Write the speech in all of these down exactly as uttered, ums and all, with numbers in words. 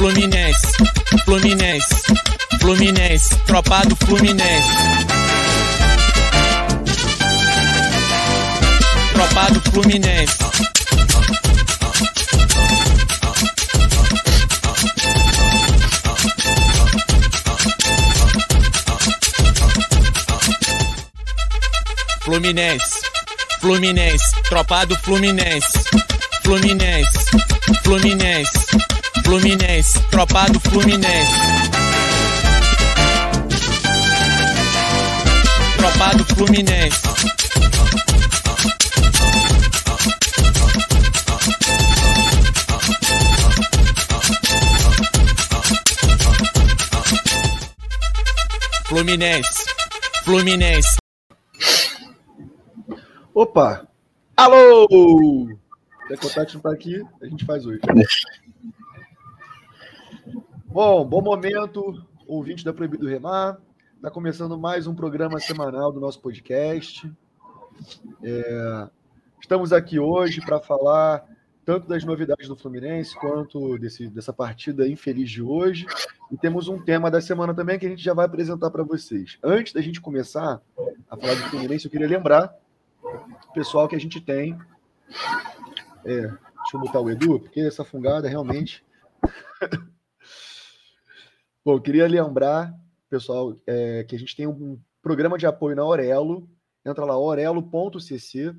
Fluminense, Fluminense, Fluminense, tropa do Fluminense. Tropa do Fluminense. Fluminense, Fluminense, tropa do Fluminense. Fluminense, Fluminense, Fluminense, tropa do Fluminense. Tropa do Fluminense. Fluminense, Fluminense. Opa! Alô! Se a Contact não tá aqui, a gente faz hoje. Bom, bom momento, ouvinte da Proibido Remar. Está começando mais um programa semanal do nosso podcast. É, estamos aqui hoje para falar tanto das novidades do Fluminense quanto desse, dessa partida infeliz de hoje. E temos um tema da semana também que a gente já vai apresentar para vocês. Antes da gente começar a falar do Fluminense, eu queria lembrar o pessoal que a gente tem. É, deixa eu botar o Edu, porque essa fungada realmente... Bom, eu queria lembrar, pessoal, é, que a gente tem um programa de apoio na Aurelo. Entra lá, aurelo ponto c c.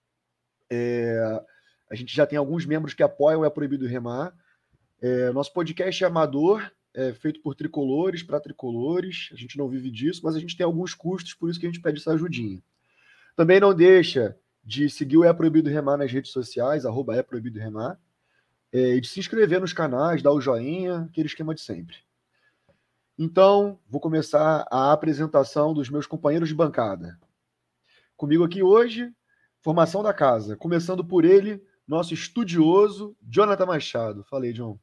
É, a gente já tem alguns membros que apoiam o É Proibido Remar. É, nosso podcast é amador, é feito por tricolores, para tricolores. A gente não vive disso, mas a gente tem alguns custos, por isso que a gente pede essa ajudinha. Também não deixa de seguir o É Proibido Remar nas redes sociais, arroba É Proibido Remar, é, e de se inscrever nos canais, dar o joinha, aquele esquema de sempre. Então, vou começar a apresentação dos meus companheiros de bancada. Comigo aqui hoje, formação da casa, começando por ele, nosso estudioso, Jonathan Machado. Fala aí, John.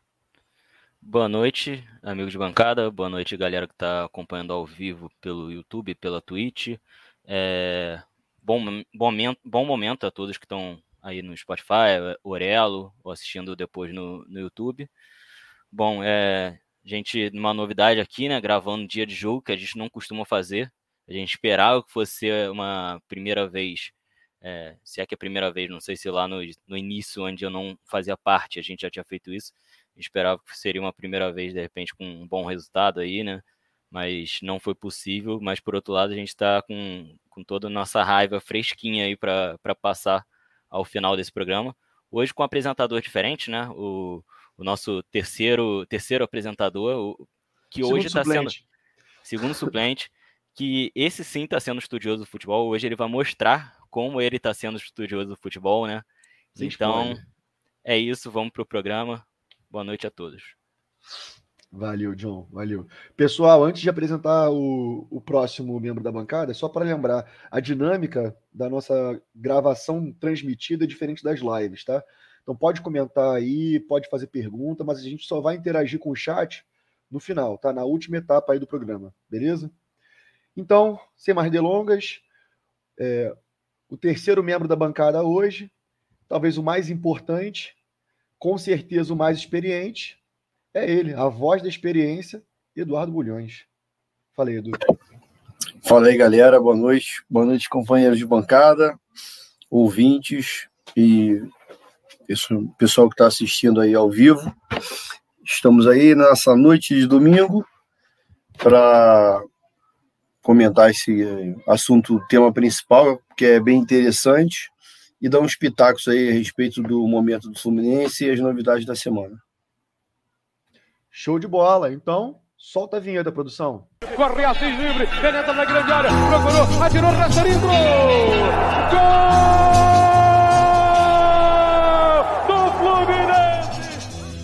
Boa noite, amigos de bancada. Boa noite, galera que está acompanhando ao vivo pelo YouTube, pela Twitch. É... Bom, bom, momento, bom momento a todos que estão aí no Spotify, Aurelo, ou assistindo depois no, no YouTube. Bom, é... gente, uma novidade aqui, né? Gravando dia de jogo, que a gente não costuma fazer. A gente esperava que fosse uma primeira vez, é, se é que é a primeira vez, não sei se lá no, no início, onde eu não fazia parte, a gente já tinha feito isso. Esperava que seria uma primeira vez, de repente, com um bom resultado aí, né? Mas não foi possível. Mas, por outro lado, a gente está com, com toda a nossa raiva fresquinha aí para passar ao final desse programa. Hoje com um apresentador diferente, né? O, o nosso terceiro, terceiro apresentador, o, que Segundo hoje está sendo... Segundo suplente. Que esse sim está sendo estudioso do futebol. Hoje ele vai mostrar como ele está sendo estudioso do futebol, né? Sem então, spoiler. É isso. Vamos para o programa. Boa noite a todos. Valeu, John, valeu. Pessoal, antes de apresentar o, o próximo membro da bancada, só para lembrar, a dinâmica da nossa gravação transmitida é diferente das lives, tá? Então pode comentar aí, pode fazer pergunta, mas a gente só vai interagir com o chat no final, tá? Na última etapa aí do programa, beleza? Então, sem mais delongas, é, o terceiro membro da bancada hoje, talvez o mais importante, com certeza o mais experiente, é ele, a voz da experiência, Eduardo Bulhões. Fala aí, Edu. Fala aí, galera. Boa noite. Boa noite, companheiros de bancada, ouvintes e pessoal que está assistindo aí ao vivo. Estamos aí nessa noite de domingo para comentar esse assunto, tema principal, que é bem interessante, e dar uns pitacos aí a respeito do momento do Fluminense e as novidades da semana. Show de bola. Então, solta a vinheta, produção. Corre Assis livre, penetra na grande área, procurou, atirou, Rasterinho, gol do Fluminense!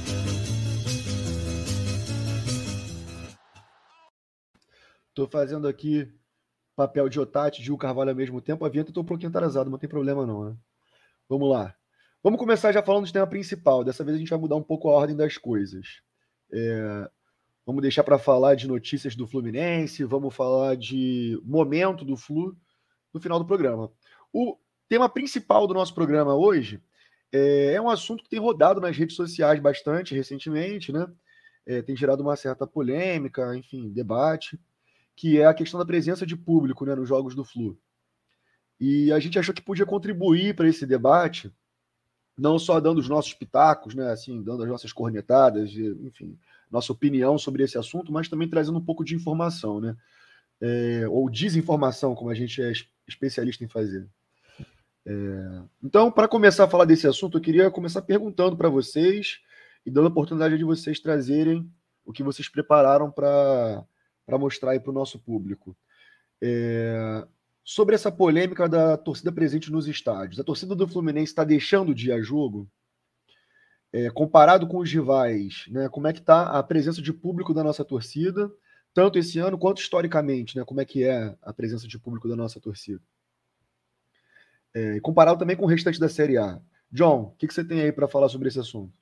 Tô fazendo aqui papel de Otati e Gil Carvalho ao mesmo tempo. A vinheta eu tô um pouquinho atrasado, não tem problema não, né? Vamos lá. Vamos começar já falando do tema principal. Dessa vez a gente vai mudar um pouco a ordem das coisas. É, vamos deixar para falar de notícias do Fluminense, vamos falar de momento do Flu no final do programa. O tema principal do nosso programa hoje É, é um assunto que tem rodado nas redes sociais bastante recentemente, né? É, tem gerado uma certa polêmica, enfim, debate, que é a questão da presença de público, né, nos jogos do Flu. E a gente achou que podia contribuir para esse debate, não só dando os nossos pitacos, né, assim, dando as nossas cornetadas, enfim, nossa opinião sobre esse assunto, mas também trazendo um pouco de informação, né? É, ou desinformação, como a gente é especialista em fazer. É, então, para começar a falar desse assunto, eu queria começar perguntando para vocês e dando a oportunidade de vocês trazerem o que vocês prepararam para mostrar aí para o nosso público. É, sobre essa polêmica da torcida presente nos estádios. A torcida do Fluminense está deixando de ir a jogo? É, comparado com os rivais, né, como é que está a presença de público da nossa torcida, tanto esse ano quanto historicamente, né, como é que é a presença de público da nossa torcida? É, e comparado também com o restante da Série A. John, o que, que você tem aí para falar sobre esse assunto?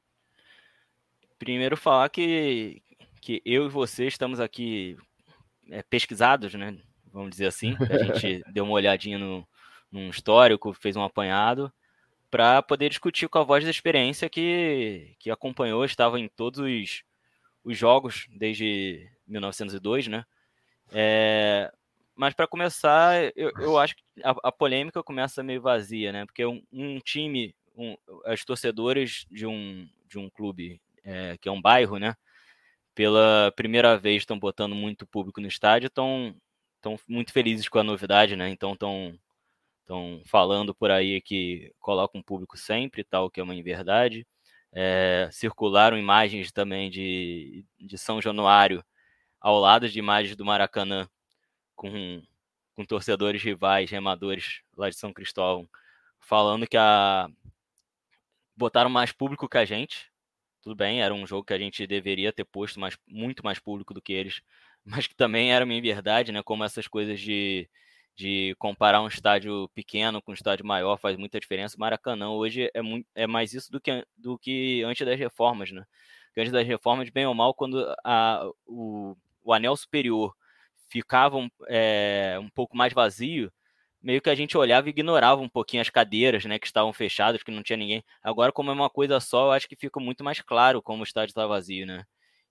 Primeiro falar que, que eu e você estamos aqui é, pesquisados, né? Vamos dizer assim. A gente deu uma olhadinha no, num histórico, fez um apanhado, para poder discutir com a voz da experiência que, que acompanhou, estava em todos os, os jogos desde mil novecentos e dois, né? É, mas para começar, eu, eu acho que a, a polêmica começa meio vazia, né? Porque um, um time, um, os torcedores de um, de um clube é, que é um bairro, né? Pela primeira vez estão botando muito público no estádio, estão estão muito felizes com a novidade, né? Então estão estão falando por aí que coloca um público sempre, tal, que é uma inverdade. É, circularam imagens também de, de São Januário ao lado de imagens do Maracanã com, com torcedores rivais, remadores lá de São Cristóvão, falando que a botaram mais público que a gente. Tudo bem, era um jogo que a gente deveria ter posto mais, muito mais público do que eles, mas que também era uma verdade, né? Como essas coisas de, de comparar um estádio pequeno com um estádio maior faz muita diferença. O Maracanã hoje é, muito, é mais isso do que, do que antes das reformas, né? Porque antes das reformas, bem ou mal, quando a, o, o anel superior ficava um, é, um pouco mais vazio, meio que a gente olhava e ignorava um pouquinho as cadeiras, né, que estavam fechadas, que não tinha ninguém. Agora, como é uma coisa só, eu acho que fica muito mais claro como o estádio está vazio, né?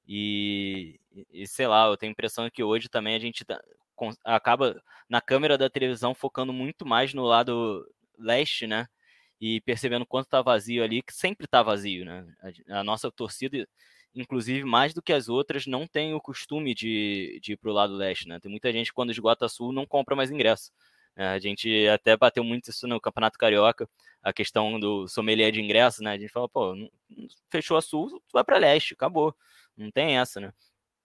E, e, sei lá, eu tenho a impressão que hoje também a gente tá, com, acaba, na câmera da televisão, focando muito mais no lado leste, né? E percebendo quanto está vazio ali, que sempre está vazio, né? A, a nossa torcida, inclusive mais do que as outras, não tem o costume de, de ir para o lado leste, né? Tem muita gente que quando esgota a Sul não compra mais ingresso. A gente até bateu muito isso no Campeonato Carioca, a questão do sommelier de ingresso, né? A gente fala, pô, fechou a Sul, tu vai para leste, acabou. Não tem essa, né?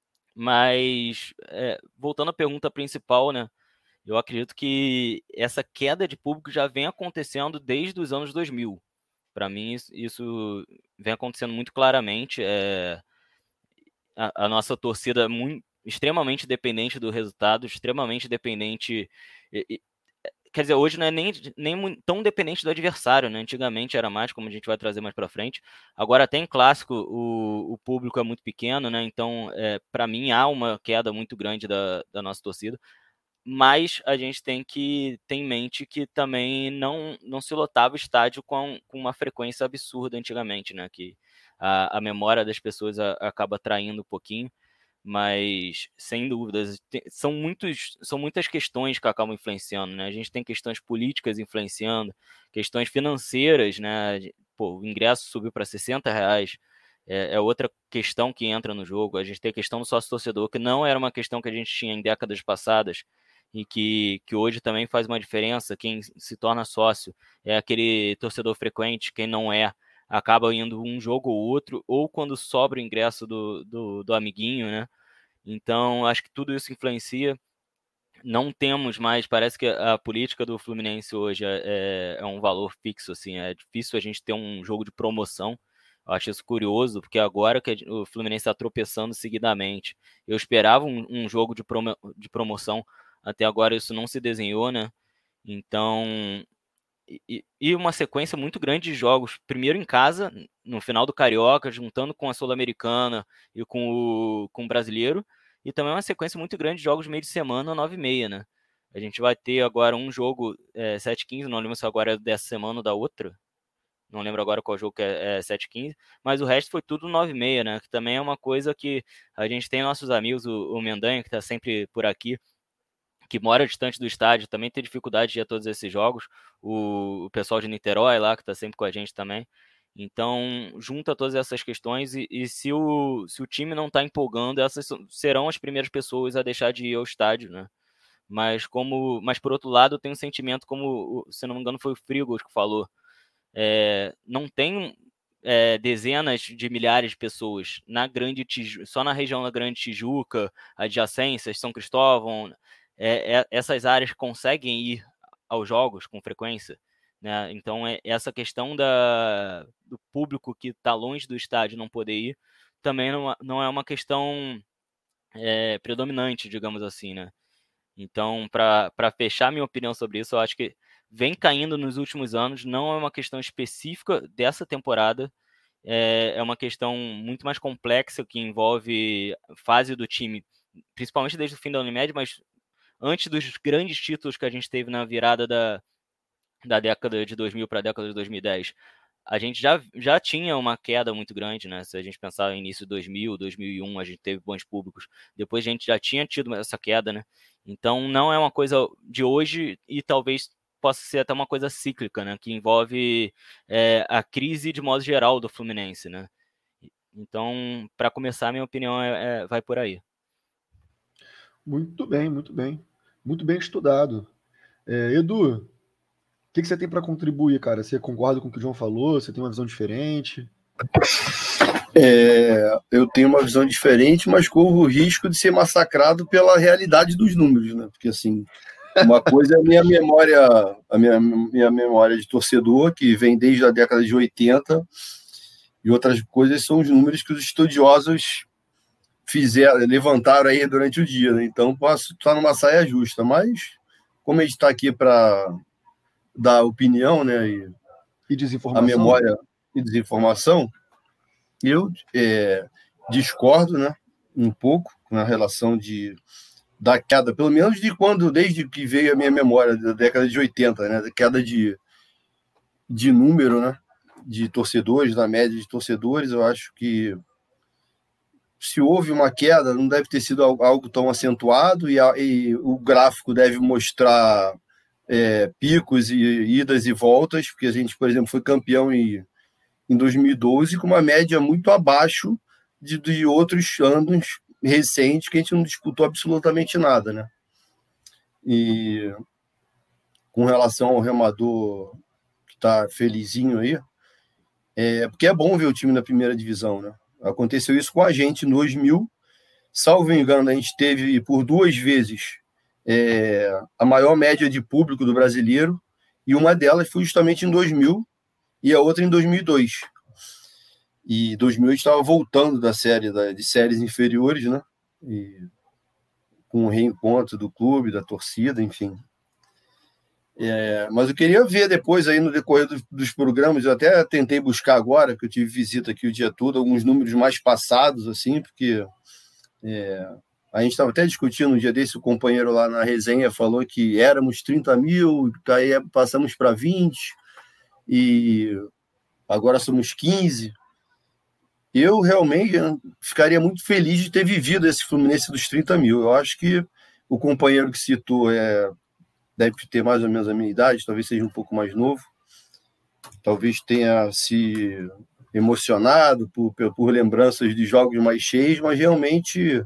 Mas, é, voltando à pergunta principal, né? Eu acredito que essa queda de público já vem acontecendo desde os anos dois mil. Para mim, isso, isso vem acontecendo muito claramente. É, a, a nossa torcida é muito, extremamente dependente do resultado, extremamente dependente... E, quer dizer, hoje não é nem, nem tão dependente do adversário, né? Antigamente era mais, como a gente vai trazer mais para frente. Agora, até em clássico, o, o público é muito pequeno, né? Então, é, para mim, há uma queda muito grande da, da nossa torcida. Mas a gente tem que ter em mente que também não, não se lotava o estádio com, com uma frequência absurda antigamente, né? Que a, a memória das pessoas a, acaba traindo um pouquinho. Mas, sem dúvidas, são, muitos, são muitas questões que acabam influenciando, né? A gente tem questões políticas influenciando, questões financeiras, né? Pô, o ingresso subiu para sessenta reais, é, é outra questão que entra no jogo. A gente tem a questão do sócio-torcedor, que não era uma questão que a gente tinha em décadas passadas e que, que hoje também faz uma diferença. Quem se torna sócio é aquele torcedor frequente, quem não é, acaba indo um jogo ou outro, ou quando sobra o ingresso do, do, do amiguinho, né? Então, acho que tudo isso influencia. Não temos mais, parece que a política do Fluminense hoje é, é um valor fixo, assim, é difícil a gente ter um jogo de promoção. Eu acho isso curioso, porque agora que o Fluminense está tropeçando seguidamente, eu esperava um, um jogo de, promo, de promoção, até agora isso não se desenhou, né? Então, E, e uma sequência muito grande de jogos, primeiro em casa, no final do Carioca, juntando com a Sul-Americana e com o, com o Brasileiro, e também uma sequência muito grande de jogos meio de semana, nove e meia, né? A gente vai ter agora um jogo é, sete e quinze, não lembro se agora é dessa semana ou da outra, não lembro agora qual jogo que é, é sete quinze, mas o resto foi tudo nove e meia, né? Que também é uma coisa que a gente tem nossos amigos, o, o Mendanha, que está sempre por aqui, que mora distante do estádio, também tem dificuldade de ir a todos esses jogos, o, o pessoal de Niterói lá, que está sempre com a gente também. Então, junta todas essas questões e, e se, o, se o time não está empolgando, essas serão as primeiras pessoas a deixar de ir ao estádio, né? Mas, como, mas por outro lado, eu tenho um sentimento, como, se não me engano, foi o Frigos que falou, é, não tem é, dezenas de milhares de pessoas na Grande Tijuca, só na região da Grande Tijuca, adjacências, São Cristóvão, é, é, essas áreas conseguem ir aos jogos com frequência, né? Então, é, essa questão da, do público que está longe do estádio não poder ir, também não, não é uma questão é, predominante, digamos assim, né? Então, para fechar minha opinião sobre isso, eu acho que vem caindo nos últimos anos, não é uma questão específica dessa temporada, é, é uma questão muito mais complexa que envolve fase do time, principalmente desde o fim da Unimed, mas antes dos grandes títulos que a gente teve na virada da, da década de dois mil para a década de dois mil e dez, a gente já, já tinha uma queda muito grande, né? Se a gente pensar no início de dois mil, dois mil e um, a gente teve bons públicos. Depois a gente já tinha tido essa queda, né? Então não é uma coisa de hoje e talvez possa ser até uma coisa cíclica, né? Que envolve é, a crise de modo geral do Fluminense, né? Então, para começar, minha opinião é, é, vai por aí. Muito bem, muito bem. Muito bem estudado. É, Edu, o que, que você tem para contribuir, cara? Você concorda com o que o João falou? Você tem uma visão diferente? É, eu tenho uma visão diferente, mas corro o risco de ser massacrado pela realidade dos números, né? Porque, assim, uma coisa é a minha memória, a minha, minha memória de torcedor, que vem desde a década de oitenta, e outras coisas são os números que os estudiosos fizeram, levantaram aí durante o dia, né? Então, posso estar numa saia justa, mas como a gente está aqui para dar opinião, né, e, e desinformação, a memória e desinformação, eu é, discordo, né, um pouco na relação de, da queda, pelo menos de quando, desde que veio a minha memória, da década de oitenta, né, da queda de, de número, né, de torcedores, da média de torcedores. Eu acho que se houve uma queda, não deve ter sido algo tão acentuado e, a, e o gráfico deve mostrar é, picos e idas e voltas, porque a gente, por exemplo, foi campeão em, em dois mil e doze com uma média muito abaixo de, de outros anos recentes que a gente não disputou absolutamente nada, né? E com relação ao remador que está felizinho aí, é, porque é bom ver o time na primeira divisão, né? Aconteceu isso com a gente em dois mil, salvo engano, a gente teve por duas vezes é, a maior média de público do brasileiro, e uma delas foi justamente em dois mil e a outra em dois mil e dois. E dois mil a gente estava voltando da série da, de séries inferiores, né? E, com o reencontro do clube, da torcida, enfim. É, mas eu queria ver depois aí no decorrer dos, dos programas, eu até tentei buscar agora, que eu tive visita aqui o dia todo, alguns números mais passados, assim, porque é, a gente estava até discutindo um dia desse, o companheiro lá na resenha falou que éramos trinta mil, aí passamos para vinte, e agora somos quinze. Eu realmente ficaria muito feliz de ter vivido esse Fluminense dos trinta mil. Eu acho que o companheiro que citou é... deve ter mais ou menos a minha idade, talvez seja um pouco mais novo, talvez tenha se emocionado por, por lembranças de jogos mais cheios, mas realmente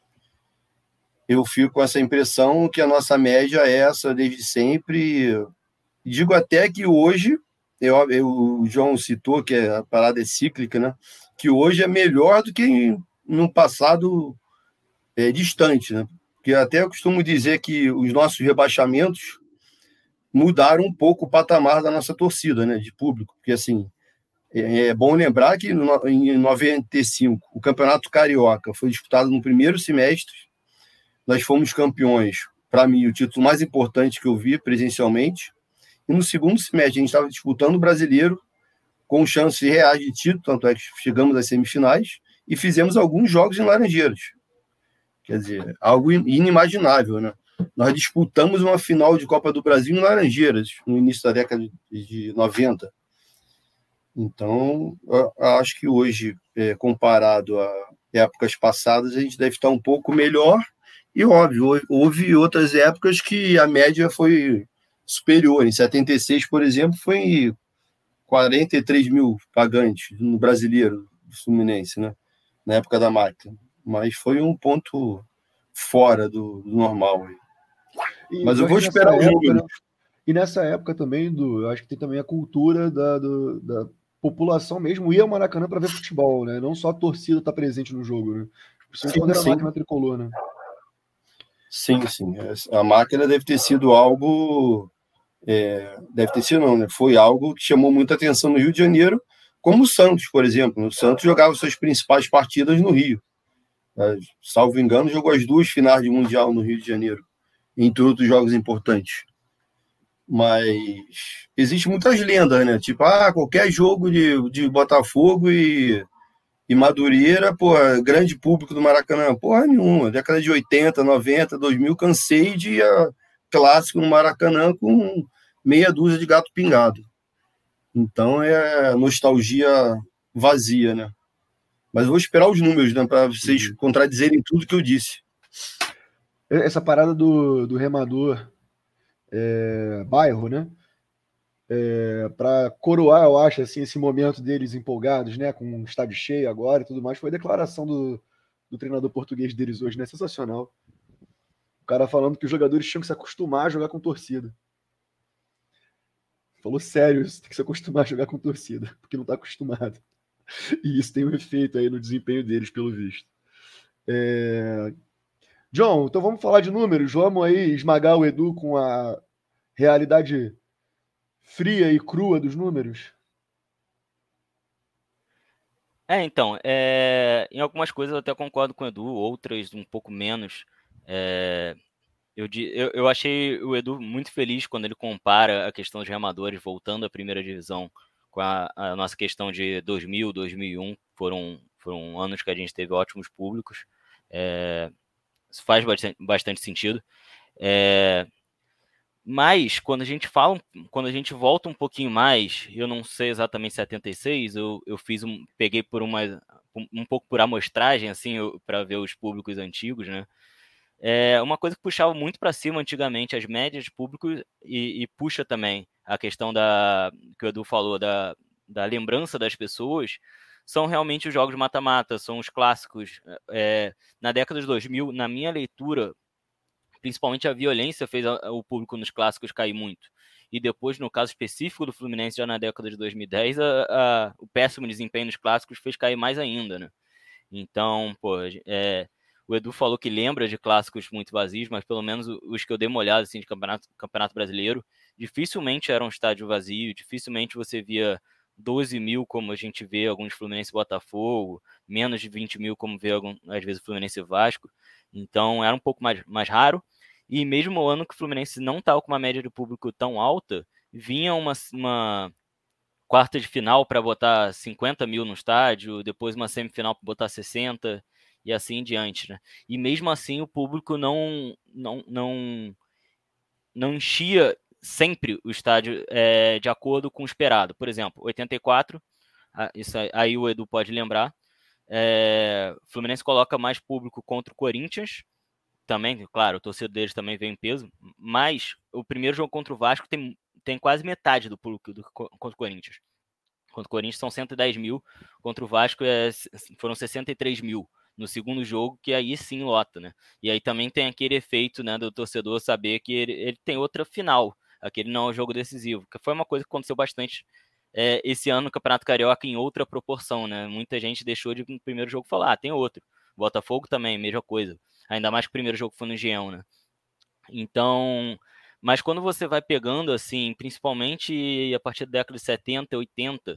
eu fico com essa impressão que a nossa média é essa desde sempre. Digo até que hoje, eu, eu, o João citou que a parada é cíclica, né? Que hoje é melhor do que no passado é, distante, né? Porque até eu costumo dizer que os nossos rebaixamentos mudaram um pouco o patamar da nossa torcida, né, de público. Porque, assim, é, é bom lembrar que no, em noventa e cinco o Campeonato Carioca foi disputado no primeiro semestre, nós fomos campeões, para mim, o título mais importante que eu vi presencialmente, e no segundo semestre a gente estava disputando o Brasileiro com chances reais de título, tanto é que chegamos às semifinais e fizemos alguns jogos em Laranjeiras. Quer dizer, algo inimaginável, né? Nós disputamos uma final de Copa do Brasil em Laranjeiras, no início da década de noventa. Então, eu acho que hoje, é, comparado a épocas passadas, a gente deve estar um pouco melhor. E, óbvio, houve outras épocas que a média foi superior. Em setenta e seis, por exemplo, foi quarenta e três mil pagantes no Brasileiro do Fluminense, né? Na época da máquina. Mas foi um ponto fora do, do normal. E Mas eu eu vou acho que esperar nessa os época, né? números. E nessa época também, do, eu acho que tem também a cultura da, do- da população mesmo ir ao Maracanã para ver futebol, né? Não só a torcida estar presente no jogo, né? Principalmente quando Sim, era a sim. máquina tricolor, né? Sim, sim. A máquina deve ter sido algo. É, deve ter sido, não, né? Foi algo que chamou muita atenção no Rio de Janeiro, como o Santos, por exemplo. O Santos jogava suas principais partidas no Rio. É, salvo engano, jogou as duas finais de Mundial no Rio de Janeiro, entre outros jogos importantes. Mas existem muitas lendas, né? Tipo, ah, qualquer jogo de, de Botafogo e, e Madureira, pô, grande público do Maracanã. Porra nenhuma. Década de oitenta, noventa, dois mil, cansei de ir a clássico no Maracanã com meia dúzia de gato pingado. Então é nostalgia vazia, né? Mas eu vou esperar os números, né? Para vocês Uhum. contradizerem tudo que eu disse. Essa parada do, do remador é, bairro, né? É, para coroar, eu acho, assim, esse momento deles empolgados, né? Com o estádio cheio agora e tudo mais, foi a declaração do, do treinador português deles hoje, né? Sensacional. O cara falando que os jogadores tinham que se acostumar a jogar com torcida. Falou sério, isso tem que se acostumar a jogar com torcida, porque não está acostumado. E isso tem um efeito aí no desempenho deles, pelo visto. É... John, então vamos falar de números. Vamos aí esmagar o Edu com a realidade fria e crua dos números. É, então, é, em algumas coisas eu até concordo com o Edu, outras um pouco menos. É, eu, di- eu, eu achei o Edu muito feliz quando ele compara a questão dos remadores voltando à primeira divisão com a, a nossa questão de dois mil, dois mil e um. Foram, foram anos que a gente teve ótimos públicos. É, isso faz bastante, bastante sentido. É, mas quando a gente fala, quando a gente volta um pouquinho mais, eu não sei exatamente setenta e seis, eu, eu fiz um, peguei por uma um, um pouco por amostragem assim, para ver os públicos antigos, né? É uma coisa que puxava muito para cima antigamente as médias de público e, e puxa também a questão da que o Edu falou da, da lembrança das pessoas, são realmente os jogos mata-mata, são os clássicos. É, na década de dois mil, na minha leitura, principalmente a violência fez o público nos clássicos cair muito. E depois, no caso específico do Fluminense, já na década de dois mil e dez, a, a, o péssimo desempenho nos clássicos fez cair mais ainda, né? Então, pô, é, o Edu falou que lembra de clássicos muito vazios, mas pelo menos os que eu dei uma olhada assim, de campeonato, campeonato brasileiro, dificilmente era um estádio vazio, dificilmente você via doze mil, como a gente vê alguns Fluminense e Botafogo, menos de vinte mil, como vê algum, às vezes o Fluminense e Vasco. Então era um pouco mais, mais raro. E mesmo o ano que o Fluminense não estava com uma média de público tão alta, vinha uma, uma quarta de final para botar cinquenta mil no estádio, depois uma semifinal para botar sessenta e assim em diante, né? E mesmo assim o público não não não, não enchia sempre o estádio é, de acordo com o esperado. Por exemplo, oitenta e quatro, isso aí, aí o Edu pode lembrar, é, o Fluminense coloca mais público contra o Corinthians, também, claro, o torcedor deles também veio em peso, mas o primeiro jogo contra o Vasco tem, tem quase metade do público do, contra o Corinthians. Contra o Corinthians são cento e dez mil, contra o Vasco é, foram sessenta e três mil no segundo jogo, que aí sim lota, né? E aí também tem aquele efeito, né, do torcedor saber que ele, ele tem outra final, aquele não é um jogo decisivo, que foi uma coisa que aconteceu bastante é, esse ano no Campeonato Carioca em outra proporção, né? Muita gente deixou de no primeiro jogo falar, ah, tem outro. Botafogo também, mesma coisa. Ainda mais que o primeiro jogo foi no Engenhão, né? Então, mas quando você vai pegando, assim, principalmente a partir da década de setenta, oitenta,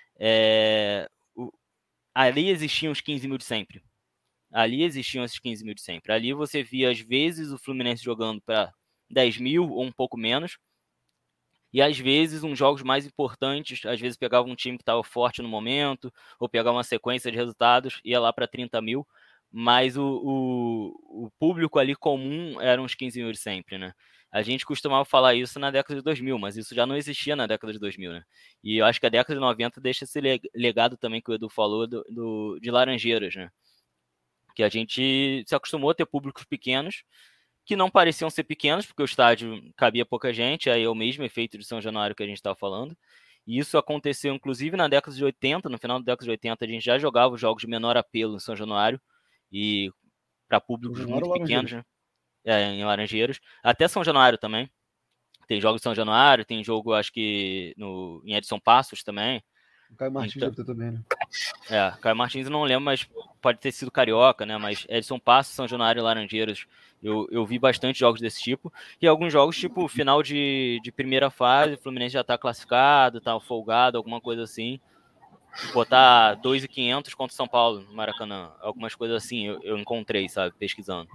é, o, ali existiam os quinze mil de sempre. Ali existiam esses quinze mil de sempre. Ali você via, às vezes, o Fluminense jogando para dez mil ou um pouco menos, e às vezes uns jogos mais importantes, às vezes pegava um time que estava forte no momento, ou pegava uma sequência de resultados, ia lá para trinta mil, mas o, o, o público ali comum eram uns quinze mil de sempre, né? a gente costumava falar isso na década de dois mil, mas isso já não existia na década de dois mil, né? E eu acho que a década de noventa deixa esse legado também que o Edu falou do, do, de Laranjeiras, né? Que a gente se acostumou a ter públicos pequenos, que não pareciam ser pequenos, porque o estádio cabia pouca gente, aí é o mesmo efeito de São Januário que a gente estava falando. E isso aconteceu, inclusive, na década de oitenta, no final da década de oitenta, a gente já jogava os jogos de menor apelo em São Januário, e para públicos muito pequenos, né? É, em Laranjeiras. Até São Januário também. Tem jogos em São Januário, tem jogo, acho que, no, em Edson Passos também. O Caio Martins então, deve ter também, né? É, Caio Martins eu não lembro, mas pode ter sido Carioca, né? Mas Edson Passos, São Januário e Laranjeiras, eu, eu vi bastante jogos desse tipo. E alguns jogos, tipo, final de, de primeira fase, o Fluminense já tá classificado, tá folgado, alguma coisa assim. Botar dois mil e quinhentos contra o São Paulo, no Maracanã. Algumas coisas assim eu, eu encontrei, sabe, pesquisando.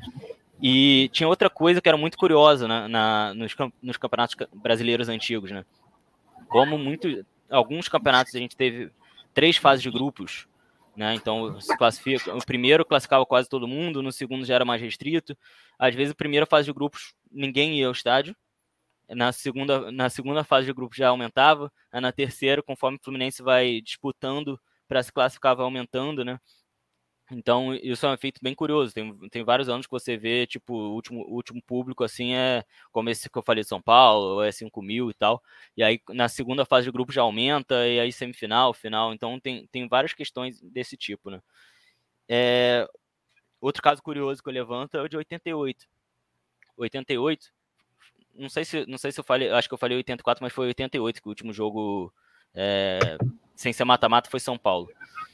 E tinha outra coisa que era muito curiosa, né, na, nos, nos campeonatos brasileiros antigos, né? Como muito, alguns campeonatos a gente teve três fases de grupos, né? Então se classifica, o primeiro classificava quase todo mundo, no segundo já era mais restrito. Às vezes a primeira fase de grupos ninguém ia ao estádio. Na segunda, na segunda fase de grupos já aumentava, aí na terceira, conforme o Fluminense vai disputando para se classificar, vai aumentando, né? Então, isso é um efeito bem curioso. Tem, tem vários anos que você vê, tipo, o último, o último público, assim, é como esse que eu falei de São Paulo, é cinco mil e tal. E aí, na segunda fase de grupo já aumenta, e aí semifinal, final. Então, tem, tem várias questões desse tipo, né? É, outro caso curioso que eu levanto é o de oitenta e oito. oitenta e oito, não sei se, não sei se eu falei, acho que eu falei oitenta e quatro, mas foi oitenta e oito que o último jogo, é, sem ser mata-mata, foi São Paulo.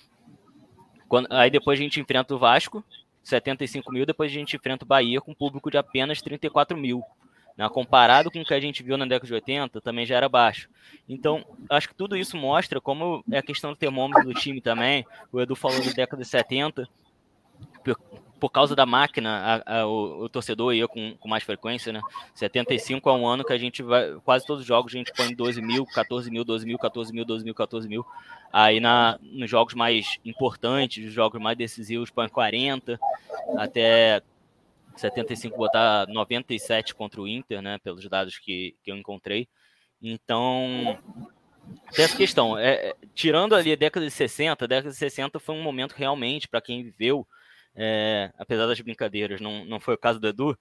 Quando, aí depois a gente enfrenta o Vasco, setenta e cinco mil, depois a gente enfrenta o Bahia com público de apenas trinta e quatro mil. Né? Comparado com o que a gente viu na década de oitenta, também já era baixo. Então, acho que tudo isso mostra como é a questão do termômetro do time também. O Edu falou da década de setenta, por, por causa da máquina, a, a, o, o torcedor ia com, com mais frequência, né? setenta e cinco é um ano que a gente vai, quase todos os jogos a gente põe doze mil, quatorze mil, doze mil, quatorze mil, doze mil, quatorze mil. Aí na, nos jogos mais importantes, os jogos mais decisivos, põe quarenta, até setenta e cinco botar noventa e sete contra o Inter, né? Pelos dados que, que eu encontrei. Então, tem essa questão. É, tirando ali a década de sessenta, a década de sessenta foi um momento realmente, para quem viveu, é, apesar das brincadeiras, não, não foi o caso do Edu,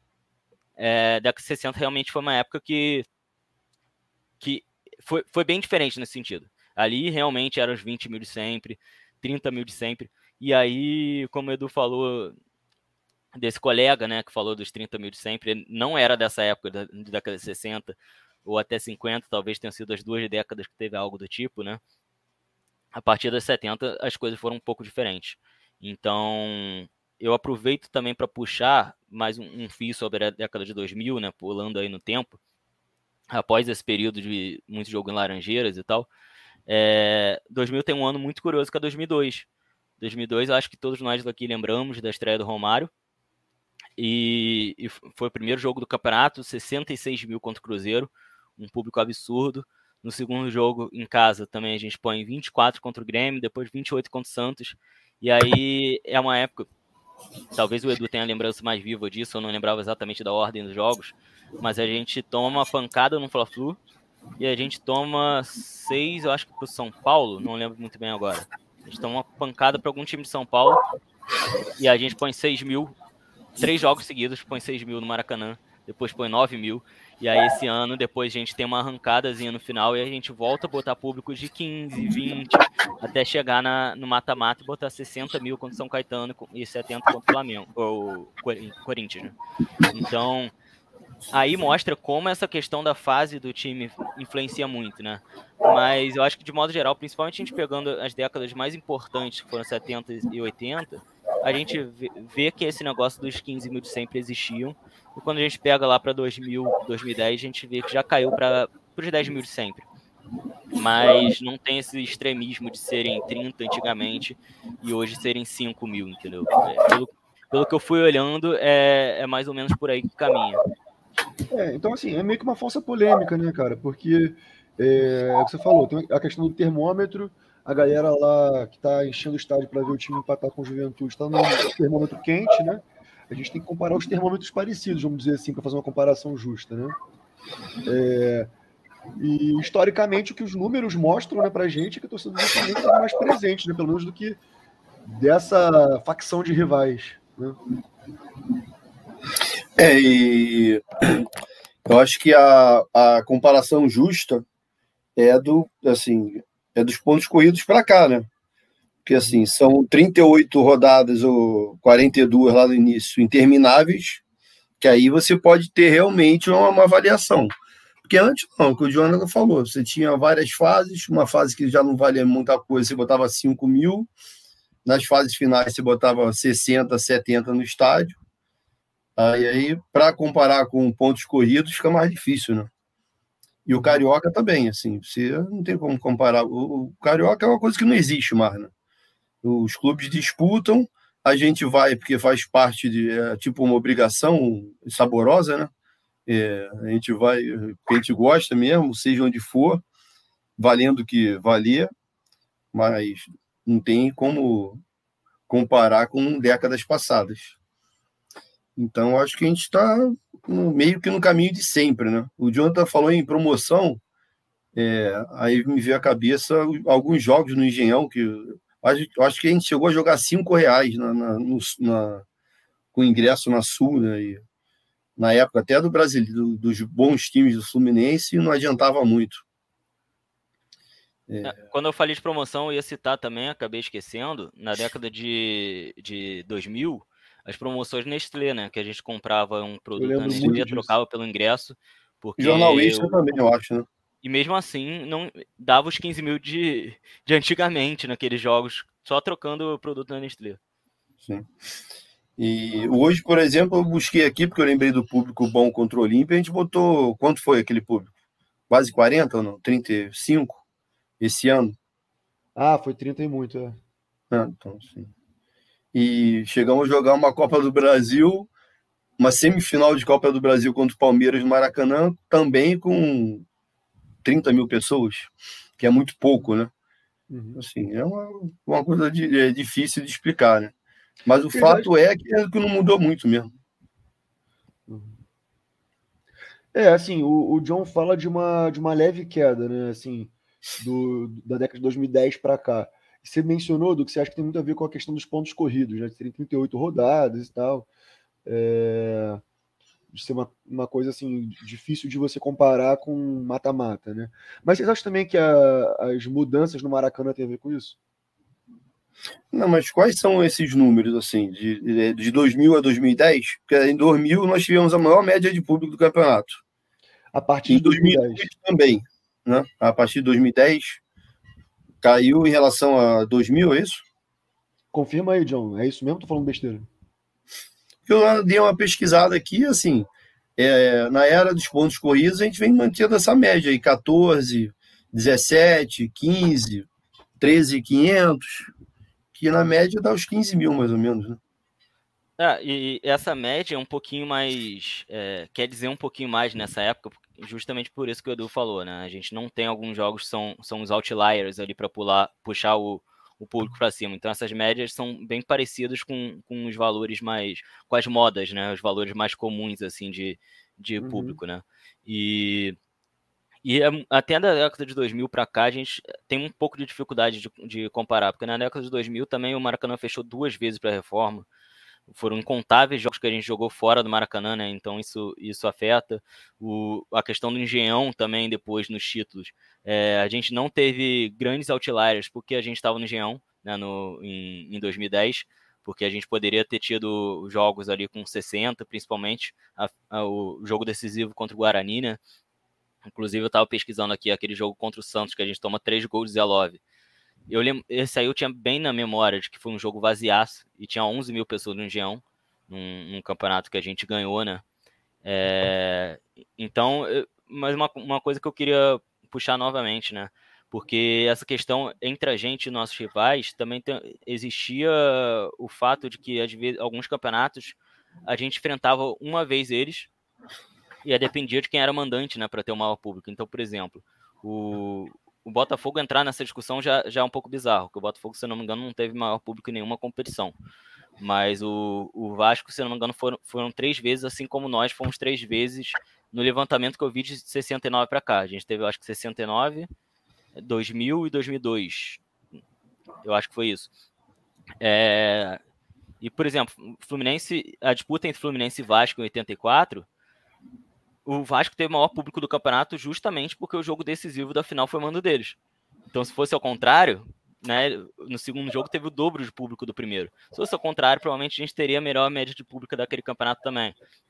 é, a década de sessenta realmente foi uma época que, que foi, foi bem diferente nesse sentido. Ali realmente eram os vinte mil de sempre, trinta mil de sempre. E aí, como o Edu falou desse colega, né, que falou dos trinta mil de sempre, não era dessa época, da, da década de sessenta ou até cinquenta, talvez tenham sido as duas décadas que teve algo do tipo, né? A partir das setenta, as coisas foram um pouco diferentes. Então, eu aproveito também para puxar mais um, um fio sobre a década de dois mil, né, pulando aí no tempo, após esse período de muito jogo em Laranjeiras e tal. É, dois mil tem um ano muito curioso, que é dois mil e dois. dois mil e dois, eu acho que todos nós aqui lembramos da estreia do Romário. E, e foi o primeiro jogo do campeonato, sessenta e seis mil contra o Cruzeiro, um público absurdo. No segundo jogo, em casa, também a gente põe vinte e quatro contra o Grêmio, depois vinte e oito contra o Santos. E aí é uma época, talvez o Edu tenha a lembrança mais viva disso, eu não lembrava exatamente da ordem dos jogos, mas a gente toma uma pancada no Fla-Flu, e a gente toma seis, eu acho que pro São Paulo, não lembro muito bem agora. A gente toma uma pancada para algum time de São Paulo, e a gente põe seis mil, três jogos seguidos, põe seis mil no Maracanã, depois põe nove mil, e aí esse ano, depois a gente tem uma arrancadazinha no final, e a gente volta a botar públicos de quinze, vinte, até chegar na, no mata-mata e botar sessenta mil contra São Caetano e setenta contra o Flamengo, ou Corinthians, né? Então, aí mostra como essa questão da fase do time influencia muito, né? Mas eu acho que, de modo geral, principalmente a gente pegando as décadas mais importantes, que foram setenta e oitenta, a gente vê que esse negócio dos quinze mil de sempre existiam. E quando a gente pega lá para dois mil, dois mil e dez, a gente vê que já caiu para os dez mil de sempre. Mas não tem esse extremismo de serem trinta antigamente e hoje serem cinco mil, entendeu? É, pelo, pelo que eu fui olhando, é, é mais ou menos por aí que caminha. É, então, assim, é meio que uma falsa polêmica, né, cara? Porque é, é o que você falou, tem a questão do termômetro, a galera lá que tá enchendo o estádio para ver o time empatar com o Juventude tá no termômetro quente, né? a gente tem que comparar os termômetros parecidos, vamos dizer assim, para fazer uma comparação justa, né? É, e historicamente o que os números mostram, né, para a gente é que o torcedor do Flamengo está mais presente, né, pelo menos do que dessa facção de rivais, né? É, e eu acho que a, a comparação justa é do, assim, é dos pontos corridos para cá, né? Porque assim, são trinta e oito rodadas ou quarenta e duas lá no início, intermináveis, que aí você pode ter realmente uma, uma avaliação. Porque antes não, o que o Jonathan falou, você tinha várias fases, uma fase que já não valia muita coisa, você botava cinco mil, nas fases finais você botava sessenta, setenta no estádio. Aí, aí para comparar com pontos corridos, fica mais difícil, né? E o Carioca também, assim, você não tem como comparar. O, o Carioca é uma coisa que não existe mais, né? Os clubes disputam, a gente vai porque faz parte de, é, tipo, uma obrigação saborosa, né? É, a gente vai porque a gente gosta mesmo, seja onde for, valendo o que valer, mas não tem como comparar com décadas passadas. Então, acho que a gente está meio que no caminho de sempre, né? O Jonathan falou em promoção, é, aí me veio à cabeça alguns jogos no Engenhão, que eu acho que a gente chegou a jogar cinco reais na, na, no, na, com ingresso na Sul, né? E, na época até do Brasil, do, dos bons times do Fluminense, não adiantava muito. É. Quando eu falei de promoção, eu ia citar também, acabei esquecendo, na década de, de dois mil, as promoções Nestlé, né? Que a gente comprava um produto na Nestlé, trocava pelo ingresso. Porque jornalista eu, também, eu acho, né? E mesmo assim, não dava os quinze mil de, de antigamente naqueles jogos, só trocando o produto na Nestlé. Sim. E hoje, por exemplo, eu busquei aqui, porque eu lembrei do público bom contra o Olímpia, a gente botou, quanto foi aquele público? Quase quarenta ou não? trinta e cinco esse ano? Ah, foi trinta e muito, é. Ah, então, sim. E chegamos a jogar uma Copa do Brasil, uma semifinal de Copa do Brasil contra o Palmeiras no Maracanã, também com trinta mil pessoas, que é muito pouco, né? Uhum. Assim, é uma, uma coisa de, é difícil de explicar, né? Mas o eu fato é que, é que não mudou muito mesmo. É, assim, o, o John fala de uma, de uma leve queda, né? Assim, do, da década de dois mil e dez para cá. Você mencionou do que você acha que tem muito a ver com a questão dos pontos corridos, né? De terem trinta e oito rodadas e tal. É, de ser uma, uma coisa assim difícil de você comparar com mata-mata, né? Mas vocês acham também que a, as mudanças no Maracanã têm a ver com isso? Não, mas quais são esses números, assim, de, de dois mil a dois mil e dez? Porque em dois mil nós tivemos a maior média de público do campeonato. A partir de dois mil e dez. Também, né? A partir de dois mil e dez caiu em relação a dois mil, é isso? Confirma aí, John. É isso mesmo? Tô falando besteira. Eu dei uma pesquisada aqui, assim, é, na era dos pontos corridos, a gente vem mantendo essa média aí, quatorze, dezessete, quinze, treze, quinhentos, que na média dá os quinze mil, mais ou menos, né? Ah, e essa média é um pouquinho mais, é, quer dizer um pouquinho mais nessa época, justamente por isso que o Edu falou, né? A gente não tem alguns jogos que são, são os outliers ali para pular, puxar o, o público para cima. Então essas médias são bem parecidas com, com os valores mais, com as modas, né? Os valores mais comuns, assim, de, de uhum. público, né? E, e até da década de dois mil para cá, a gente tem um pouco de dificuldade de, de comparar, porque na década de dois mil também o Maracanã fechou duas vezes para a reforma. Foram incontáveis jogos que a gente jogou fora do Maracanã, né? Então isso, isso afeta. O, a questão do Engenhão também, depois nos títulos. É, a gente não teve grandes outliers porque a gente estava no Engenhão, né, no, em, em dois mil e dez, porque a gente poderia ter tido jogos ali com sessenta, principalmente a, a, o jogo decisivo contra o Guarani, né? Inclusive eu estava pesquisando aqui aquele jogo contra o Santos, que a gente toma três gols de Zé Love. Eu lembro, esse aí eu tinha bem na memória de que foi um jogo vaziaço e tinha onze mil pessoas no Engenhão, num, num campeonato que a gente ganhou, né? É, então, eu, mas uma, uma coisa que eu queria puxar novamente, né? Porque essa questão entre a gente e nossos rivais também tem, existia o fato de que às vezes, alguns campeonatos a gente enfrentava uma vez eles e aí dependia de quem era mandante, né? Para ter o maior público. Então, por exemplo, o O Botafogo entrar nessa discussão já, já é um pouco bizarro, porque o Botafogo, se eu não me engano, não teve maior público em nenhuma competição. Mas o, o Vasco, se não me engano, foram, foram três vezes, assim como nós fomos três vezes no levantamento que eu vi de sessenta e nove para cá. A gente teve, eu acho que sessenta e nove, dois mil e dois mil e dois. Eu acho que foi isso. É... E, por exemplo, Fluminense, a disputa entre Fluminense e Vasco em oitenta e quatro, o Vasco teve o maior público do campeonato justamente porque o jogo decisivo da final foi mando deles. Então, se fosse ao contrário, né, no segundo jogo teve o dobro de público do primeiro. Se fosse ao contrário, provavelmente a gente teria a melhor média de público daquele campeonato também.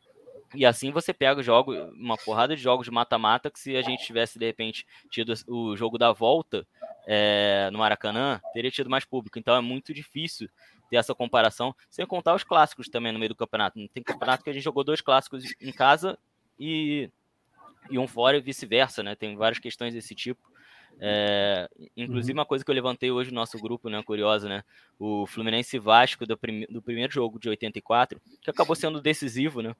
E assim você pega jogo, uma porrada de jogos de mata-mata, que se a gente tivesse, de repente, tido o jogo da volta é, no Maracanã, teria tido mais público. Então é muito difícil ter essa comparação, sem contar os clássicos também no meio do campeonato. Tem campeonato que a gente jogou dois clássicos em casa e, e um fora e vice-versa, né? Tem várias questões desse tipo. É, inclusive uma coisa que eu levantei hoje no nosso grupo, né, curiosa, né, o Fluminense Vasco do, prim, do primeiro jogo de oitenta e quatro, que acabou sendo decisivo, né,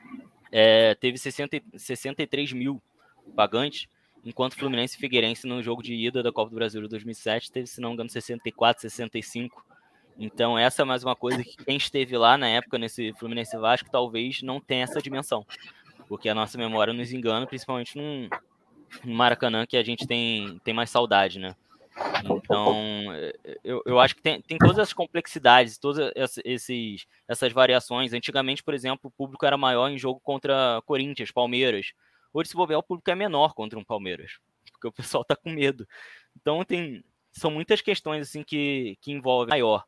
é, teve sessenta, sessenta e três mil pagantes, enquanto Fluminense e Figueirense no jogo de ida da Copa do Brasil de dois mil e sete teve, se não me engano, sessenta e quatro, sessenta e cinco. Então essa é mais uma coisa que quem esteve lá na época nesse Fluminense Vasco talvez não tenha essa dimensão, porque a nossa memória nos engana, principalmente num no Maracanã, que a gente tem, tem mais saudade, né? Então, eu, eu acho que tem, tem todas as complexidades, todas esses, essas variações. Antigamente, por exemplo, o público era maior em jogo contra Corinthians, Palmeiras. Hoje, se bobear, o público é menor contra um Palmeiras, porque o pessoal tá com medo. Então, tem, são muitas questões assim que, que envolvem maior.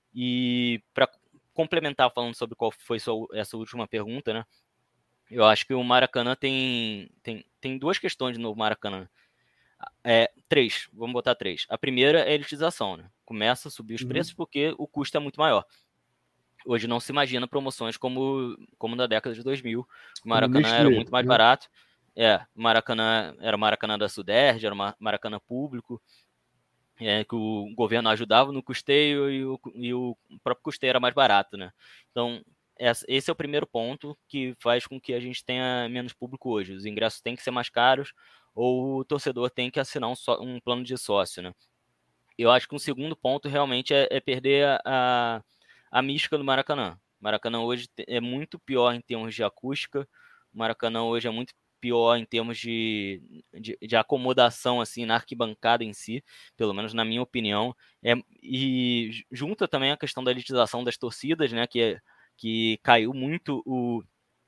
E para complementar, falando sobre qual foi sua, essa última pergunta, né? Eu acho que o Maracanã tem, tem, tem duas questões no Maracanã. É, três, vamos botar três. A primeira é a elitização, né? Começa a subir os uhum. preços porque o custo é muito maior. Hoje não se imagina promoções como, como na década de dois mil. O Maracanã era meio, muito mais né? barato. É, o Maracanã era o Maracanã da Suderj, era o Maracanã público, é, que o governo ajudava no custeio e o, e o próprio custeio era mais barato, né? Então, esse é o primeiro ponto que faz com que a gente tenha menos público hoje. Os ingressos têm que ser mais caros ou o torcedor tem que assinar um, só, um plano de sócio, né? Eu acho que um segundo ponto realmente é, é perder a, a, a mística do Maracanã. O Maracanã hoje é muito pior em termos de acústica. O Maracanã hoje é muito pior em termos de, de, de acomodação assim, na arquibancada em si, pelo menos na minha opinião. É, e junta também a questão da elitização das torcidas, né? Que é que caiu muito o,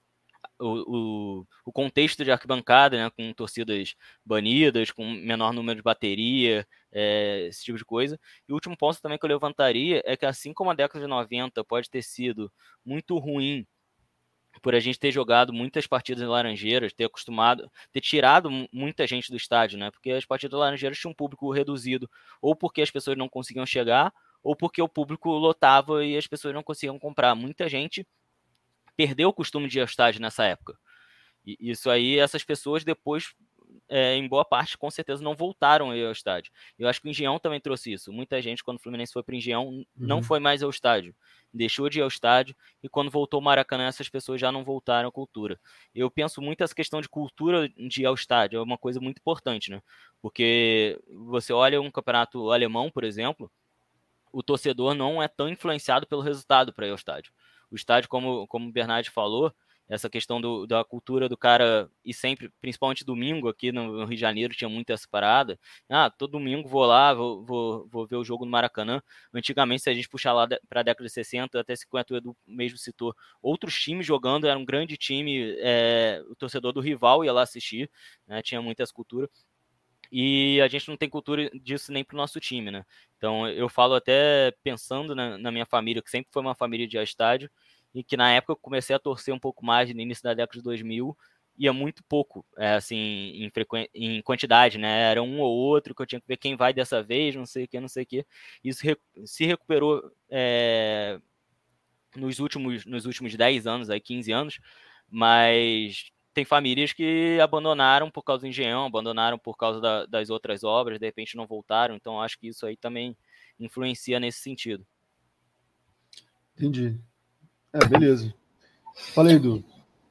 o, o contexto de arquibancada, né, com torcidas banidas, com menor número de bateria, é, esse tipo de coisa. E o último ponto também que eu levantaria é que assim como a década de noventa pode ter sido muito ruim por a gente ter jogado muitas partidas em Laranjeiras, ter acostumado, ter tirado muita gente do estádio, né, porque as partidas Laranjeiras tinham um público reduzido, ou porque as pessoas não conseguiam chegar, ou porque o público lotava e as pessoas não conseguiam comprar. Muita gente perdeu o costume de ir ao estádio nessa época. E isso aí, essas pessoas depois, é, em boa parte, com certeza não voltaram a ir ao estádio. Eu acho que o Engenhão também trouxe isso. Muita gente, quando o Fluminense foi para o Engenhão, uhum. não foi mais ao estádio. Deixou de ir ao estádio e quando voltou o Maracanã, essas pessoas já não voltaram à cultura. Eu penso muito essa questão de cultura de ir ao estádio, é uma coisa muito importante, né? Porque você olha um campeonato alemão, por exemplo, o torcedor não é tão influenciado pelo resultado para ir ao estádio. O estádio, como, como o Bernardi falou, essa questão do, da cultura do cara, e sempre, principalmente domingo, aqui no Rio de Janeiro tinha muito essa parada, ah, todo domingo vou lá, vou, vou, vou ver o jogo no Maracanã. Antigamente, se a gente puxar lá para a década de sessenta, até cinquenta, o Edu mesmo citou, outros times jogando, era um grande time, é, o torcedor do rival ia lá assistir, né, tinha muita essa cultura. E a gente não tem cultura disso nem pro nosso time, né? Então, eu falo até pensando na, na minha família, que sempre foi uma família de estádio, e que na época eu comecei a torcer um pouco mais, no início da década de dois mil, ia muito pouco, é, assim, em, frequ... em quantidade, né? Era um ou outro que eu tinha que ver quem vai dessa vez, não sei o que, não sei o que. Isso re... se recuperou é... nos, últimos, nos últimos dez anos, aí, quinze anos, mas tem famílias que abandonaram por causa do Engenhão, abandonaram por causa da, das outras obras, de repente não voltaram, então acho que isso aí também influencia nesse sentido. Entendi. É, beleza. Fala aí, Edu.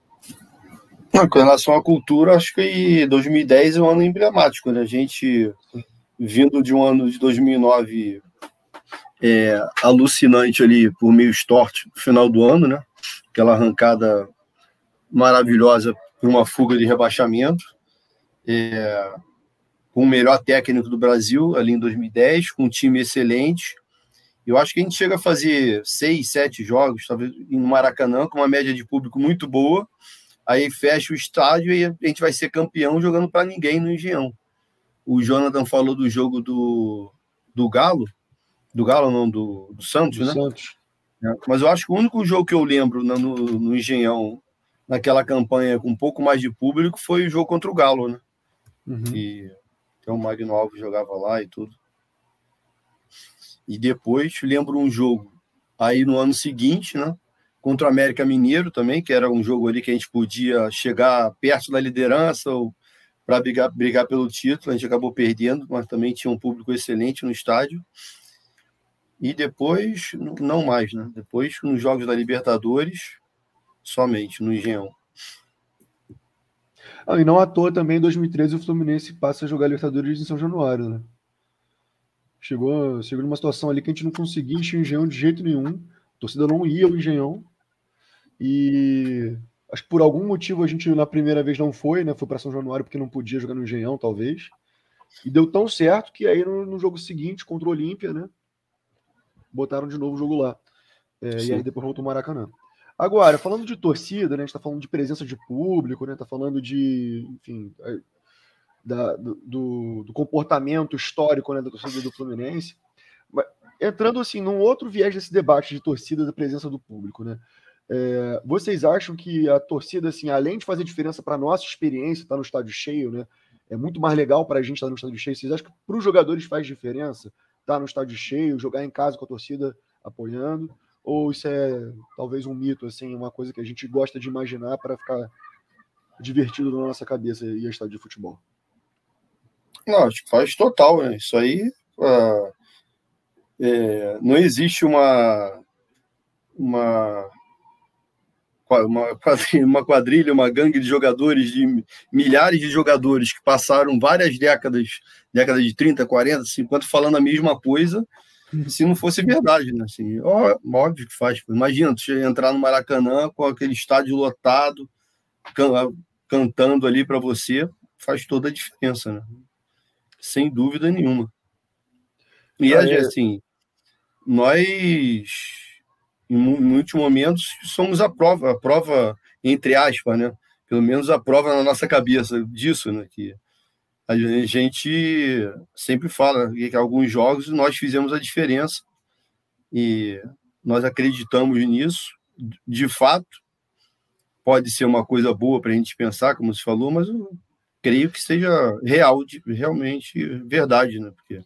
Com relação à cultura, acho que dois mil e dez é um ano emblemático, né? A gente, vindo de um ano de dois mil e nove é, alucinante ali por meio Stort no final do ano, né? Aquela arrancada maravilhosa por uma fuga de rebaixamento, é, com o melhor técnico do Brasil ali em dois mil e dez, com um time excelente. Eu acho que a gente chega a fazer seis, sete jogos, talvez no Maracanã, com uma média de público muito boa, aí fecha o estádio e a gente vai ser campeão jogando para ninguém no Engenhão. O Jonathan falou do jogo do, do Galo, do Galo não, do, do Santos, do né? Santos. É, mas eu acho que o único jogo que eu lembro no, no, no Engenhão, naquela campanha com um pouco mais de público, foi o jogo contra o Galo, né? Uhum. E então, o Magno Alves jogava lá e tudo. E depois lembro um jogo aí no ano seguinte, né? Contra o América Mineiro também, que era um jogo ali que a gente podia chegar perto da liderança ou para brigar, brigar pelo título. A gente acabou perdendo, mas também tinha um público excelente no estádio. E depois, não mais, né? Depois, nos jogos da Libertadores, somente no Engenhão. Ah, e não à toa também, em dois mil e treze, o Fluminense passa a jogar Libertadores em São Januário, né? Chegou, chegou numa situação ali que a gente não conseguia encher o Engenhão de jeito nenhum. A torcida não ia ao Engenhão. E acho que por algum motivo a gente na primeira vez não foi, né? Foi para São Januário porque não podia jogar no Engenhão, talvez. E deu tão certo que aí no, no jogo seguinte, contra o Olímpia, né? Botaram de novo o jogo lá. É, e aí depois voltou o Maracanã. Agora, falando de torcida, né? A gente tá falando de presença de público, né? Tá falando de, enfim, da, do, do comportamento histórico, né, da torcida do Fluminense. Mas, entrando assim num outro viés desse debate de torcida, da presença do público, né? É, vocês acham que a torcida, assim, além de fazer diferença para nossa experiência, estar tá no estádio cheio, né? É muito mais legal para a gente estar tá no estádio cheio. Vocês acham que para os jogadores faz diferença estar tá no estádio cheio, jogar em casa com a torcida apoiando? Ou isso é talvez um mito, assim, uma coisa que a gente gosta de imaginar para ficar divertido na nossa cabeça e a estádio de futebol? Não, acho que faz total, né? Isso aí uh, é, não existe uma uma uma quadrilha, uma quadrilha, uma gangue de jogadores, de milhares de jogadores que passaram várias décadas, décadas de trinta, quarenta, cinquenta, falando a mesma coisa, se não fosse verdade, né? Assim, ó, óbvio que faz. Imagina, tu entrar no Maracanã com aquele estádio lotado, can, cantando ali para você, faz toda a diferença, né? Sem dúvida nenhuma. E, ah, é. assim, nós, em muitos momentos, somos a prova, a prova, entre aspas, né? Pelo menos a prova na nossa cabeça disso, né? Que a gente sempre fala que alguns jogos nós fizemos a diferença e nós acreditamos nisso. De fato, pode ser uma coisa boa para a gente pensar, como você falou, mas eu creio que seja real, de, realmente verdade, né? Porque...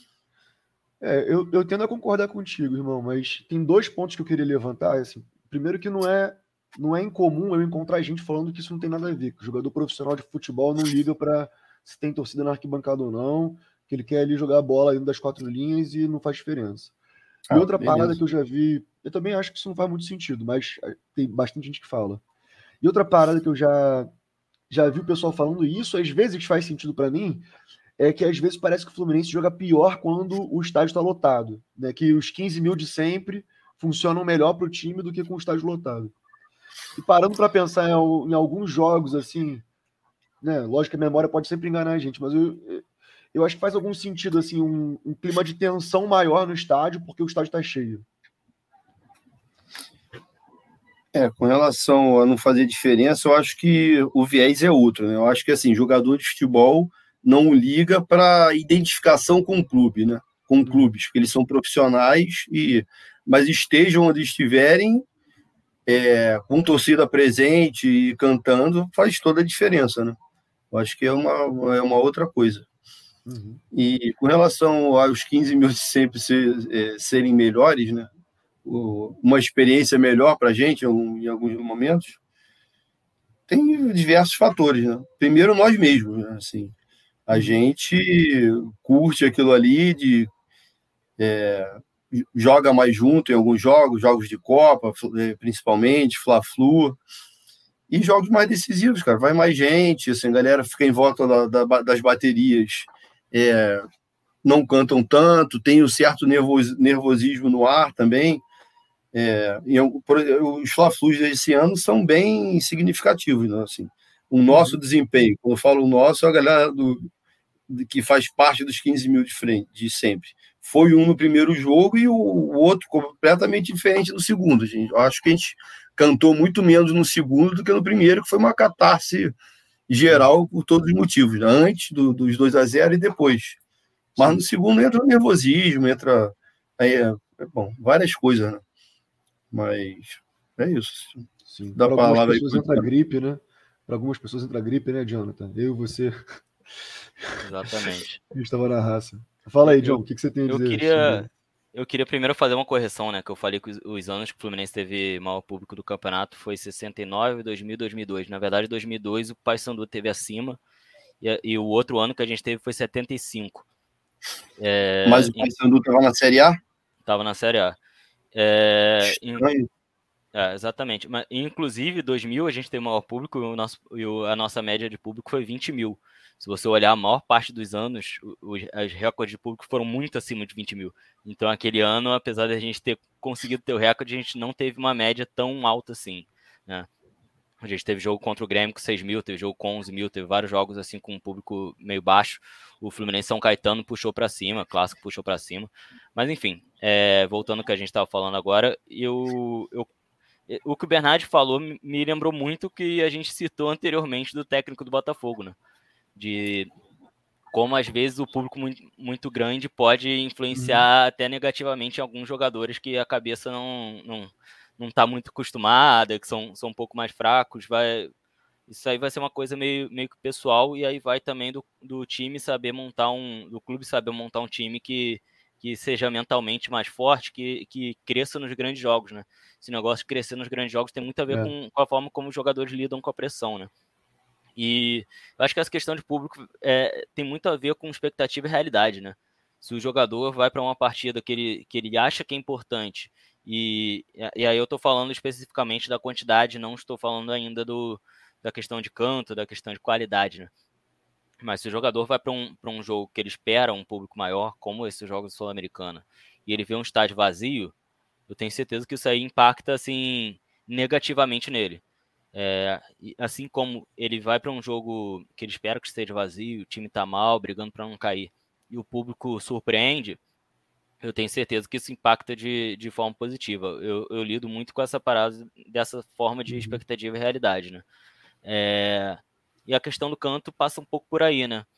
É, eu, eu tendo a concordar contigo, irmão, mas tem dois pontos que eu queria levantar. Assim, primeiro que não é, não é incomum eu encontrar gente falando que isso não tem nada a ver, que o jogador profissional de futebol não liga para se tem torcida na arquibancada ou não, que ele quer ali jogar a bola dentro das quatro linhas e não faz diferença. E ah, outra beleza. Parada que eu já vi, eu também acho que isso não faz muito sentido, mas tem bastante gente que fala. E outra parada que eu já, já vi o pessoal falando, e isso às vezes faz sentido para mim, é que às vezes parece que o Fluminense joga pior quando o estádio está lotado, né? Que os quinze mil de sempre funcionam melhor para o time do que com o estádio lotado. E parando para pensar em, em alguns jogos, assim, né? Lógico que a memória pode sempre enganar a gente, mas eu, eu acho que faz algum sentido, assim, um, um clima de tensão maior no estádio, porque o estádio está cheio. É, com relação a não fazer diferença, eu acho que o viés é outro, né? Eu acho que, assim, jogador de futebol não liga para identificação com o clube, né? Com clubes, porque eles são profissionais, e mas estejam onde estiverem, é, com torcida presente e cantando, faz toda a diferença, né? Eu acho que é uma, é uma outra coisa. Uhum. E com relação aos quinze mil de sempre ser, é, serem melhores, né? O, uma experiência melhor para a gente em alguns momentos, tem diversos fatores, né? Primeiro, nós mesmos, né? Assim, a gente curte aquilo ali, de, é, joga mais junto em alguns jogos, jogos de Copa, principalmente, Fla-Flu, e jogos mais decisivos, cara. Vai mais gente, assim, a galera fica em volta da, da, das baterias, é, não cantam tanto, tem um certo nervos, nervosismo no ar também. É, e eu, por, os Fla-Flus desse ano são bem significativos, né? Assim, o nosso uhum. desempenho, quando eu falo o nosso, é a galera do, que faz parte dos quinze mil de frente, de sempre. Foi um no primeiro jogo e o, o outro completamente diferente no segundo, gente. Eu acho que a gente cantou muito menos no segundo do que no primeiro, que foi uma catarse geral por todos os motivos, né? Antes do, dos dois a zero e depois. Mas Sim. no segundo entra o nervosismo, entra é, é, bom, várias coisas, né? Mas é isso. Sim. Para algumas pessoas entra a gripe, né? Para algumas pessoas entra a gripe, né, Jonathan? Eu e você. Exatamente. A gente estava na raça. Fala aí, John, eu, o que, que você tem a dizer? Eu queria, eu queria primeiro fazer uma correção, né? Que eu falei que os, os anos que o Fluminense teve maior público do campeonato foi sessenta e nove, dois mil, dois mil e dois. Na verdade, dois mil e dois o Paysandu teve acima e, e o outro ano que a gente teve foi setenta e cinco. É, Mas o Paysandu estava na Série A? Estava na Série A. É, em, é, exatamente. Mas, inclusive, dois mil a gente teve maior público e, o nosso, e o, a nossa média de público foi vinte mil. Se você olhar a maior parte dos anos, os, os recordes de público foram muito acima de vinte mil. Então, aquele ano, apesar de a gente ter conseguido ter o recorde, a gente não teve uma média tão alta assim, né? A gente teve jogo contra o Grêmio com seis mil, teve jogo com onze mil, teve vários jogos assim com um público meio baixo. O Fluminense São Caetano puxou para cima, Clássico puxou para cima. Mas, enfim, é, voltando ao que a gente estava falando agora, eu... eu o que o Bernardi falou me lembrou muito o que a gente citou anteriormente do técnico do Botafogo, né? De como às vezes o público muito, muito grande pode influenciar uhum. até negativamente em alguns jogadores que a cabeça não não não está muito acostumada, que são, são um pouco mais fracos. Vai, isso aí vai ser uma coisa meio, meio que pessoal, e aí vai também do, do time saber montar um, do clube saber montar um time que que seja mentalmente mais forte, que, que cresça nos grandes jogos, né? Esse negócio de crescer nos grandes jogos tem muito a ver é. com, com a forma como os jogadores lidam com a pressão, né? E eu acho que essa questão de público é, tem muito a ver com expectativa e realidade, né? Se o jogador vai para uma partida que ele, que ele acha que é importante, e, e aí eu estou falando especificamente da quantidade, não estou falando ainda do, da questão de canto, da questão de qualidade, né? Mas se o jogador vai para um, para um jogo que ele espera um público maior, como esses jogos Sul-Americana, e ele vê um estádio vazio, eu tenho certeza que isso aí impacta assim, negativamente nele. É, assim como ele vai para um jogo que ele espera que esteja vazio, o time está mal, brigando para não cair, e o público surpreende, eu tenho certeza que isso impacta de, de forma positiva. Eu, eu lido muito com essa parada dessa forma de expectativa e realidade, né? É... E a questão do canto passa um pouco por aí, né?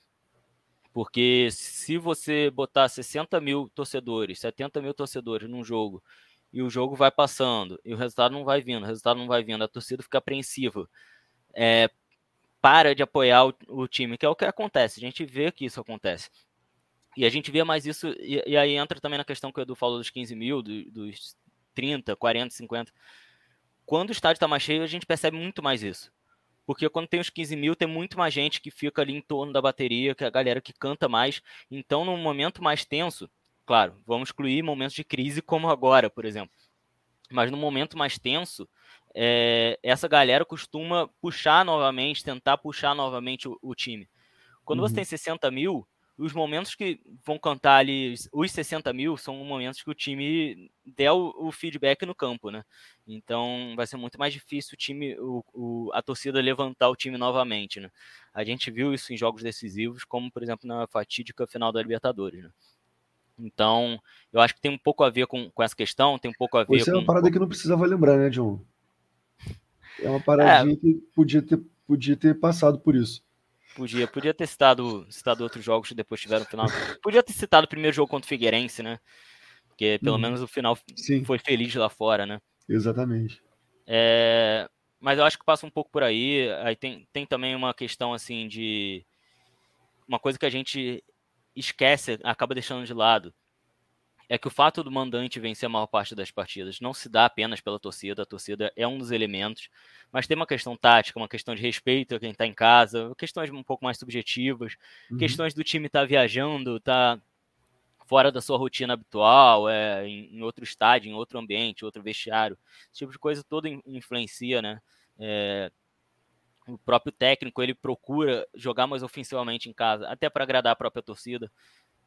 Porque se você botar sessenta mil torcedores, setenta mil torcedores num jogo, e o jogo vai passando, e o resultado não vai vindo, o resultado não vai vindo, a torcida fica apreensiva, é, para de apoiar o, o time, que é o que acontece, a gente vê que isso acontece. E a gente vê mais isso, e, e aí entra também na questão que o Edu falou dos quinze mil, do, dos trinta, quarenta, cinquenta. Quando o estádio está mais cheio, a gente percebe muito mais isso. Porque quando tem os quinze mil, tem muito mais gente que fica ali em torno da bateria, que é a galera que canta mais. Então, num momento mais tenso, claro, vamos excluir momentos de crise como agora, por exemplo. Mas num momento mais tenso, é, essa galera costuma puxar novamente, tentar puxar novamente o, o time. Quando uhum. você tem sessenta mil, os momentos que vão cantar ali, os sessenta mil, são momentos que o time der o, o feedback no campo, né? Então vai ser muito mais difícil o time, o, o, a torcida levantar o time novamente, né? A gente viu isso em jogos decisivos, como por exemplo na fatídica final da Libertadores, né? Então, eu acho que tem um pouco a ver com, com essa questão, tem um pouco a ver Isso com... é uma parada que não precisava lembrar, né, John? É uma paradinha é... que podia ter, podia ter passado por isso. Podia, podia ter citado, citado outros jogos que depois tiveram no final. Podia ter citado o primeiro jogo contra o Figueirense, né? Porque pelo hum, menos o final sim. foi feliz lá fora, né? Exatamente. É, mas eu acho que passa um pouco por aí. Aí tem, tem também uma questão assim de... Uma coisa que a gente esquece, acaba deixando de lado. É que o fato do mandante vencer a maior parte das partidas não se dá apenas pela torcida, a torcida é um dos elementos, mas tem uma questão tática, uma questão de respeito a quem está em casa, questões um pouco mais subjetivas, uhum. questões do time estar tá viajando, estar tá fora da sua rotina habitual, é, em, em outro estádio, em outro ambiente, outro vestiário, esse tipo de coisa toda influencia, né? É, o próprio técnico, ele procura jogar mais ofensivamente em casa, até para agradar a própria torcida.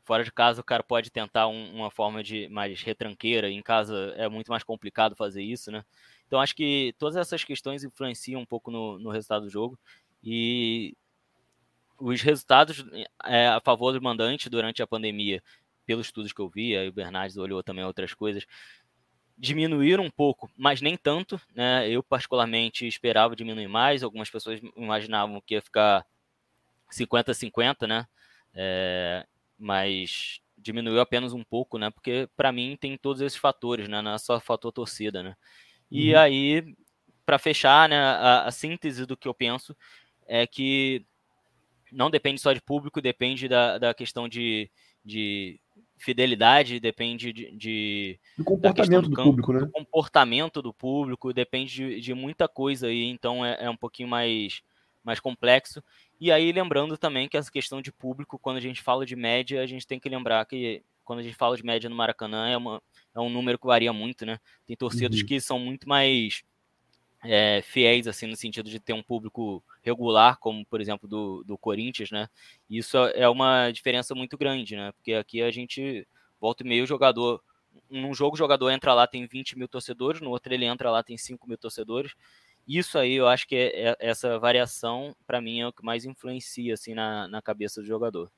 fora de casa o cara pode tentar um, uma forma de mais retranqueira, em casa é muito mais complicado fazer isso, né? Então acho que todas essas questões influenciam um pouco no, no resultado do jogo, e os resultados é, a favor do mandante durante a pandemia, pelos estudos que eu vi, aí o Bernardes olhou também outras coisas, diminuíram um pouco, mas nem tanto, né? Eu particularmente esperava diminuir mais, algumas pessoas imaginavam que ia ficar cinquenta a cinquenta, né? É, mas diminuiu apenas um pouco, né? Porque para mim tem todos esses fatores, né? Não é só o fator torcida, né? E Uhum. aí, para fechar, né, a, a síntese do que eu penso é que não depende só de público, depende da, da questão de, de fidelidade, depende de, de Do da questão comportamento do do campo, público, do né? comportamento do público, depende de, de muita coisa aí, então é, é um pouquinho mais, mais complexo. E aí, lembrando também que essa questão de público, quando a gente fala de média, a gente tem que lembrar que quando a gente fala de média no Maracanã, é, uma, é um número que varia muito, né? Tem torcidas Uhum. que são muito mais é, fiéis, assim, no sentido de ter um público regular, como, por exemplo, do, do Corinthians, né? Isso é uma diferença muito grande, né? Porque aqui a gente volta e meio o jogador... Num jogo o jogador entra lá, tem vinte mil torcedores, no outro ele entra lá, tem cinco mil torcedores. Isso aí, eu acho que é, é, essa variação, para mim, é o que mais influencia, assim, na, na cabeça do jogador.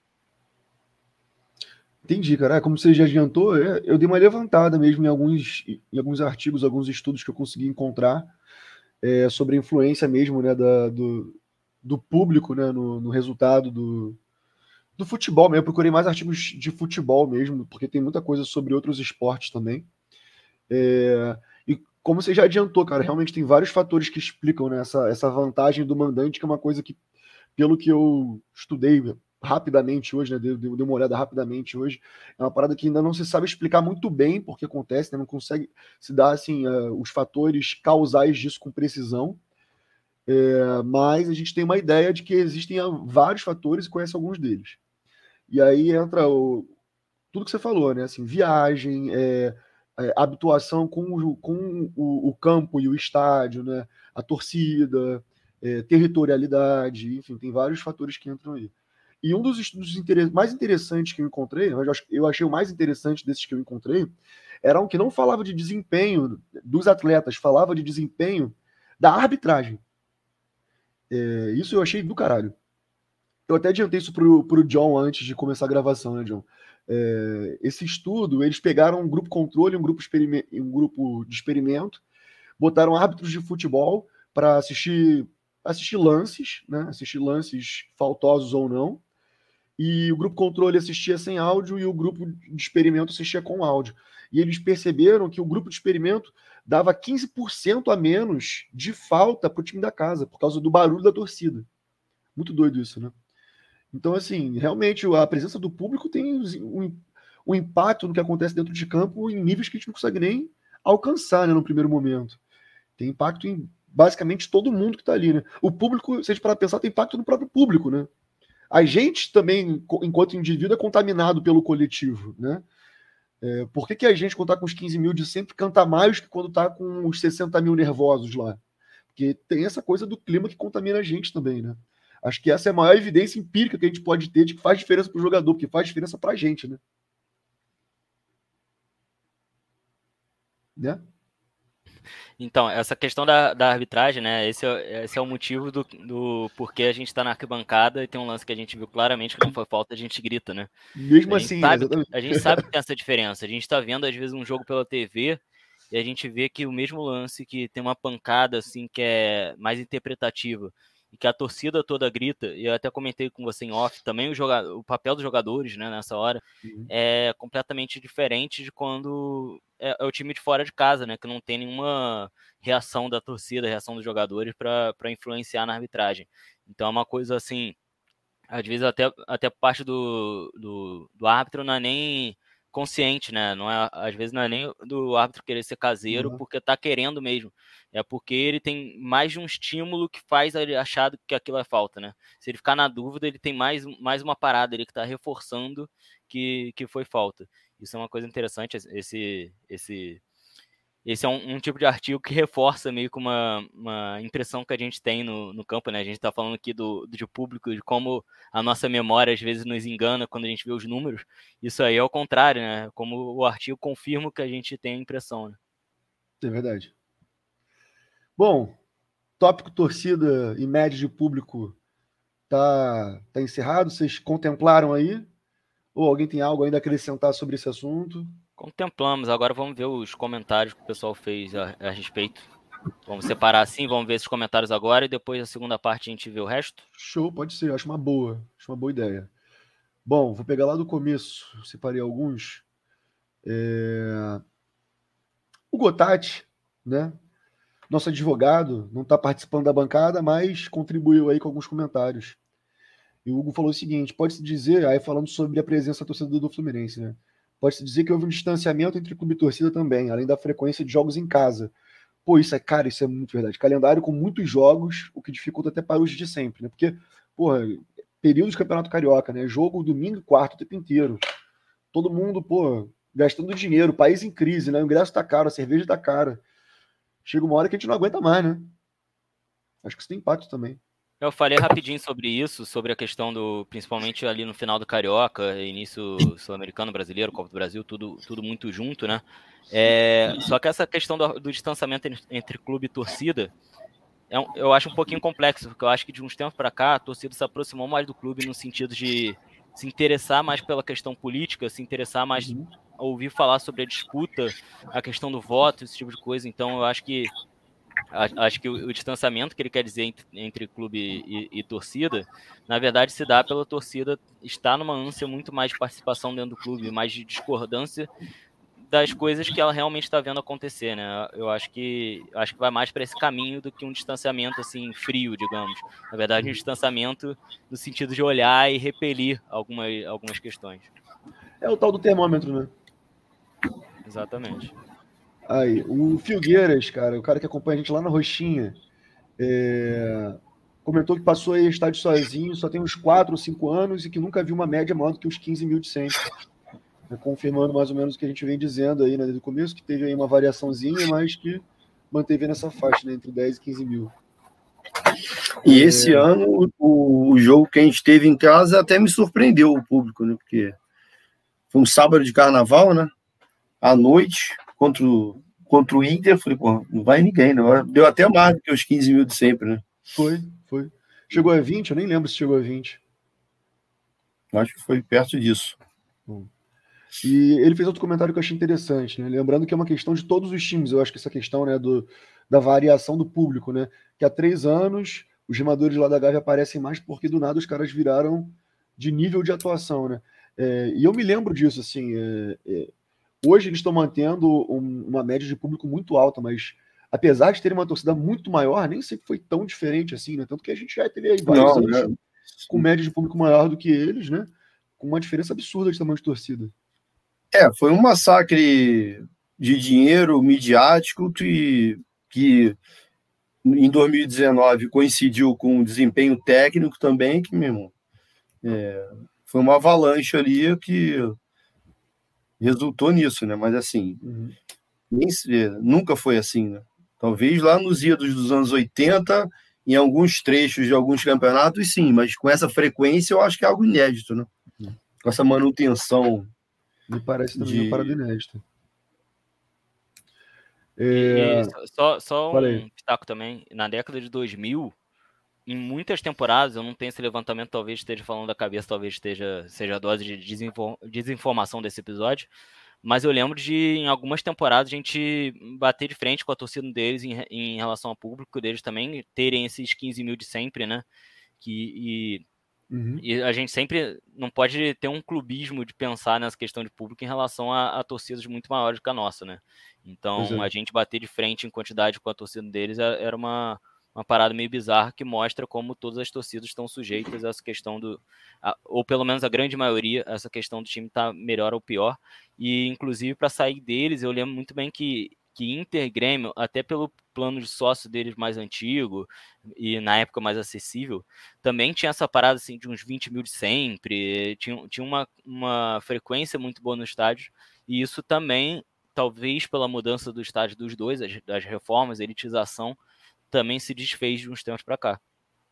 Entendi, cara. É, como você já adiantou, é, eu dei uma levantada mesmo em alguns, em alguns artigos, alguns estudos que eu consegui encontrar é, sobre a influência mesmo, né, da, do, do público, né, no, no resultado do, do futebol mesmo. Eu procurei mais artigos de futebol mesmo, porque tem muita coisa sobre outros esportes também. É, e como você já adiantou, cara, realmente tem vários fatores que explicam, né, essa, essa vantagem do mandante, que é uma coisa que, pelo que eu estudei rapidamente hoje, né, dei, dei uma olhada rapidamente hoje, é uma parada que ainda não se sabe explicar muito bem porque acontece, né, não consegue se dar assim, uh, os fatores causais disso com precisão, é, mas a gente tem uma ideia de que existem uh, vários fatores e conhece alguns deles. E aí entra o, tudo que você falou, né? Assim, viagem, é, é, habituação com, o, com o, o, campo e o estádio, né? A torcida, é, territorialidade, enfim, tem vários fatores que entram aí. E um dos estudos inter... mais interessantes que eu encontrei, eu achei o mais interessante desses que eu encontrei, era um que não falava de desempenho dos atletas, falava de desempenho da arbitragem. É, isso eu achei do caralho. Eu até adiantei isso pro, pro John antes de começar a gravação, né, John? É, esse estudo, eles pegaram um grupo controle, um grupo, um grupo de experimento, botaram árbitros de futebol para assistir, assistir lances, né? Assistir lances faltosos ou não. E o grupo controle assistia sem áudio e o grupo de experimento assistia com áudio. E eles perceberam que o grupo de experimento dava quinze por cento a menos de falta para o time da casa, por causa do barulho da torcida. Muito doido isso, né? Então, assim, realmente a presença do público tem um, um impacto no que acontece dentro de campo em níveis que a gente não consegue nem alcançar, né, no primeiro momento. Tem impacto em basicamente todo mundo que está ali, né? O público, se a gente parar para pensar, tem impacto no próprio público, né? A gente também, enquanto indivíduo, é contaminado pelo coletivo, né? É, por que, que a gente, quando está com os quinze mil de sempre, canta mais que quando está com os sessenta mil nervosos lá? Porque tem essa coisa do clima que contamina a gente também, né? Acho que essa é a maior evidência empírica que a gente pode ter de que faz diferença para o jogador, porque faz diferença para a gente, né? Né? Então, essa questão da, da arbitragem, né? Esse é, esse é o motivo do, do porquê a gente está na arquibancada e tem um lance que a gente viu claramente que não foi falta, a gente grita, né? Mesmo A gente assim, sabe, exatamente. a gente sabe que tem essa diferença. A gente está vendo, às vezes, um jogo pela T V e a gente vê que o mesmo lance que tem uma pancada, assim, que é mais interpretativa e que a torcida toda grita, e eu até comentei com você em off, também o, joga, o papel dos jogadores, né, nessa hora, Uhum. é completamente diferente de quando é, é o time de fora de casa, né, que não tem nenhuma reação da torcida, reação dos jogadores para influenciar na arbitragem. Então é uma coisa assim, às vezes até, até parte do, do, do árbitro não é nem consciente, né? Não é, às vezes não é nem do árbitro querer ser caseiro Uhum. porque tá querendo mesmo. É porque ele tem mais de um estímulo que faz ele achar que aquilo é falta, né? Se ele ficar na dúvida, ele tem mais, mais uma parada ele que tá reforçando que, que foi falta. Isso é uma coisa interessante, esse, esse, esse é um, um tipo de artigo que reforça meio que uma, uma impressão que a gente tem no, no campo, né? A gente está falando aqui do, do de público, de como a nossa memória às vezes nos engana quando a gente vê os números. Isso aí é o contrário, né? Como o artigo confirma o que a gente tem a impressão, né? É verdade. Bom, tópico torcida e média de público tá, tá encerrado. Vocês contemplaram aí? Ou alguém tem algo ainda a acrescentar sobre esse assunto? Contemplamos, agora vamos ver os comentários que o pessoal fez a, a respeito. Vamos separar assim, vamos ver esses comentários agora e depois a segunda parte a gente vê o resto. Show, pode ser, acho uma boa, acho uma boa ideia. Bom, vou pegar lá do começo, separei alguns. É... O Gotati, né? Nosso advogado, não está participando da bancada, mas contribuiu aí com alguns comentários. E o Hugo falou o seguinte: pode-se dizer, aí falando sobre a presença da torcida do Fluminense, né? Pode-se dizer que houve um distanciamento entre clube e torcida também, além da frequência de jogos em casa. Pô, isso é, cara, isso é muito verdade. Calendário com muitos jogos, o que dificulta até para os de sempre, né? Porque, porra, período de campeonato carioca, né? Jogo domingo e quarto o tempo inteiro. Todo mundo, pô, gastando dinheiro, país em crise, né? O ingresso tá caro, a cerveja tá cara. Chega uma hora que a gente não aguenta mais, né? Acho que isso tem impacto também. Eu falei rapidinho sobre isso, sobre a questão do, principalmente ali no final do Carioca, início sul-americano, brasileiro, Copa do Brasil, tudo, tudo muito junto, né? É, só que essa questão do, do distanciamento entre clube e torcida, é um, eu acho um pouquinho complexo, porque eu acho que de uns tempos para cá a torcida se aproximou mais do clube no sentido de se interessar mais pela questão política, se interessar mais, uhum. ouvir falar sobre a disputa, a questão do voto, esse tipo de coisa. Então eu acho que Acho que o, o distanciamento que ele quer dizer entre, entre clube e, e torcida, na verdade se dá pela torcida estar numa ânsia muito mais de participação dentro do clube, mais de discordância das coisas que ela realmente está vendo acontecer, né? Eu acho que acho que vai mais para esse caminho do que um distanciamento assim frio, digamos. Na verdade, um distanciamento no sentido de olhar e repelir algumas, algumas questões. É o tal do termômetro, né? Exatamente. Aí, o Filgueiras, cara, o cara que acompanha a gente lá na Roxinha, é... comentou que passou aí estádio sozinho, só tem uns quatro ou cinco anos e que nunca viu uma média maior do que os quinze mil de sempre. É, confirmando mais ou menos o que a gente vem dizendo aí, né, desde o começo, que teve aí uma variaçãozinha, mas que manteve nessa faixa, né, entre dez e quinze mil. E é... esse ano, o, o jogo que a gente teve em casa até me surpreendeu o público, né, porque foi um sábado de carnaval, né, à noite, contra o, contra o Inter, eu falei, pô, não vai ninguém, não. Deu até mais do que os quinze mil de sempre, né? Foi, foi. Chegou a vinte? Eu nem lembro se chegou a vinte. Acho que foi perto disso. Bom. E ele fez outro comentário que eu achei interessante, né? Lembrando que é uma questão de todos os times, eu acho que essa questão, né, do, da variação do público, né? Que há três anos os remadores lá da Gávea aparecem mais porque do nada os caras viraram de nível de atuação, né? É, e eu me lembro disso, assim, é, é, hoje eles estão mantendo um, uma média de público muito alta, mas apesar de terem uma torcida muito maior, nem sempre foi tão diferente assim, né? Tanto que a gente já teve aí vários Não, anos né? com média de público maior do que eles, né? Com uma diferença absurda de tamanho de torcida. É, foi um massacre de dinheiro midiático que, que em dois mil e dezenove coincidiu com um desempenho técnico também, que, meu irmão, é, foi uma avalanche ali que resultou nisso, né? Mas assim, Uhum. nem, nunca foi assim, né? Talvez lá nos idos dos anos oitenta, em alguns trechos de alguns campeonatos, sim, mas com essa frequência eu acho que é algo inédito, né? Uhum. Com essa manutenção. Me parece também de... uma parada inédita. É... E, só só um destaque também, na década de dois mil, em muitas temporadas, eu não tenho esse levantamento, talvez esteja falando da cabeça, talvez esteja, seja a dose de desinform... desinformação desse episódio, mas eu lembro de, em algumas temporadas, a gente bater de frente com a torcida deles em, em relação ao público deles também, terem esses quinze mil de sempre, né? Que, e, uhum. e a gente sempre não pode ter um clubismo de pensar nessa questão de público em relação a, a torcidas muito maiores do que a nossa, né? Então, é. a gente bater de frente em quantidade com a torcida deles era uma... uma parada meio bizarra que mostra como todas as torcidas estão sujeitas a essa questão do... A, ou pelo menos a grande maioria, essa questão do time estar tá melhor ou pior. E, inclusive, para sair deles, eu lembro muito bem que, que Inter e Grêmio, até pelo plano de sócio deles mais antigo e na época mais acessível, também tinha essa parada assim, de uns vinte mil de sempre, tinha, tinha uma, uma frequência muito boa no estádio, e isso também... talvez pela mudança do estádio dos dois, as, das reformas, a elitização, também se desfez de uns tempos para cá.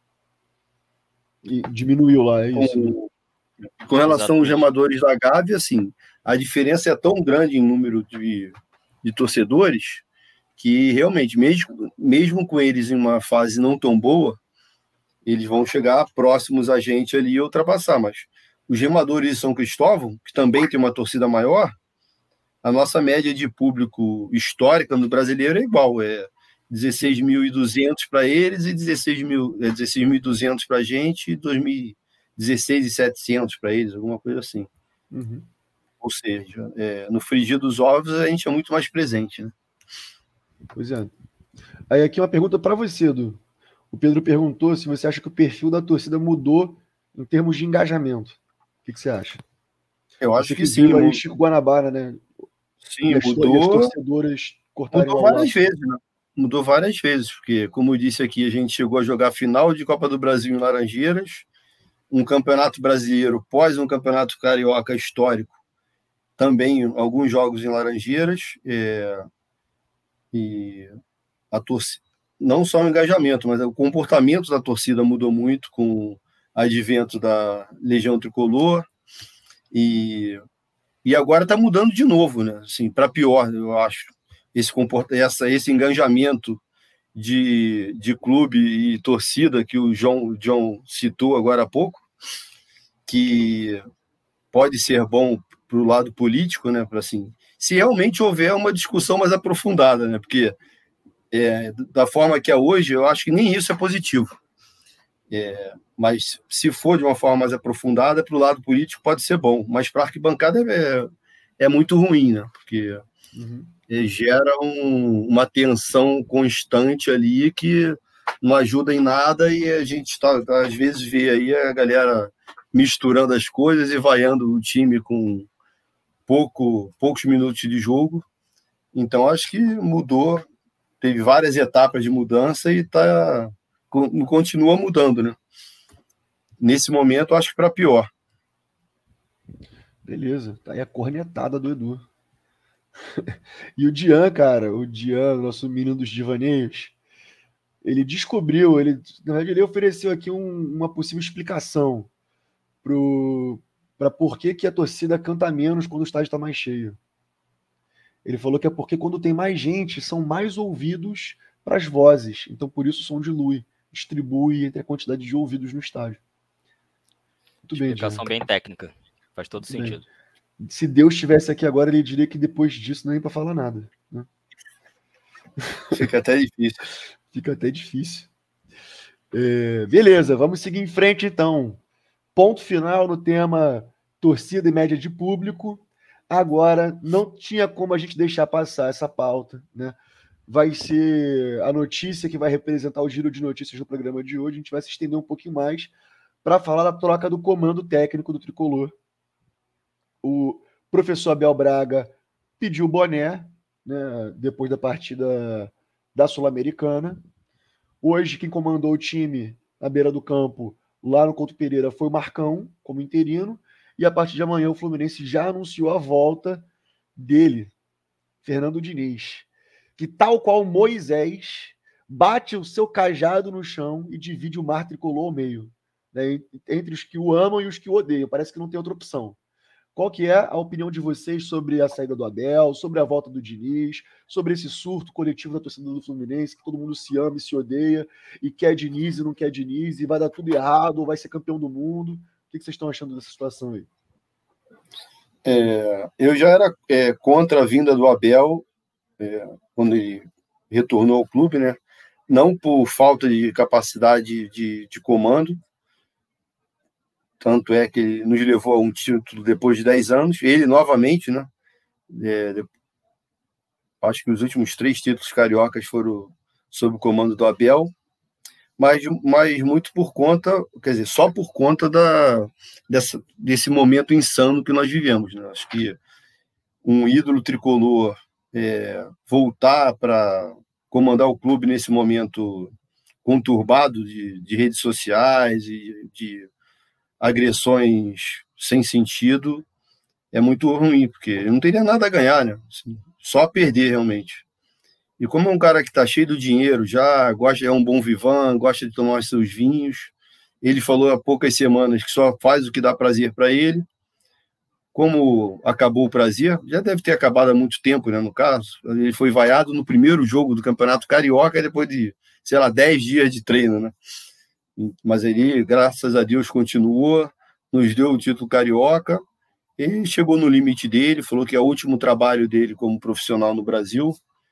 E diminuiu lá, é isso. Com, com relação Exatamente. aos gemadores da Gávea, assim, a diferença é tão grande em número de, de torcedores que realmente, mesmo, mesmo com eles em uma fase não tão boa, eles vão chegar próximos a gente ali e ultrapassar. Mas os gemadores de São Cristóvão, que também tem uma torcida maior, a nossa média de público histórica no brasileiro é igual, é dezesseis mil e duzentos para eles e dezesseis mil e duzentos para a gente e dezesseis mil e setecentos para eles, alguma coisa assim. Uhum. Ou seja, é, no frigir dos ovos a gente é muito mais presente, né? Pois é. Aí aqui uma pergunta para você, Edu. O Pedro perguntou se você acha que o perfil da torcida mudou em termos de engajamento. O que, que você acha? Eu acho você que, que sim. Viu aí Chico Guanabara, né? Sim, e as, mudou. E as torcedoras cortarem mudou várias vezes, né? Mudou várias vezes, porque, como eu disse aqui, a gente chegou a jogar final de Copa do Brasil em Laranjeiras, um campeonato brasileiro pós um campeonato carioca histórico, também alguns jogos em Laranjeiras, é... e a torcida, não só o engajamento, mas o comportamento da torcida mudou muito com o advento da Legião Tricolor, e, e agora está mudando de novo, né? Assim, para pior, eu acho. Esse, comport... Essa, esse engajamento de, de clube e torcida que o João, John citou agora há pouco, que pode ser bom para o lado político, né? Para assim, se realmente houver uma discussão mais aprofundada, né? Porque é, da forma que é hoje, eu acho que nem isso é positivo. É, mas se for de uma forma mais aprofundada, para o lado político pode ser bom, mas para a arquibancada é, é muito ruim, né? Porque uhum. gera um, uma tensão constante ali que não ajuda em nada, e a gente tá, às vezes vê aí a galera misturando as coisas e vaiando o time com pouco, poucos minutos de jogo. Então acho que mudou, teve várias etapas de mudança e tá, continua mudando, né? Nesse momento acho que para pior. Beleza, tá aí a cornetada do Edu. E o Dian, cara, o Dian, nosso menino dos divaneios, ele descobriu, ele, na verdade, ele ofereceu aqui um, uma possível explicação para por que, que a torcida canta menos quando o estádio está mais cheio. Ele falou que é porque quando tem mais gente, são mais ouvidos para as vozes. Então, por isso, o som dilui, distribui entre a quantidade de ouvidos no estádio. Muito bem, Dian. Explicação bem técnica. Faz todo Muito sentido. Bem. Se Deus estivesse aqui agora, ele diria que depois disso não é para falar nada. Né? Fica até difícil. Fica até difícil. É, beleza, vamos seguir em frente então. Ponto final no tema torcida e média de público. Agora, não tinha como a gente deixar passar essa pauta, né? Vai ser a notícia que vai representar o giro de notícias do programa de hoje. A gente vai se estender um pouquinho mais para falar da troca do comando técnico do Tricolor. O professor Abel Braga pediu o boné, né, depois da partida da Sul-Americana. Hoje, quem comandou o time na beira do campo, lá no Couto Pereira, foi o Marcão, como interino. E a partir de amanhã, o Fluminense já anunciou a volta dele, Fernando Diniz, que, tal qual Moisés, bate o seu cajado no chão e divide o mar tricolor ao meio, né, entre os que o amam e os que o odeiam. Parece que não tem outra opção. Qual que é a opinião de vocês sobre a saída do Abel, sobre a volta do Diniz, sobre esse surto coletivo da torcida do Fluminense, que todo mundo se ama e se odeia, e quer Diniz e não quer Diniz, e vai dar tudo errado, ou vai ser campeão do mundo? O que vocês estão achando dessa situação aí? É, eu já era é, contra a vinda do Abel é, quando ele retornou ao clube, né? Não por falta de capacidade de, de comando, tanto é que ele nos levou a um título depois de dez anos, ele novamente, né? É, acho que os últimos três títulos cariocas foram sob o comando do Abel, mas, mas muito por conta, quer dizer, só por conta da, dessa, desse momento insano que nós vivemos, né? Acho que um ídolo tricolor é, voltar para comandar o clube nesse momento conturbado de, de redes sociais e de agressões sem sentido é muito ruim, porque ele não teria nada a ganhar, né? Assim, só a perder realmente. E como é um cara que está cheio do dinheiro, já gosta, é um bom vivan, gosta de tomar os seus vinhos, ele falou há poucas semanas que só faz o que dá prazer para ele. Como acabou o prazer, já deve ter acabado há muito tempo, né, no caso. Ele foi vaiado no primeiro jogo do Campeonato Carioca, depois de, sei lá, dez dias de treino, né? Mas ele, graças a Deus, continuou, nos deu o título carioca, ele chegou no limite dele, falou que é o último trabalho dele como profissional no Brasil,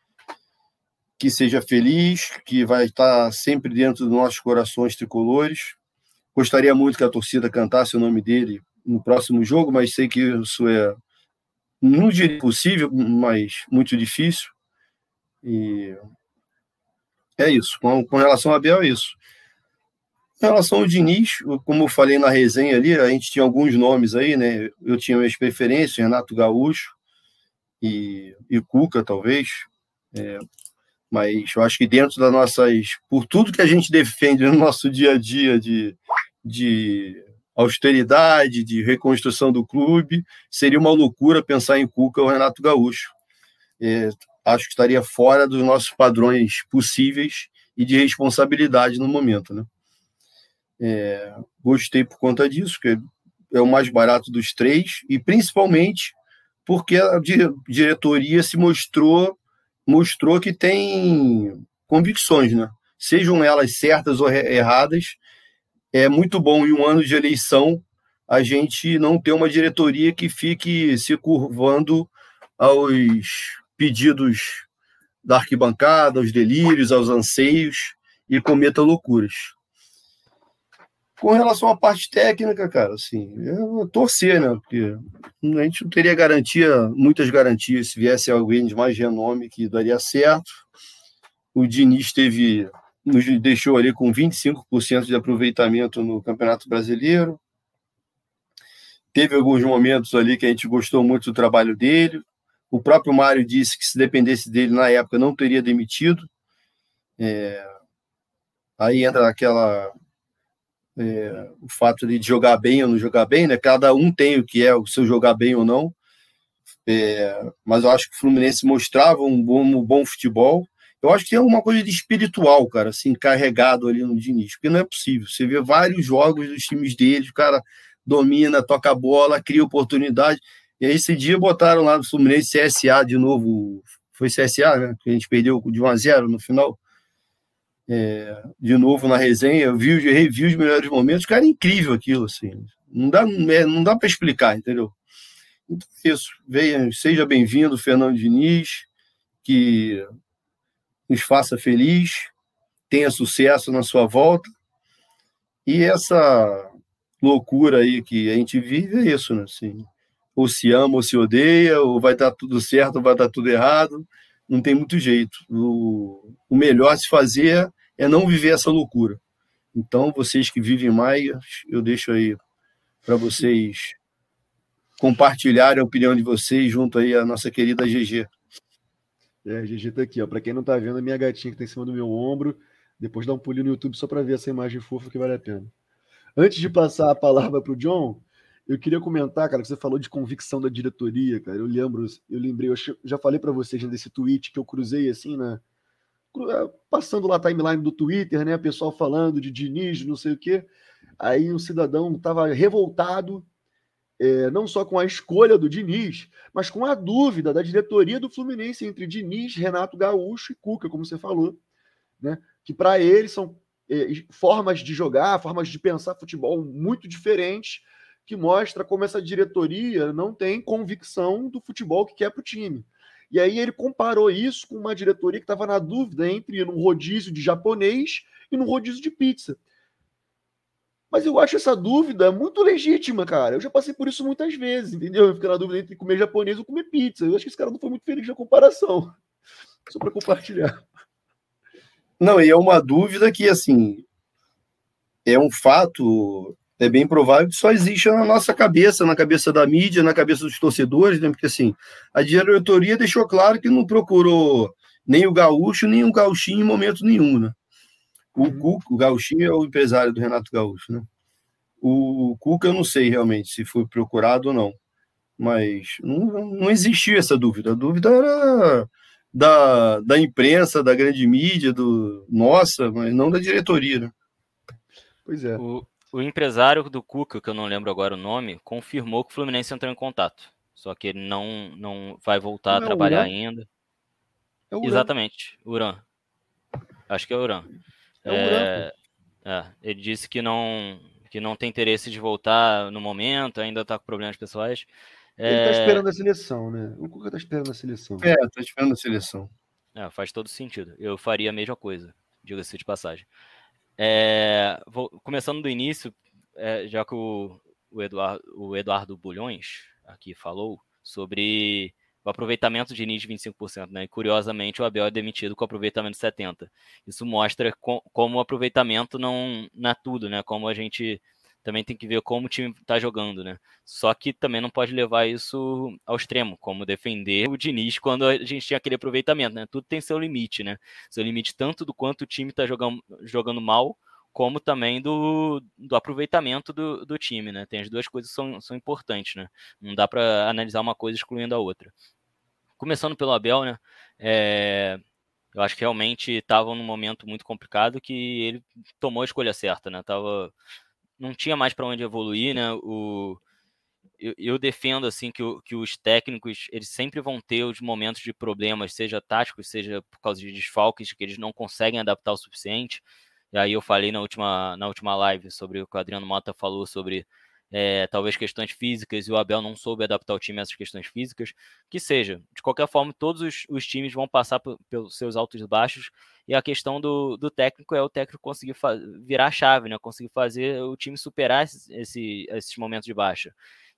que seja feliz, que vai estar sempre dentro dos nossos corações tricolores. Gostaria muito que a torcida cantasse o nome dele no próximo jogo, mas sei que isso é, não diria possível, mas muito difícil. E é isso. Com, com relação a Abel, é isso. Em relação ao Diniz, como eu falei na resenha ali, a gente tinha alguns nomes aí, né? Eu tinha minhas preferências, Renato Gaúcho e, e Cuca, talvez. É, mas eu acho que dentro das nossas... Por tudo que a gente defende no nosso dia a dia de... de austeridade, de reconstrução do clube, seria uma loucura pensar em Cuca ou Renato Gaúcho. É, acho que estaria fora dos nossos padrões possíveis e de responsabilidade no momento, né? É, gostei por conta disso, que é o mais barato dos três, e principalmente porque a diretoria se mostrou, mostrou que tem convicções, né? Sejam elas certas ou erradas. É muito bom em um ano de eleição a gente não ter uma diretoria que fique se curvando aos pedidos da arquibancada, aos delírios, aos anseios e cometa loucuras. Com relação à parte técnica, cara, assim, eu torcer, né? Porque a gente não teria garantia, muitas garantias se viesse alguém de mais renome que daria certo. O Diniz teve... nos deixou ali com vinte e cinco por cento de aproveitamento no Campeonato Brasileiro. Teve alguns momentos ali que a gente gostou muito do trabalho dele. O próprio Mário disse que se dependesse dele na época não teria demitido. É... Aí entra aquela... É... o fato de jogar bem ou não jogar bem, né? Cada um tem o que é o seu jogar bem ou não. É... Mas eu acho que o Fluminense mostrava um bom, um bom futebol. Eu acho que tem alguma coisa de espiritual, cara, assim, carregado ali no Diniz, porque não é possível. Você vê vários jogos dos times dele, o cara domina, toca a bola, cria oportunidade. E aí, esse dia botaram lá no Fluminense C S A de novo. Foi C S A, né? Que a gente perdeu de um a zero no final. É, de novo na resenha, eu vi, eu revi os melhores momentos. Cara, é incrível aquilo, assim. Não dá, não dá para explicar, entendeu? Então, isso. Venha, seja bem-vindo, Fernando Diniz, que nos faça feliz, tenha sucesso na sua volta. E essa loucura aí que a gente vive é isso, né? Assim, ou se ama ou se odeia, ou vai dar tudo certo ou vai dar tudo errado. Não tem muito jeito. O, o melhor a se fazer é não viver essa loucura. Então, vocês que vivem mais, eu deixo aí para vocês compartilharem a opinião de vocês junto aí à nossa querida G G. É, a G G tá aqui, ó. Pra quem não tá vendo, a minha gatinha que tá em cima do meu ombro. Depois dá um pulinho no YouTube só pra ver essa imagem fofa que vale a pena. Antes de passar a palavra pro John, eu queria comentar, cara, que você falou de convicção da diretoria, cara. Eu lembro, eu lembrei, eu já falei pra vocês desse tweet que eu cruzei assim, né? Passando lá a timeline do Twitter, né? Pessoal falando de Diniz, não sei o quê. Aí o cidadão tava revoltado. É, não só com a escolha do Diniz, mas com a dúvida da diretoria do Fluminense entre Diniz, Renato Gaúcho e Cuca, como você falou, né? Que para eles são é, formas de jogar, formas de pensar futebol muito diferentes, que mostra como essa diretoria não tem convicção do futebol que quer para o time. E aí ele comparou isso com uma diretoria que estava na dúvida entre ir num rodízio de japonês e num rodízio de pizza. Mas eu acho essa dúvida muito legítima, cara. Eu já passei por isso muitas vezes, entendeu? Eu fico na dúvida entre comer japonês ou comer pizza. Eu acho que esse cara não foi muito feliz na comparação. Só para compartilhar. Não, e é uma dúvida que, assim, é um fato, é bem provável que só existe na nossa cabeça, na cabeça da mídia, na cabeça dos torcedores, né? Porque, assim, a diretoria deixou claro que não procurou nem o Gaúcho, nem o Gauchinho em momento nenhum, né? O Cuca, o Gauchinho é o empresário do Renato Gaúcho, né? O Cuca eu não sei realmente se foi procurado ou não. Mas não, não existia essa dúvida. A dúvida era da, da imprensa, da grande mídia, do nossa, mas não da diretoria, né? Pois é. O, o empresário do Cuca, que eu não lembro agora o nome, confirmou que o Fluminense entrou em contato. Só que ele não, não vai voltar Não a é o trabalhar Uran? ainda. É o Uran. Exatamente, Uran. Acho que é Uran. É o Uran, pô. É, é, ele disse que não, que não tem interesse de voltar no momento, ainda está com problemas pessoais. Ele tá É, esperando a seleção, né? O Cuca tá esperando a seleção. É, tá esperando a seleção. é, faz todo sentido. Eu faria a mesma coisa, diga-se de passagem. É, vou, começando do início, é, já que o, o, Eduardo, o Eduardo Bulhões aqui falou sobre o aproveitamento de Diniz de vinte e cinco por cento, né? E curiosamente o Abel é demitido com aproveitamento de setenta por cento. Isso mostra com, como o aproveitamento não, não é tudo, né? Como a gente também tem que ver como o time está jogando, né? Só que também não pode levar isso ao extremo, como defender o Diniz quando a gente tinha aquele aproveitamento, né? Tudo tem seu limite, né? Seu limite tanto do quanto o time está jogando, jogando mal, como também do, do aproveitamento do, do time, né? Tem as duas coisas que são, são importantes, né? Não dá para analisar uma coisa excluindo a outra. Começando pelo Abel, né? É, eu acho que realmente estava num momento muito complicado que ele tomou a escolha certa, né? Tava, não tinha mais para onde evoluir, né? O, eu, eu defendo assim que, o, que os técnicos eles sempre vão ter os momentos de problemas, seja táticos, seja por causa de desfalques, que eles não conseguem adaptar o suficiente. E aí eu falei na última, na última live sobre o que o Adriano Mota falou sobre é, talvez questões físicas e o Abel não soube adaptar o time a essas questões físicas, que seja. De qualquer forma, todos os, os times vão passar por, pelos seus altos e baixos e a questão do, do técnico é o técnico conseguir virar a chave, né? Conseguir fazer o time superar esse, esse, esses momentos de baixa.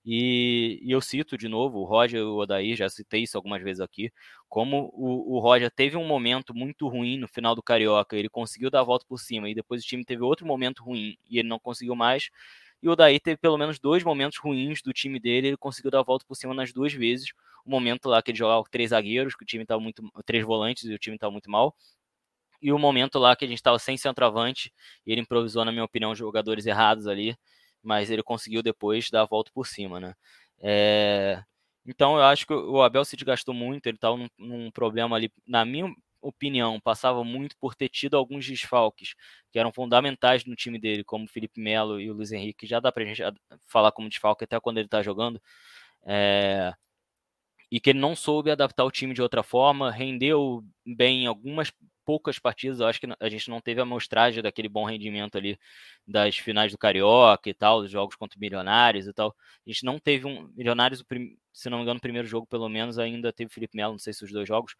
E, e eu cito de novo o Roger e o Odair, já citei isso algumas vezes aqui, como o, o Roger teve um momento muito ruim no final do Carioca, ele conseguiu dar a volta por cima, e depois o time teve outro momento ruim e ele não conseguiu mais, e o Odair teve pelo menos dois momentos ruins do time dele, ele conseguiu dar a volta por cima nas duas vezes, o momento lá que ele jogava com três zagueiros, que o time estava muito, três volantes e o time estava muito mal, e o momento lá que a gente estava sem centroavante, e ele improvisou, na minha opinião, jogadores errados ali, mas ele conseguiu depois dar a volta por cima, né? É... Então eu acho que o Abel se desgastou muito, ele estava num, num problema ali, na minha opinião, passava muito por ter tido alguns desfalques que eram fundamentais no time dele, como o Felipe Melo e o Luiz Henrique, já dá pra gente falar como desfalque até quando ele está jogando, é... e que ele não soube adaptar o time de outra forma, rendeu bem em algumas poucas partidas, eu acho que a gente não teve a amostragem daquele bom rendimento ali das finais do Carioca e tal, dos jogos contra o Milionários e tal, a gente não teve um, Milionários, se não me engano, no primeiro jogo pelo menos ainda teve Felipe Melo, não sei se os dois jogos,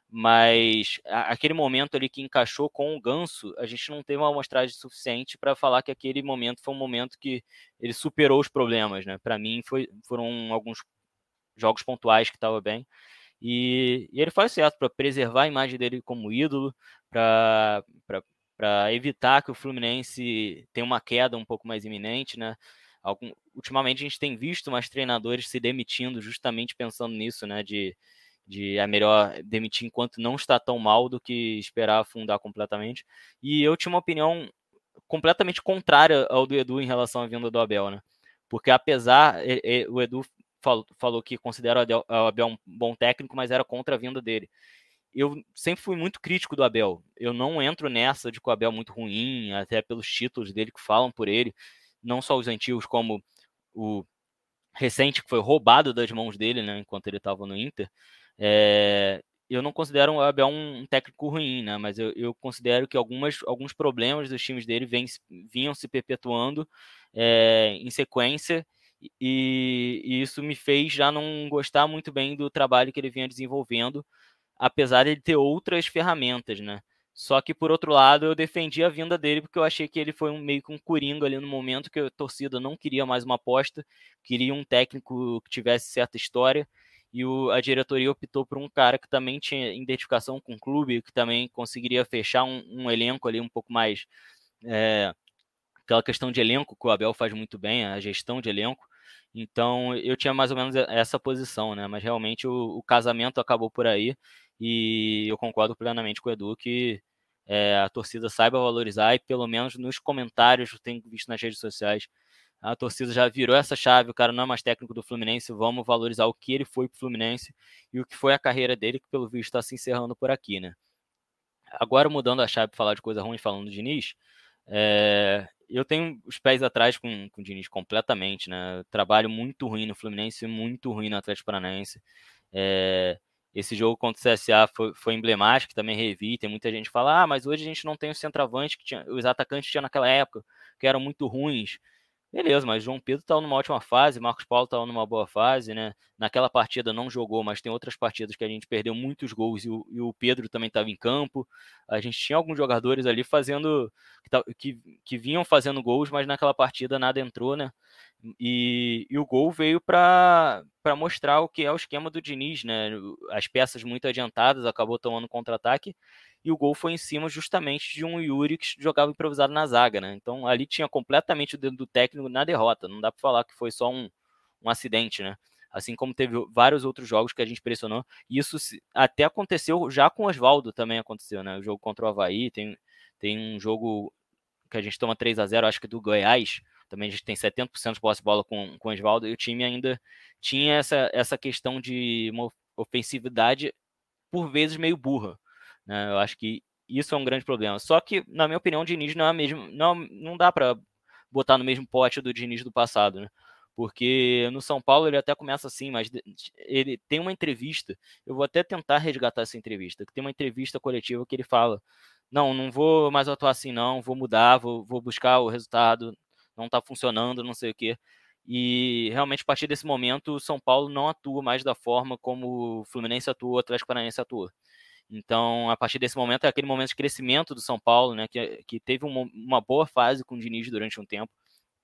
mas aquele momento ali que encaixou com o Ganso, a gente não teve uma amostragem suficiente para falar que aquele momento foi um momento que ele superou os problemas, né, para mim foi, foram alguns jogos pontuais que estava bem, e, e ele faz certo para preservar a imagem dele como ídolo, para evitar que o Fluminense tenha uma queda um pouco mais iminente, né? Algum, ultimamente a gente tem visto mais treinadores se demitindo justamente pensando nisso, né? De, de é melhor demitir enquanto não está tão mal do que esperar afundar completamente. E eu tinha uma opinião completamente contrária ao do Edu em relação à vinda do Abel, né? Porque apesar, ele, ele, o Edu falou, falou que considera o Abel um bom técnico, mas era contra a vinda dele. Eu sempre fui muito crítico do Abel. Eu não entro nessa de que o Abel é muito ruim, até pelos títulos dele que falam por ele, não só os antigos, como o recente, que foi roubado das mãos dele, né, enquanto ele estava no Inter. É, eu não considero o Abel um técnico ruim, né, mas eu, eu considero que algumas, alguns problemas dos times dele vem, vinham se perpetuando é, em sequência, e, e isso me fez já não gostar muito bem do trabalho que ele vinha desenvolvendo, apesar de ele ter outras ferramentas, né? Só que, por outro lado, eu defendi a vinda dele porque eu achei que ele foi um, meio que um coringa ali no momento que a torcida não queria mais uma aposta, queria um técnico que tivesse certa história, e o, a diretoria optou por um cara que também tinha identificação com o clube, que também conseguiria fechar um, um elenco ali um pouco mais... É, aquela questão de elenco que o Abel faz muito bem, a gestão de elenco. Então, eu tinha mais ou menos essa posição, né? Mas realmente o, o casamento acabou por aí, e eu concordo plenamente com o Edu que é, a torcida saiba valorizar, e pelo menos nos comentários, eu tenho visto nas redes sociais, A torcida já virou essa chave, o cara não é mais técnico do Fluminense, vamos valorizar o que ele foi pro Fluminense e o que foi a carreira dele, que pelo visto está se encerrando por aqui, né? Agora, mudando a chave para falar de coisa ruim, falando do Diniz, é, eu tenho os pés atrás com, com o Diniz completamente, né? Trabalho muito ruim no Fluminense, muito ruim no Atlético Paranaense. É, esse jogo contra o C S A foi, foi emblemático, também revi. Tem muita gente que fala, ah, mas hoje a gente não tem o centroavante que tinha, os atacantes que tinha naquela época, que eram muito ruins. Beleza, mas João Pedro estava numa ótima fase, Marcos Paulo estava numa boa fase, né? Naquela partida não jogou, mas tem outras partidas que a gente perdeu muitos gols e o, e o Pedro também estava em campo. A gente tinha alguns jogadores ali fazendo, que, que, que vinham fazendo gols, mas naquela partida nada entrou, né? E, e o gol veio para mostrar o que é o esquema do Diniz, né? As peças muito adiantadas, acabou tomando contra-ataque. E o gol foi em cima justamente de um Yuri que jogava improvisado na zaga, né? Então ali tinha completamente o dedo do técnico na derrota. Não dá para falar que foi só um, um acidente, né? Assim como teve vários outros jogos que a gente pressionou. E isso até aconteceu já com o Oswaldo, também aconteceu, né? O jogo contra o Avaí, tem, tem um jogo que a gente toma três a zero, acho que do Goiás. Também a gente tem setenta por cento de posse de bola com, com o Oswaldo. E o time ainda tinha essa, essa questão de uma ofensividade, por vezes, meio burra. Né? Eu acho que isso é um grande problema. Só que, na minha opinião, o Diniz não é mesmo, não, não dá para botar no mesmo pote do Diniz do passado, né? Porque no São Paulo ele até começa assim, mas ele tem uma entrevista, eu vou até tentar resgatar essa entrevista, que tem uma entrevista coletiva que ele fala, não, não vou mais atuar assim não, vou mudar, vou, vou buscar o resultado, não está funcionando, não sei o quê. E realmente a partir desse momento o São Paulo não atua mais da forma como o Fluminense atua, o Atlético Paranaense atua. Então, a partir desse momento, é aquele momento de crescimento do São Paulo, né, que, que teve uma, uma boa fase com o Diniz durante um tempo.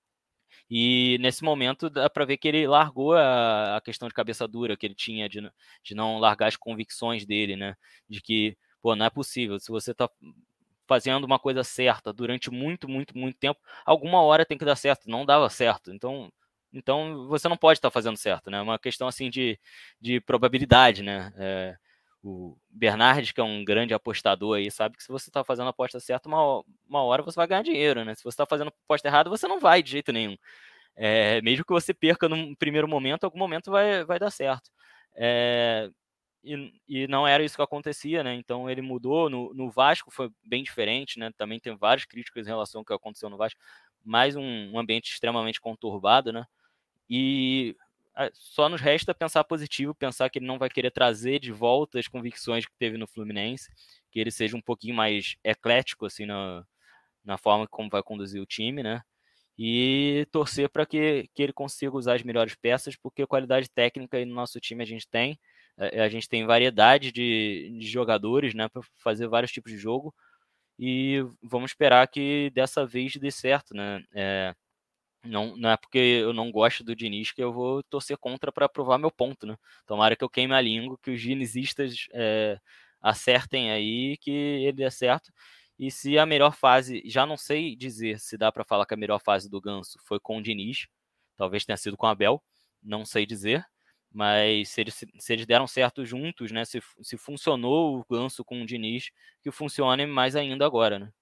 E nesse momento dá para ver que ele largou a, a questão de cabeça dura que ele tinha de, de não largar as convicções dele, né? De que, pô, não é possível. Se você está fazendo uma coisa certa durante muito, muito, muito tempo, alguma hora tem que dar certo. Não dava certo. Então, então você não pode estar tá fazendo certo, né? É uma questão assim de, de probabilidade, né? É, o Bernardes, que é um grande apostador aí, sabe que se você está fazendo a aposta certa, uma, uma hora você vai ganhar dinheiro, né? Se você está fazendo a aposta errada, você não vai de jeito nenhum. É, mesmo que você perca num primeiro momento, algum momento vai, vai dar certo. É, e, e não era isso que acontecia, né? Então ele mudou. No, no Vasco foi bem diferente, né? Também tem várias críticas em relação ao que aconteceu no Vasco, mais um, um ambiente extremamente conturbado, né? E só nos resta pensar positivo, pensar que ele não vai querer trazer de volta as convicções que teve no Fluminense, que ele seja um pouquinho mais eclético assim na, na forma como vai conduzir o time, né? E torcer para que, que ele consiga usar as melhores peças, porque qualidade técnica aí no nosso time a gente tem, a, a gente tem variedade de, de jogadores, né, para fazer vários tipos de jogo, e vamos esperar que dessa vez dê certo, né? É, Não, não é porque eu não gosto do Diniz que eu vou torcer contra para provar meu ponto, né? Tomara que eu queime a língua, que os dinizistas é, acertem aí, que ele dê certo. E se a melhor fase, já não sei dizer se dá para falar que a melhor fase do Ganso foi com o Diniz, talvez tenha sido com o Abel, não sei dizer, mas se eles, se eles deram certo juntos, né? Se, se funcionou o Ganso com o Diniz, que funcione mais ainda agora, né?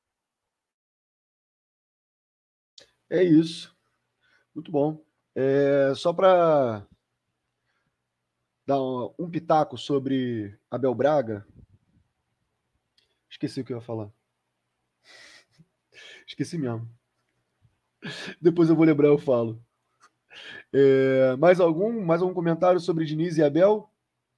É isso. Muito bom. É, só para dar um, um pitaco sobre Abel Braga. Esqueci o que eu ia falar. Esqueci mesmo. Depois eu vou lembrar, eu falo. É, mais algum? Mais algum comentário sobre Diniz e Abel?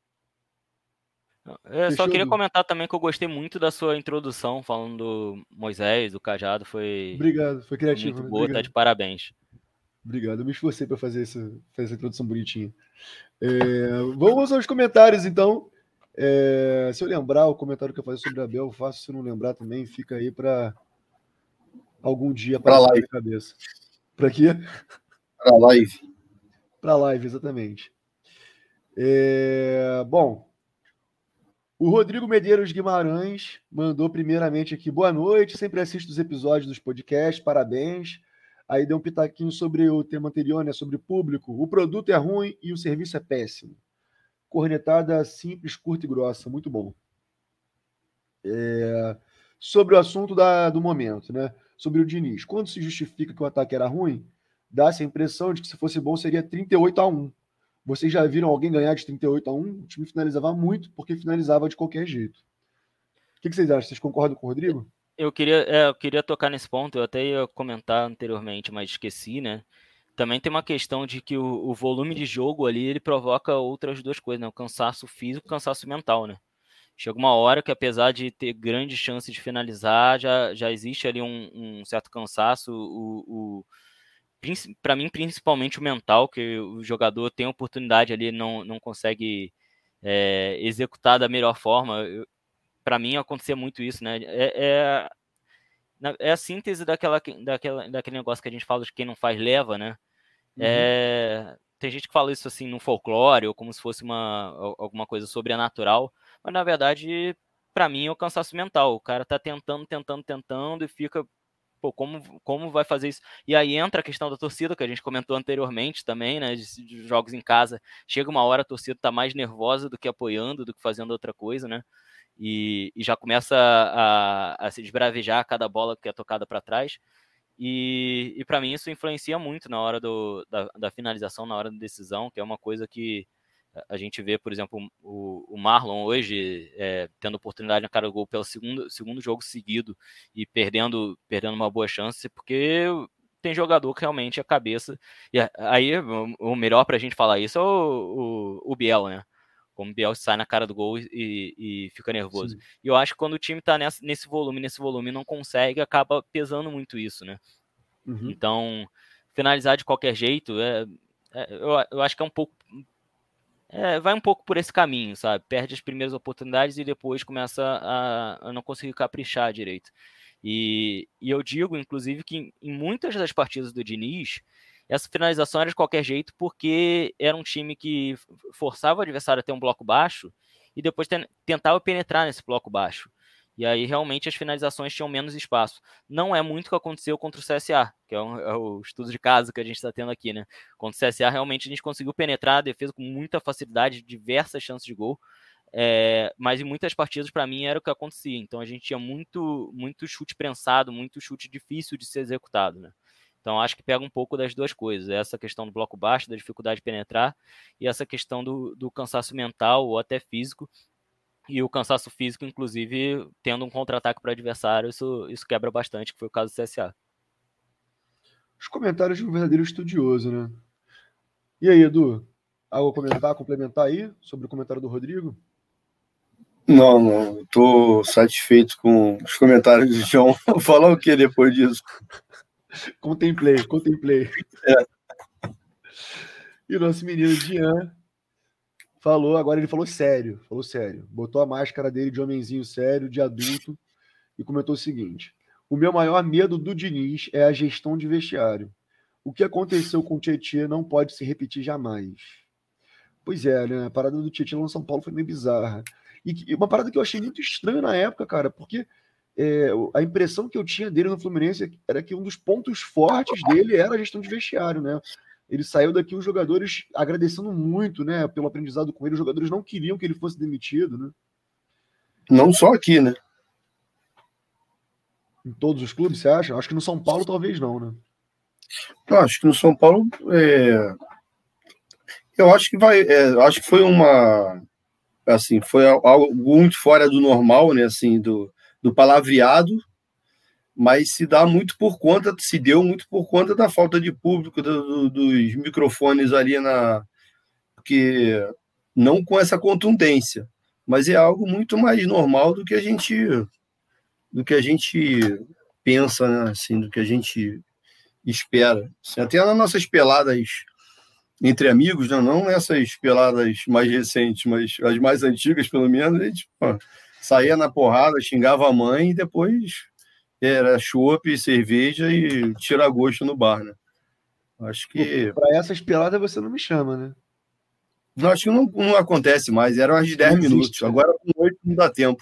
Eu só Fechou, queria Du? comentar também que eu gostei muito da sua introdução, falando do Moisés, do Cajado, foi, Obrigado, foi foi criativo. muito Né? boa, tá de Obrigado. parabéns. Obrigado, eu me esforcei para fazer essa, fazer essa introdução bonitinha. É, vamos aos comentários, então. É, se eu lembrar o comentário que eu falei sobre Abel, eu faço. Se eu não lembrar também, fica aí para algum dia Para aparecer na live. minha cabeça. Para quê? Para live. Para live, exatamente. É, bom, o Rodrigo Medeiros Guimarães mandou primeiramente aqui, boa noite, sempre assisto os episódios dos podcasts, parabéns. Aí deu um pitaquinho sobre o tema anterior, né, sobre público. O produto é ruim e o serviço é péssimo. Cornetada simples, curta e grossa, muito bom. É, sobre o assunto da, do momento, né, sobre o Diniz. Quando se justifica que o ataque era ruim, dá essa impressão de que se fosse bom seria trinta e oito a um. Vocês já viram alguém ganhar de trinta e oito a um? O time finalizava muito porque finalizava de qualquer jeito. O que vocês acham? Vocês concordam com o Rodrigo? Eu queria, é, eu queria tocar nesse ponto, eu até ia comentar anteriormente, mas esqueci, né? Também tem uma questão de que o, o volume de jogo ali, ele provoca outras duas coisas, né? O cansaço físico e o cansaço mental, né? Chega uma hora que, apesar de ter grande chance de finalizar, já, já existe ali um, um certo cansaço, o, o para mim, principalmente o mental, que o jogador tem a oportunidade ali, não, não consegue é, executar da melhor forma. Para mim, acontecia muito isso, né? É, é, é a síntese daquela, daquela, daquele negócio que a gente fala de quem não faz leva, né? Uhum. É, tem gente que fala isso assim no folclore, ou como se fosse uma, alguma coisa sobrenatural, mas na verdade, para mim, é o cansaço mental. O cara tá tentando, tentando, tentando e fica, pô, como, como vai fazer isso? E aí entra a questão da torcida, que a gente comentou anteriormente também, né, de, de jogos em casa. Chega uma hora a torcida tá mais nervosa do que apoiando, do que fazendo outra coisa, né? E, e já começa a, a se desbravejar cada bola que é tocada para trás. E, e para mim isso influencia muito na hora do, da, da finalização, na hora da decisão, que é uma coisa que a gente vê, por exemplo, o, o Marlon hoje é, tendo oportunidade na cara do gol pelo segundo, segundo jogo seguido e perdendo, perdendo uma boa chance, porque tem jogador que realmente a cabeça... E aí o melhor para a gente falar isso é o, o, o Biel, né? Como o Biel sai na cara do gol e, e fica nervoso. Sim. E eu acho que quando o time está nesse volume, nesse volume, não consegue, acaba pesando muito isso, né? Uhum. Então, finalizar de qualquer jeito, é, é, eu, eu acho que é um pouco... É, vai um pouco por esse caminho, sabe? Perde as primeiras oportunidades e depois começa a, a não conseguir caprichar direito. E, e eu digo, inclusive, que em, em muitas das partidas do Diniz, essa finalização era de qualquer jeito porque era um time que forçava o adversário a ter um bloco baixo e depois ten- tentava penetrar nesse bloco baixo. E aí realmente as finalizações tinham menos espaço. Não é muito o que aconteceu contra o C S A, que é o, é o estudo de caso que a gente está tendo aqui, né? Contra o C S A realmente a gente conseguiu penetrar a defesa com muita facilidade, diversas chances de gol. É, mas em muitas partidas, para mim, era o que acontecia. Então a gente tinha muito, muito chute prensado, muito chute difícil de ser executado, né? Então, acho que pega um pouco das duas coisas. Essa questão do bloco baixo, da dificuldade de penetrar, e essa questão do, do cansaço mental ou até físico. E o cansaço físico, inclusive, tendo um contra-ataque para o adversário, isso, isso quebra bastante, que foi o caso do C S A. Os comentários de um verdadeiro estudioso, né? E aí, Edu? Algo a comentar, complementar aí sobre o comentário do Rodrigo? Não, não. Estou satisfeito com os comentários do João. Vou falar o que depois disso? Contemplei, contemplei. É. E o nosso menino Jean falou, agora ele falou sério, falou sério. Botou a máscara dele de homenzinho sério, de adulto, e comentou o seguinte: o meu maior medo do Diniz é a gestão de vestiário. O que aconteceu com o Tietchan não pode se repetir jamais. Pois é, né? A parada do Tietchan lá no São Paulo foi meio bizarra. E uma parada que eu achei muito estranha na época, cara, porque é, a impressão que eu tinha dele no Fluminense era que um dos pontos fortes dele era a gestão de vestiário, né? Ele saiu daqui, os jogadores agradecendo muito, né, pelo aprendizado com ele. Os jogadores não queriam que ele fosse demitido, né? Não só aqui, né? Em todos os clubes, você acha? Acho que no São Paulo talvez não, né? Eu acho que no São Paulo, é... eu acho que vai, é, acho que foi uma, assim, foi algo muito fora do normal, né? Assim, do, do palavreado. Mas se dá muito por conta, se deu muito por conta da falta de público, do, do, dos microfones ali na. Porque não com essa contundência, mas é algo muito mais normal do que a gente do que a gente pensa, né? Assim, do que a gente espera. Assim, até nas nossas peladas entre amigos, né? Não essas peladas mais recentes, mas as mais antigas, pelo menos, a gente pô, saía na porrada, xingava a mãe e depois era chopp, cerveja e tira gosto no bar, né? Acho que... Para essas peladas você não me chama, né? Não, acho que não, não acontece mais. Eram as de dez minutos. Agora com oito não dá tempo.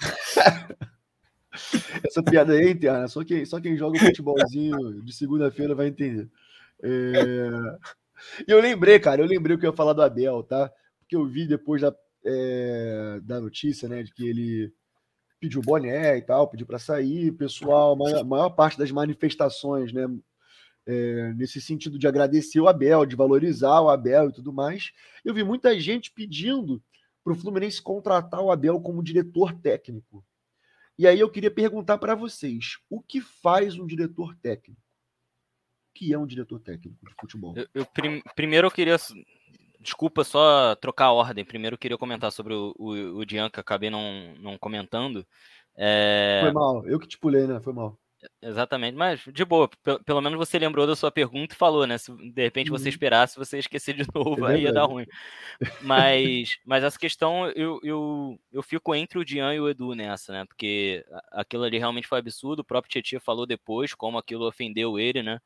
Essa piada aí é interna. Só quem, só quem joga o futebolzinho de segunda-feira vai entender. É... E eu lembrei, cara, eu lembrei o que eu ia falar do Abel, tá? Porque eu vi depois da, é... da notícia, né, de que ele pediu boné e tal, pediu para sair, pessoal, a maior, a maior parte das manifestações, né, é, nesse sentido de agradecer o Abel, de valorizar o Abel e tudo mais. Eu vi muita gente pedindo para o Fluminense contratar o Abel como diretor técnico. E aí eu queria perguntar para vocês, o que faz um diretor técnico? O que é um diretor técnico de futebol? Eu, eu prim, primeiro eu queria... Desculpa só trocar a ordem. Primeiro eu queria comentar sobre o, o, o Jean, que acabei não, não comentando. É... Foi mal, eu que te pulei, né? Foi mal. Exatamente, mas de boa, pelo, pelo menos você lembrou da sua pergunta e falou, né? Se de repente você esperasse, você esquecer de novo, É aí ia dar verdade. ruim. Mas, mas essa questão, eu, eu, eu fico entre o Jean e o Edu nessa, né? Porque aquilo ali realmente foi absurdo, o próprio Tietchan falou depois como aquilo ofendeu ele, né?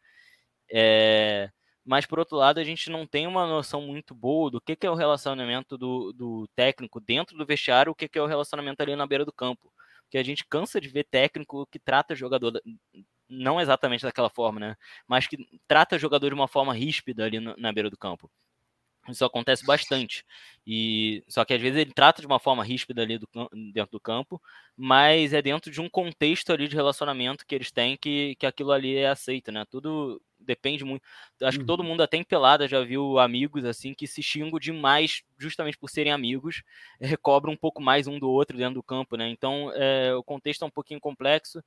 É... Mas, por outro lado, a gente não tem uma noção muito boa do que, que é o relacionamento do, do técnico dentro do vestiário, o que, que é o relacionamento ali na beira do campo. Porque a gente cansa de ver técnico que trata jogador, não exatamente daquela forma, né? Mas que trata jogador de uma forma ríspida ali no, na beira do campo. Isso acontece bastante. E, só que às vezes ele trata de uma forma ríspida ali do, dentro do campo, mas é dentro de um contexto ali de relacionamento que eles têm que, que aquilo ali é aceito, né? Tudo depende muito. Acho que todo mundo até em pelada já viu amigos assim que se xingam demais justamente por serem amigos, recobram um pouco mais um do outro dentro do campo, né? Então é, o contexto é um pouquinho complexo.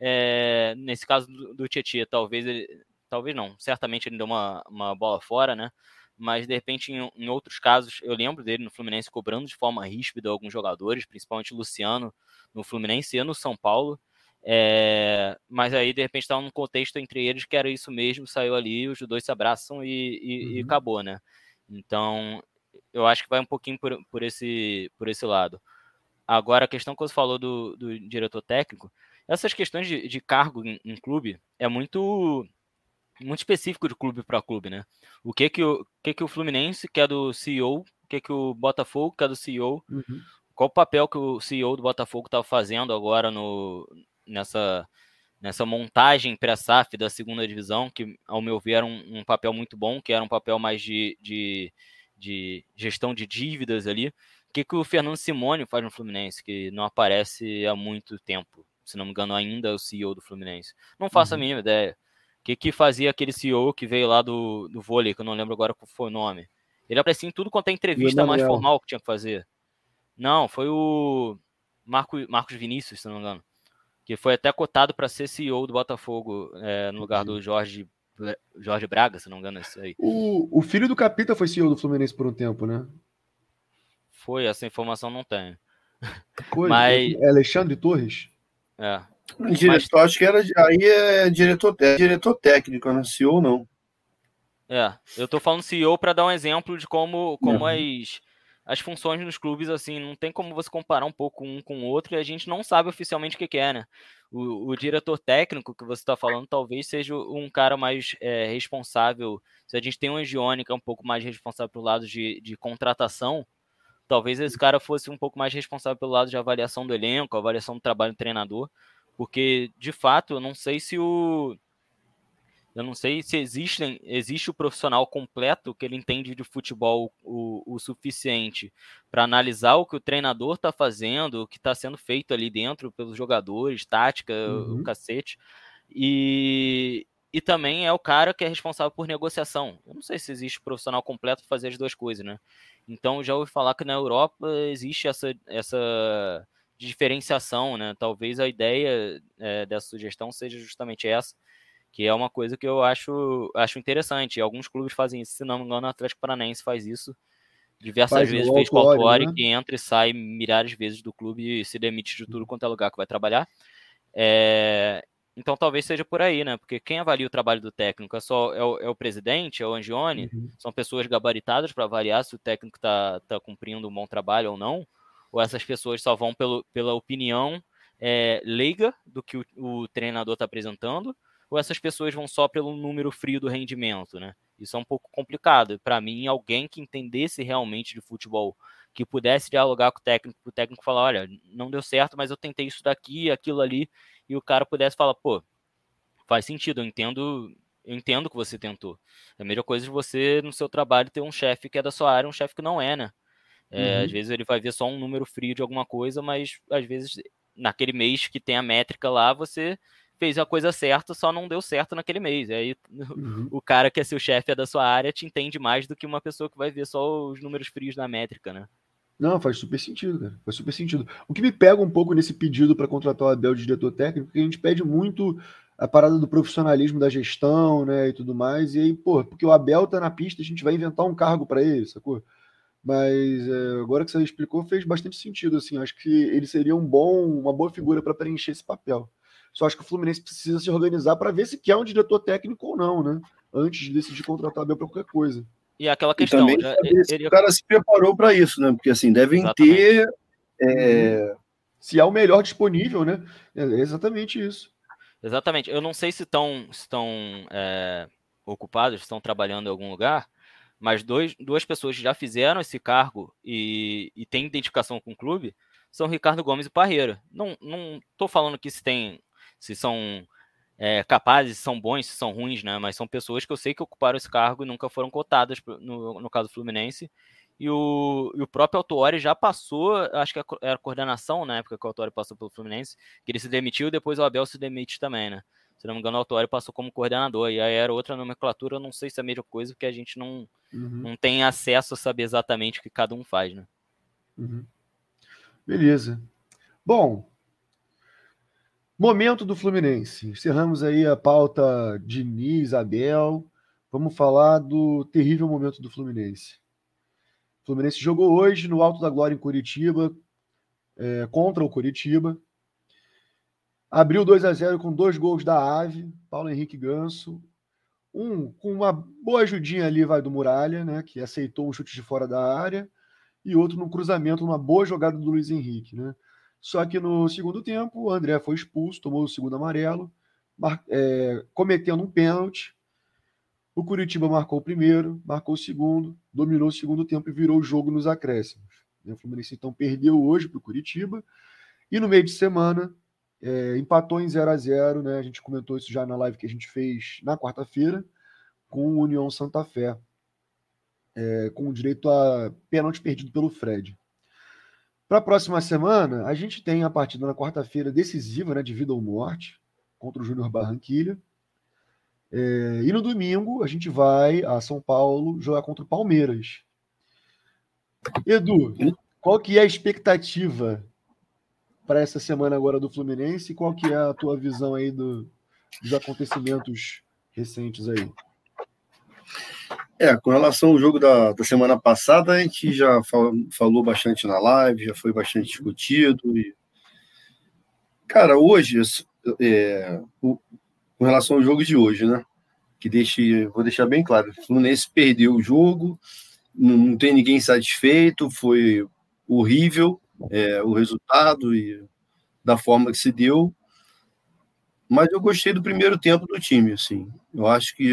É, nesse caso do, do Tietchan, talvez ele, talvez não, certamente ele deu uma, uma bola fora, né? Mas, de repente, em, em outros casos, eu lembro dele no Fluminense cobrando de forma ríspida alguns jogadores, principalmente o Luciano no Fluminense e no São Paulo. É, mas aí, de repente, estava num contexto entre eles que era isso mesmo, saiu ali, os dois se abraçam e, e, uhum. e acabou, né? Então, eu acho que vai um pouquinho por, por, esse, por esse lado. Agora, a questão que você falou do, do diretor técnico, essas questões de, de cargo em, em clube é muito... muito específico de clube para clube, né? O que que o, que que o Fluminense quer do C E O, o que que o Botafogo quer do C E O, uhum. Qual o papel que o C E O do Botafogo está fazendo agora no, nessa, nessa montagem pré-S A F da segunda divisão, que, ao meu ver, era um, um papel muito bom, que era um papel mais de, de, de gestão de dívidas ali. O que que o Fernando Simone faz no Fluminense, que não aparece há muito tempo, se não me engano, ainda é o C E O do Fluminense. Não faço uhum. a mínima ideia. O que, que fazia aquele C E O que veio lá do, do vôlei, que eu não lembro agora qual foi o nome? Ele aparecia em tudo quanto é entrevista mais formal que tinha que fazer. Não, foi o Marco, Marcos Vinícius, se não me engano. Que foi até cotado para ser C E O do Botafogo, é, no lugar do Jorge, Jorge Braga, se não me engano. Esse aí. O, o filho do Capita foi C E O do Fluminense por um tempo, né? Foi, essa informação não tenho. Coisa, Mas... É Alexandre Torres? É. Diretor, Mas... acho que era aí é diretor, é diretor técnico, não C E O não. É, eu tô falando C E O para dar um exemplo de como, como as, as funções nos clubes, assim, não tem como você comparar um pouco um com o outro e a gente não sabe oficialmente o que, que é, né? O, o diretor técnico que você está falando talvez seja um cara mais é, responsável. Se a gente tem um Angione que é um pouco mais responsável pelo lado de, de contratação, talvez esse cara fosse um pouco mais responsável pelo lado de avaliação do elenco, avaliação do trabalho do treinador. Porque, de fato, eu não sei se o... Eu não sei se existe, existe o profissional completo que ele entende de futebol o, o suficiente para analisar o que o treinador está fazendo, o que está sendo feito ali dentro pelos jogadores, tática, uhum. o cacete. E, e também é o cara que é responsável por negociação. Eu não sei se existe profissional completo para fazer as duas coisas, né? Então, já ouvi falar que na Europa existe essa... essa de diferenciação, né? Talvez a ideia é, dessa sugestão seja justamente essa, que é uma coisa que eu acho, acho interessante. Alguns clubes fazem isso, se não me engano, o Atlético Paranaense faz isso diversas faz vezes, fez com o Autuori, né? Que entra e sai milhares de vezes do clube e se demite de tudo quanto é lugar que vai trabalhar. É... Então talvez seja por aí, né? Porque quem avalia o trabalho do técnico é só é o, é o presidente, é o Angione, uhum. São pessoas gabaritadas para avaliar se o técnico está tá cumprindo um bom trabalho ou não. Ou essas pessoas só vão pelo, pela opinião é, leiga do que o, o treinador está apresentando, ou essas pessoas vão só pelo número frio do rendimento, né? Isso é um pouco complicado. Para mim, alguém que entendesse realmente de futebol, que pudesse dialogar com o técnico, o técnico falar, olha, não deu certo, mas eu tentei isso daqui, aquilo ali, e o cara pudesse falar, pô, faz sentido, eu entendo, eu entendo que você tentou. É a mesma coisa de você, no seu trabalho, ter um chefe que é da sua área, um chefe que não é, né? É, uhum. Às vezes ele vai ver só um número frio de alguma coisa, mas às vezes naquele mês que tem a métrica lá, você fez a coisa certa, só não deu certo naquele mês. E aí Uhum. o cara que é seu chefe é da sua área te entende mais do que uma pessoa que vai ver só os números frios da métrica, né? Não, faz super sentido, cara. Faz super sentido. O que me pega um pouco nesse pedido para contratar o Abel de diretor técnico, é que a gente pede muito a parada do profissionalismo da gestão, né, e tudo mais. E aí, pô, porque o Abel tá na pista, a gente vai inventar um cargo para ele, sacou? Mas é, agora que você explicou, fez bastante sentido, assim. Acho que ele seria um bom, uma boa figura para preencher esse papel. Só acho que o Fluminense precisa se organizar para ver se quer um diretor técnico ou não, né? Antes de decidir contratar o Abel para qualquer coisa. E aquela E questão, também já, saber se ele... o cara se preparou para isso, né? Porque assim, devem Exatamente. ter. É... Se é o melhor disponível, né? É exatamente isso. Exatamente. Eu não sei se estão se estão é, ocupados, se estão trabalhando em algum lugar, mas dois, duas pessoas que já fizeram esse cargo e, e têm identificação com o clube são Ricardo Gomes e Parreira. Não não estou falando que se tem se são é, capazes, se são bons, se são ruins, né? Mas são pessoas que eu sei que ocuparam esse cargo e nunca foram cotadas no, no caso do Fluminense. E o, e o próprio Autuori já passou, acho que era a coordenação na época que o Autuori passou pelo Fluminense, que ele se demitiu e depois o Abel se demite também, né? Se não me engano, o Autuori passou como coordenador, e aí era outra nomenclatura, eu não sei se é a mesma coisa, porque a gente não, Uhum, não tem acesso a saber exatamente o que cada um faz, né? uhum. Beleza. Bom, momento do Fluminense. Encerramos aí a pauta Diniz, Abel. Vamos falar do terrível momento do Fluminense. O Fluminense jogou hoje no Alto da Glória em Curitiba, é, contra o Curitiba. Abriu dois a zero com dois gols da Ave, Paulo Henrique Ganso. Um com uma boa ajudinha ali, vai do Muralha, né, que aceitou um chute de fora da área. E outro no cruzamento, uma boa jogada do Luiz Henrique, né? Só que no segundo tempo, o André foi expulso, tomou o segundo amarelo, mar... é, cometendo um pênalti. O Curitiba marcou o primeiro, marcou o segundo, dominou o segundo tempo e virou o jogo nos acréscimos. O Fluminense então perdeu hoje para o Curitiba e no meio de semana é, empatou em zero a zero, né? A gente comentou isso já na live que a gente fez na quarta-feira com o União Santa Fé, é, com direito a pênalti perdido pelo Fred. Para a próxima semana, a gente tem a partida na quarta-feira decisiva, né, de vida ou morte, contra o Júnior Barranquilla. É, e no domingo, a gente vai a São Paulo jogar contra o Palmeiras. Edu, qual que é a expectativa para essa semana agora do Fluminense e qual que é a tua visão aí do, dos acontecimentos recentes aí? É, com relação ao jogo da, da semana passada, a gente já fal, falou bastante na live, já foi bastante discutido. E... Cara, hoje, é, o, com relação ao jogo de hoje, né? Que deixe, vou deixar bem claro, o Fluminense perdeu o jogo, não, não tem ninguém satisfeito, foi horrível é, o resultado e da forma que se deu. Mas eu gostei do primeiro tempo do time, assim. Eu acho que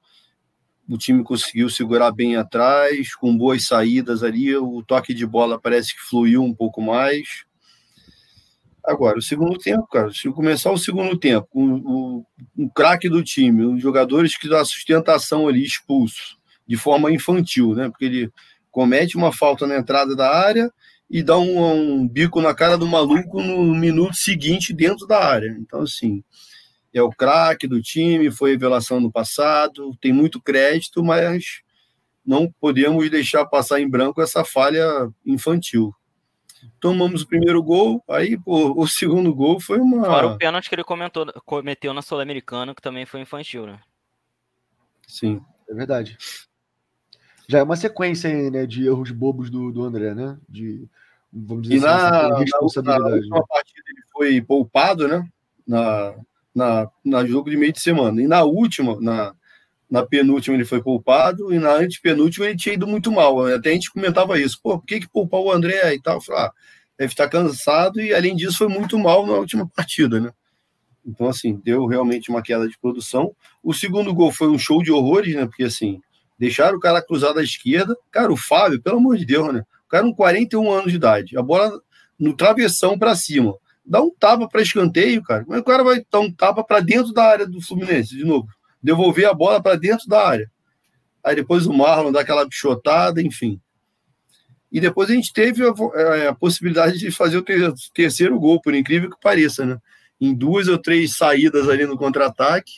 o time conseguiu segurar bem atrás, com boas saídas ali, o toque de bola parece que fluiu um pouco mais. Agora, o segundo tempo, cara, se começar o segundo tempo, o, o, o craque do time, os jogadores que dão a sustentação ali expulsos, de forma infantil, né? Porque ele comete uma falta na entrada da área e dá um, um bico na cara do maluco no minuto seguinte dentro da área. Então, assim, é o craque do time, foi revelação no passado, tem muito crédito, mas não podemos deixar passar em branco essa falha infantil. Tomamos o primeiro gol, aí pô, o segundo gol foi uma... Fora o pênalti que ele comentou, cometeu na Sul-Americana, que também foi infantil, né? Sim. É verdade. Já é uma sequência aí, né, de erros bobos do, do André, né? De, vamos dizer e assim, na, sem responsabilidade. Na última né? partida ele foi poupado, né? Na, na, na jogo de meio de semana. E na última, na, na penúltima ele foi poupado, e na antepenúltima ele tinha ido muito mal. Até a gente comentava isso. Pô, por que, que poupar o André e tal? Eu falei, ah, deve estar cansado, e além disso foi muito mal na última partida, né? Então, assim, deu realmente uma queda de produção. O segundo gol foi um show de horrores, né? Porque, assim, deixaram o cara cruzado à esquerda. Cara, o Fábio, pelo amor de Deus, né? O cara com quarenta e um anos de idade. A bola no travessão para cima. Dá um tapa para escanteio, cara. Mas o cara vai dar um tapa para dentro da área do Fluminense, de novo. Devolver a bola para dentro da área. Aí depois o Marlon dá aquela pichotada, enfim. E depois a gente teve a, a, a possibilidade de fazer o ter, terceiro gol, por incrível que pareça, né? em duas ou três saídas ali no contra-ataque.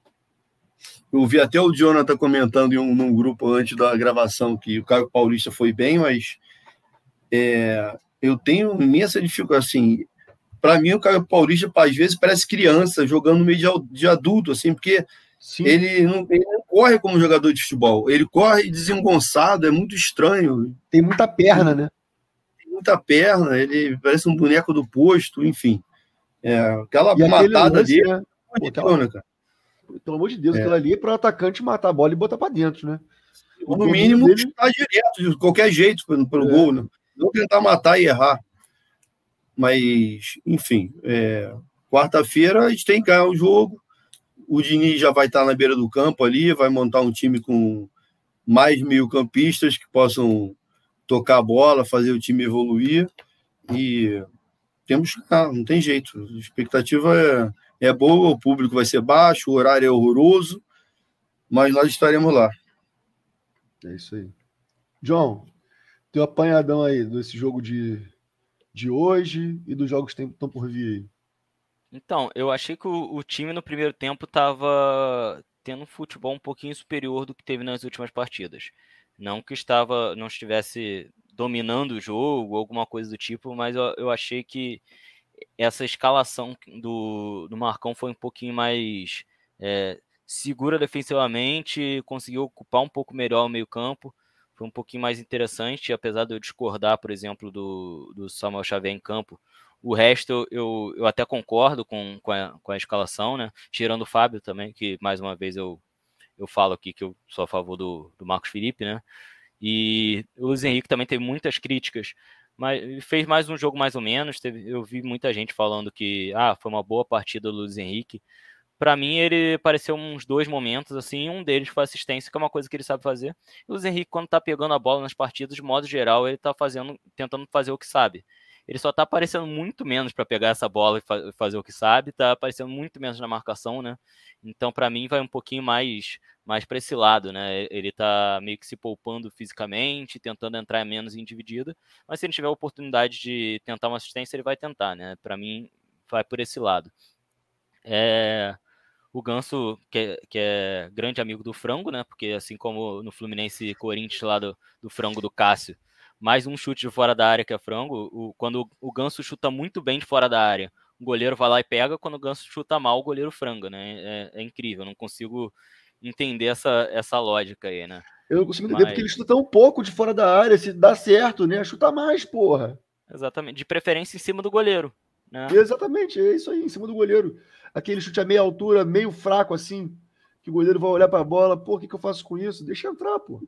Eu vi até o Jonathan comentando em um, num grupo antes da gravação que o Caio Paulista foi bem, mas é, eu tenho imensa dificuldade, assim, para mim o Caio Paulista às vezes parece criança jogando no meio de, de adulto, assim, porque ele não, ele não corre como jogador de futebol, ele corre desengonçado, é muito estranho. Tem muita perna, né? Tem muita perna, ele parece um boneco do posto, enfim. É, aquela E aquele matada lance, dele, né? Pô, é aquela- né, cara? Pelo amor de Deus, É. aquilo ali é para o atacante matar a bola e botar para dentro, né? Ou O no domínio mínimo, dele- chutar direto, de qualquer jeito, pelo, pelo É. gol, né? Não tentar matar e errar. Mas, enfim, é, quarta-feira a gente tem que ganhar o jogo. O Diniz já vai estar na beira do campo ali, vai montar um time com mais meio-campistas que possam tocar a bola, fazer o time evoluir. E temos que ganhar, não tem jeito. A expectativa é, é boa, o público vai ser baixo, o horário é horroroso, mas nós estaremos lá. É isso aí. João, teu apanhadão aí desse jogo de, de hoje e dos jogos que estão por vir aí. Então, eu achei que o, o time no primeiro tempo estava tendo um futebol um pouquinho superior do que teve nas últimas partidas. Não que estava, não estivesse dominando o jogo, alguma coisa do tipo, mas eu, eu achei que essa escalação do, do Marcão foi um pouquinho mais é, segura defensivamente, conseguiu ocupar um pouco melhor o meio-campo, foi um pouquinho mais interessante, apesar de eu discordar, por exemplo, do, do Samuel Xavier em campo. O resto eu, eu até concordo com, com, a, com a escalação, né? Tirando o Fábio também, que mais uma vez eu, eu falo aqui que eu sou a favor do, do Marcos Felipe, né? E o Luiz Henrique também teve muitas críticas, mas fez mais um jogo mais ou menos. Teve, eu vi muita gente falando que ah, foi uma boa partida do Luiz Henrique. Para mim, ele apareceu uns dois momentos, assim, um deles foi assistência, que é uma coisa que ele sabe fazer. E o Luiz Henrique, quando tá pegando a bola nas partidas, de modo geral, ele tá fazendo, tentando fazer o que sabe. Ele só tá aparecendo muito menos para pegar essa bola e fa- fazer o que sabe, tá aparecendo muito menos na marcação, né? Então, para mim, vai um pouquinho mais, mais para esse lado, né? Ele tá meio que se poupando fisicamente, tentando entrar menos em dividida, mas se ele tiver a oportunidade de tentar uma assistência, ele vai tentar, né? Para mim, vai por esse lado. É... O Ganso, que é, que é grande amigo do Frango, né? Porque assim como no Fluminense e Corinthians lá do, do Frango do Cássio, mais um chute de fora da área que é Frango. O, quando o Ganso chuta muito bem de fora da área, o goleiro vai lá e pega. Quando o Ganso chuta mal, o goleiro franga, né? É, é incrível, eu não consigo entender essa, essa lógica aí, né? Eu não consigo entender Mas- porque ele chuta tão pouco de fora da área, se dá certo, né? Chuta mais, porra. Exatamente, de preferência em cima do goleiro, né? Exatamente, é isso aí, em cima do goleiro. Aquele chute a meia altura, meio fraco assim, que o goleiro vai olhar pra bola, pô, o que, que eu faço com isso? Deixa entrar, pô.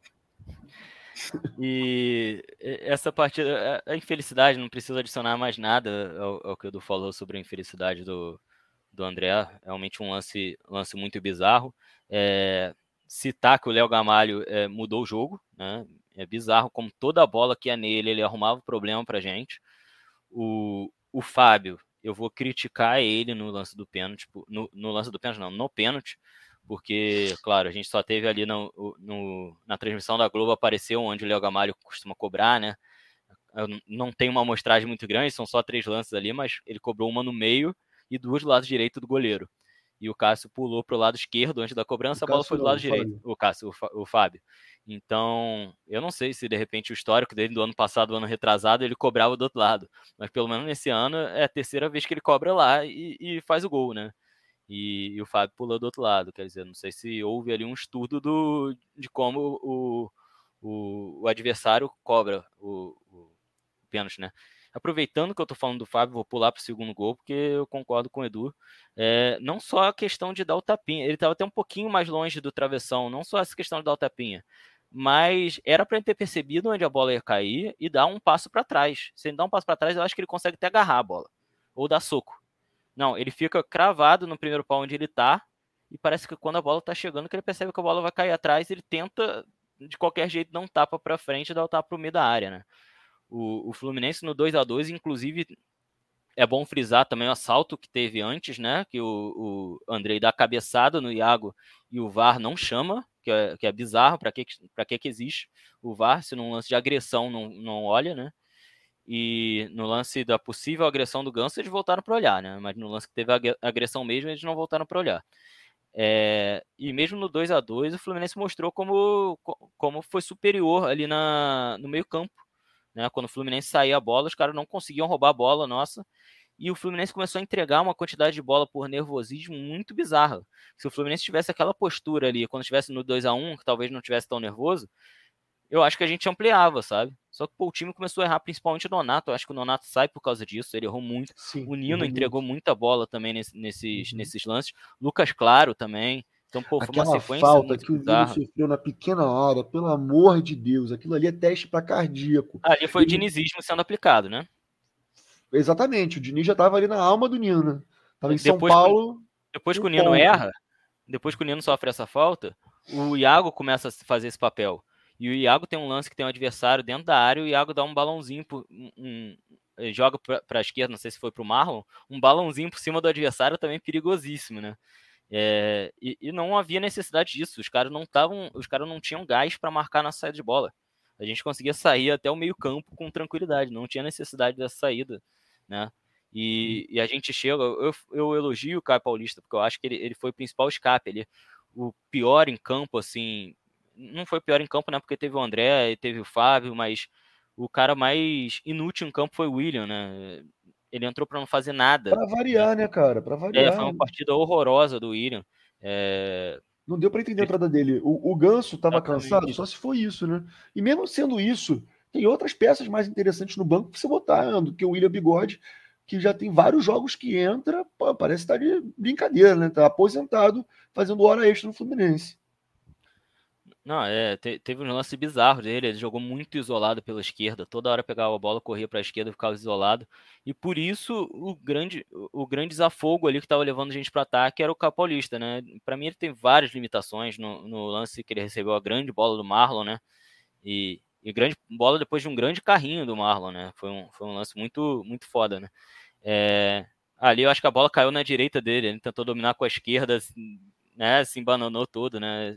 E essa partida, a infelicidade, não precisa adicionar mais nada ao, ao que o Edu falou sobre a infelicidade do, do André. Realmente um lance, lance muito bizarro. É, citar que o Léo Gamalho é, mudou o jogo, né? É bizarro como toda a bola que ia nele, ele arrumava problema pra gente. O, o Fábio, eu vou criticar ele no lance do pênalti, no, no lance do pênalti não, no pênalti, porque, claro, a gente só teve ali no, no, na transmissão da Globo, apareceu onde o Léo Gamalho costuma cobrar, né? Eu não tem uma amostragem muito grande, são só três lances ali, mas ele cobrou uma no meio e duas do lado direito do goleiro. E o Cássio pulou para o lado esquerdo antes da cobrança, O a bola Cássio foi do não, lado o direito. Fábio. O Cássio, o, Fá- o Fábio. Então, eu não sei se de repente o histórico dele do ano passado, do ano retrasado, ele cobrava do outro lado. Mas pelo menos nesse ano é a terceira vez que ele cobra lá e, e faz o gol, né? E, e o Fábio pulou do outro lado. Quer dizer, não sei se houve ali um estudo do, de como o, o, o adversário cobra o, o pênalti, né? Aproveitando que eu tô falando do Fábio, vou pular pro segundo gol, porque eu concordo com o Edu. É, não só a questão de dar o tapinha, ele estava até um pouquinho mais longe do travessão, não só essa questão de dar o tapinha, mas era para ele ter percebido onde a bola ia cair e dar um passo para trás. Se ele dá um passo para trás, eu acho que ele consegue até agarrar a bola, ou dar soco. Não, ele fica cravado no primeiro pau onde ele tá, e parece que quando a bola tá chegando, que ele percebe que a bola vai cair atrás, ele tenta, de qualquer jeito, dar um tapa para frente e dar o tapa pro meio da área, né? O, o Fluminense no dois a dois, inclusive, é bom frisar também o assalto que teve antes, né? Que o, o Andrei dá cabeçada no Iago e o V A R não chama, que é, que é bizarro, para que, pra que que existe o V A R, se num lance de agressão não, não olha, né? e no lance da possível agressão do Ganso, eles voltaram para olhar, né? Mas no lance que teve a agressão mesmo, eles não voltaram para olhar. É, e mesmo no dois a dois, o Fluminense mostrou como, como foi superior ali na, no meio campo, né? Quando o Fluminense saía a bola, os caras não conseguiam roubar a bola nossa, e o Fluminense começou a entregar uma quantidade de bola por nervosismo muito bizarra. Se o Fluminense tivesse aquela postura ali, quando estivesse no dois a um, que talvez não tivesse tão nervoso, eu acho que a gente ampliava, sabe? Só que pô, o time começou a errar, principalmente o Nonato. Eu acho que o Nonato sai por causa disso, ele errou muito. Sim, o Nino errou entregou muito. muita bola também nesse, nesses, Uhum. nesses lances. Lucas Claro também. Então, pô, foi uma Aquela sequência falta muito que o Nino bizarra. sofreu na pequena área, pelo amor de Deus, aquilo ali é teste para cardíaco. Ali foi o Ele- dinizismo sendo aplicado, né? Exatamente, o Diniz já estava ali na alma do Nino, né? Tava em São Depois, que o- Paulo, depois que no o Nino ponto. erra, depois que o Nino sofre essa falta, o Iago começa a fazer esse papel. E o Iago tem um lance que tem um adversário dentro da área, e o Iago dá um balãozinho, por, um, um, joga para a esquerda, não sei se foi para o Marlon, um balãozinho por cima do adversário também perigosíssimo, né? É, e, e não havia necessidade disso. Os caras não estavam, os caras não tinham gás para marcar na saída de bola. A gente conseguia sair até o meio campo com tranquilidade, não tinha necessidade dessa saída, né? E, e a gente chega, eu, eu elogio o Caio Paulista, porque eu acho que ele, ele foi o principal escape, ele, o pior em campo, assim, não foi o pior em campo, né, porque teve o André e teve o Fábio, mas o cara mais inútil em campo foi o William, né? Ele entrou para não fazer nada. Para variar, né, cara? Para É, variar. foi uma partida horrorosa do William. É... Não deu para entender a entrada dele. O, o Ganso estava cansado, Exatamente. só se foi isso, né? E mesmo sendo isso, tem outras peças mais interessantes no banco para você botar, né, do que o William Bigode, que já tem vários jogos que entra, pô, parece estar de brincadeira, né? Tá aposentado, fazendo hora extra no Fluminense. Não, é, te, teve um lance bizarro dele, ele jogou muito isolado pela esquerda, toda hora pegava a bola, corria para a esquerda e ficava isolado, e por isso o grande, o grande desafogo ali que estava levando a gente para ataque era o Caio Paulista, né? Para mim ele tem várias limitações no, no lance que ele recebeu a grande bola do Marlon, né? E, e grande bola depois de um grande carrinho do Marlon, né? Foi um, foi um lance muito, muito foda, né? É, ali eu acho que a bola caiu na direita dele, ele tentou dominar com a esquerda, né? Se embananou todo, né?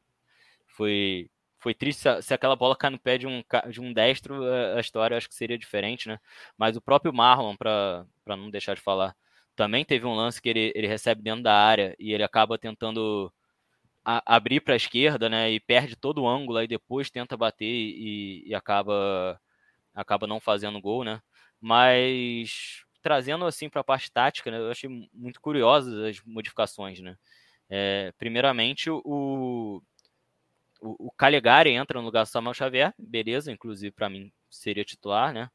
Foi, foi triste se, se aquela bola cai no pé de um, de um destro, a história acho que seria diferente, né? Mas o próprio Marlon, para não deixar de falar, também teve um lance que ele, ele recebe dentro da área e ele acaba tentando a, abrir para a esquerda, né? E perde todo o ângulo, e depois tenta bater e, e acaba, acaba não fazendo gol, né? Mas trazendo assim para a parte tática, né? Eu achei muito curiosas as modificações, né? É, primeiramente, o, o, o Calegari entra no lugar do Samuel Xavier, beleza, inclusive para mim seria titular, né?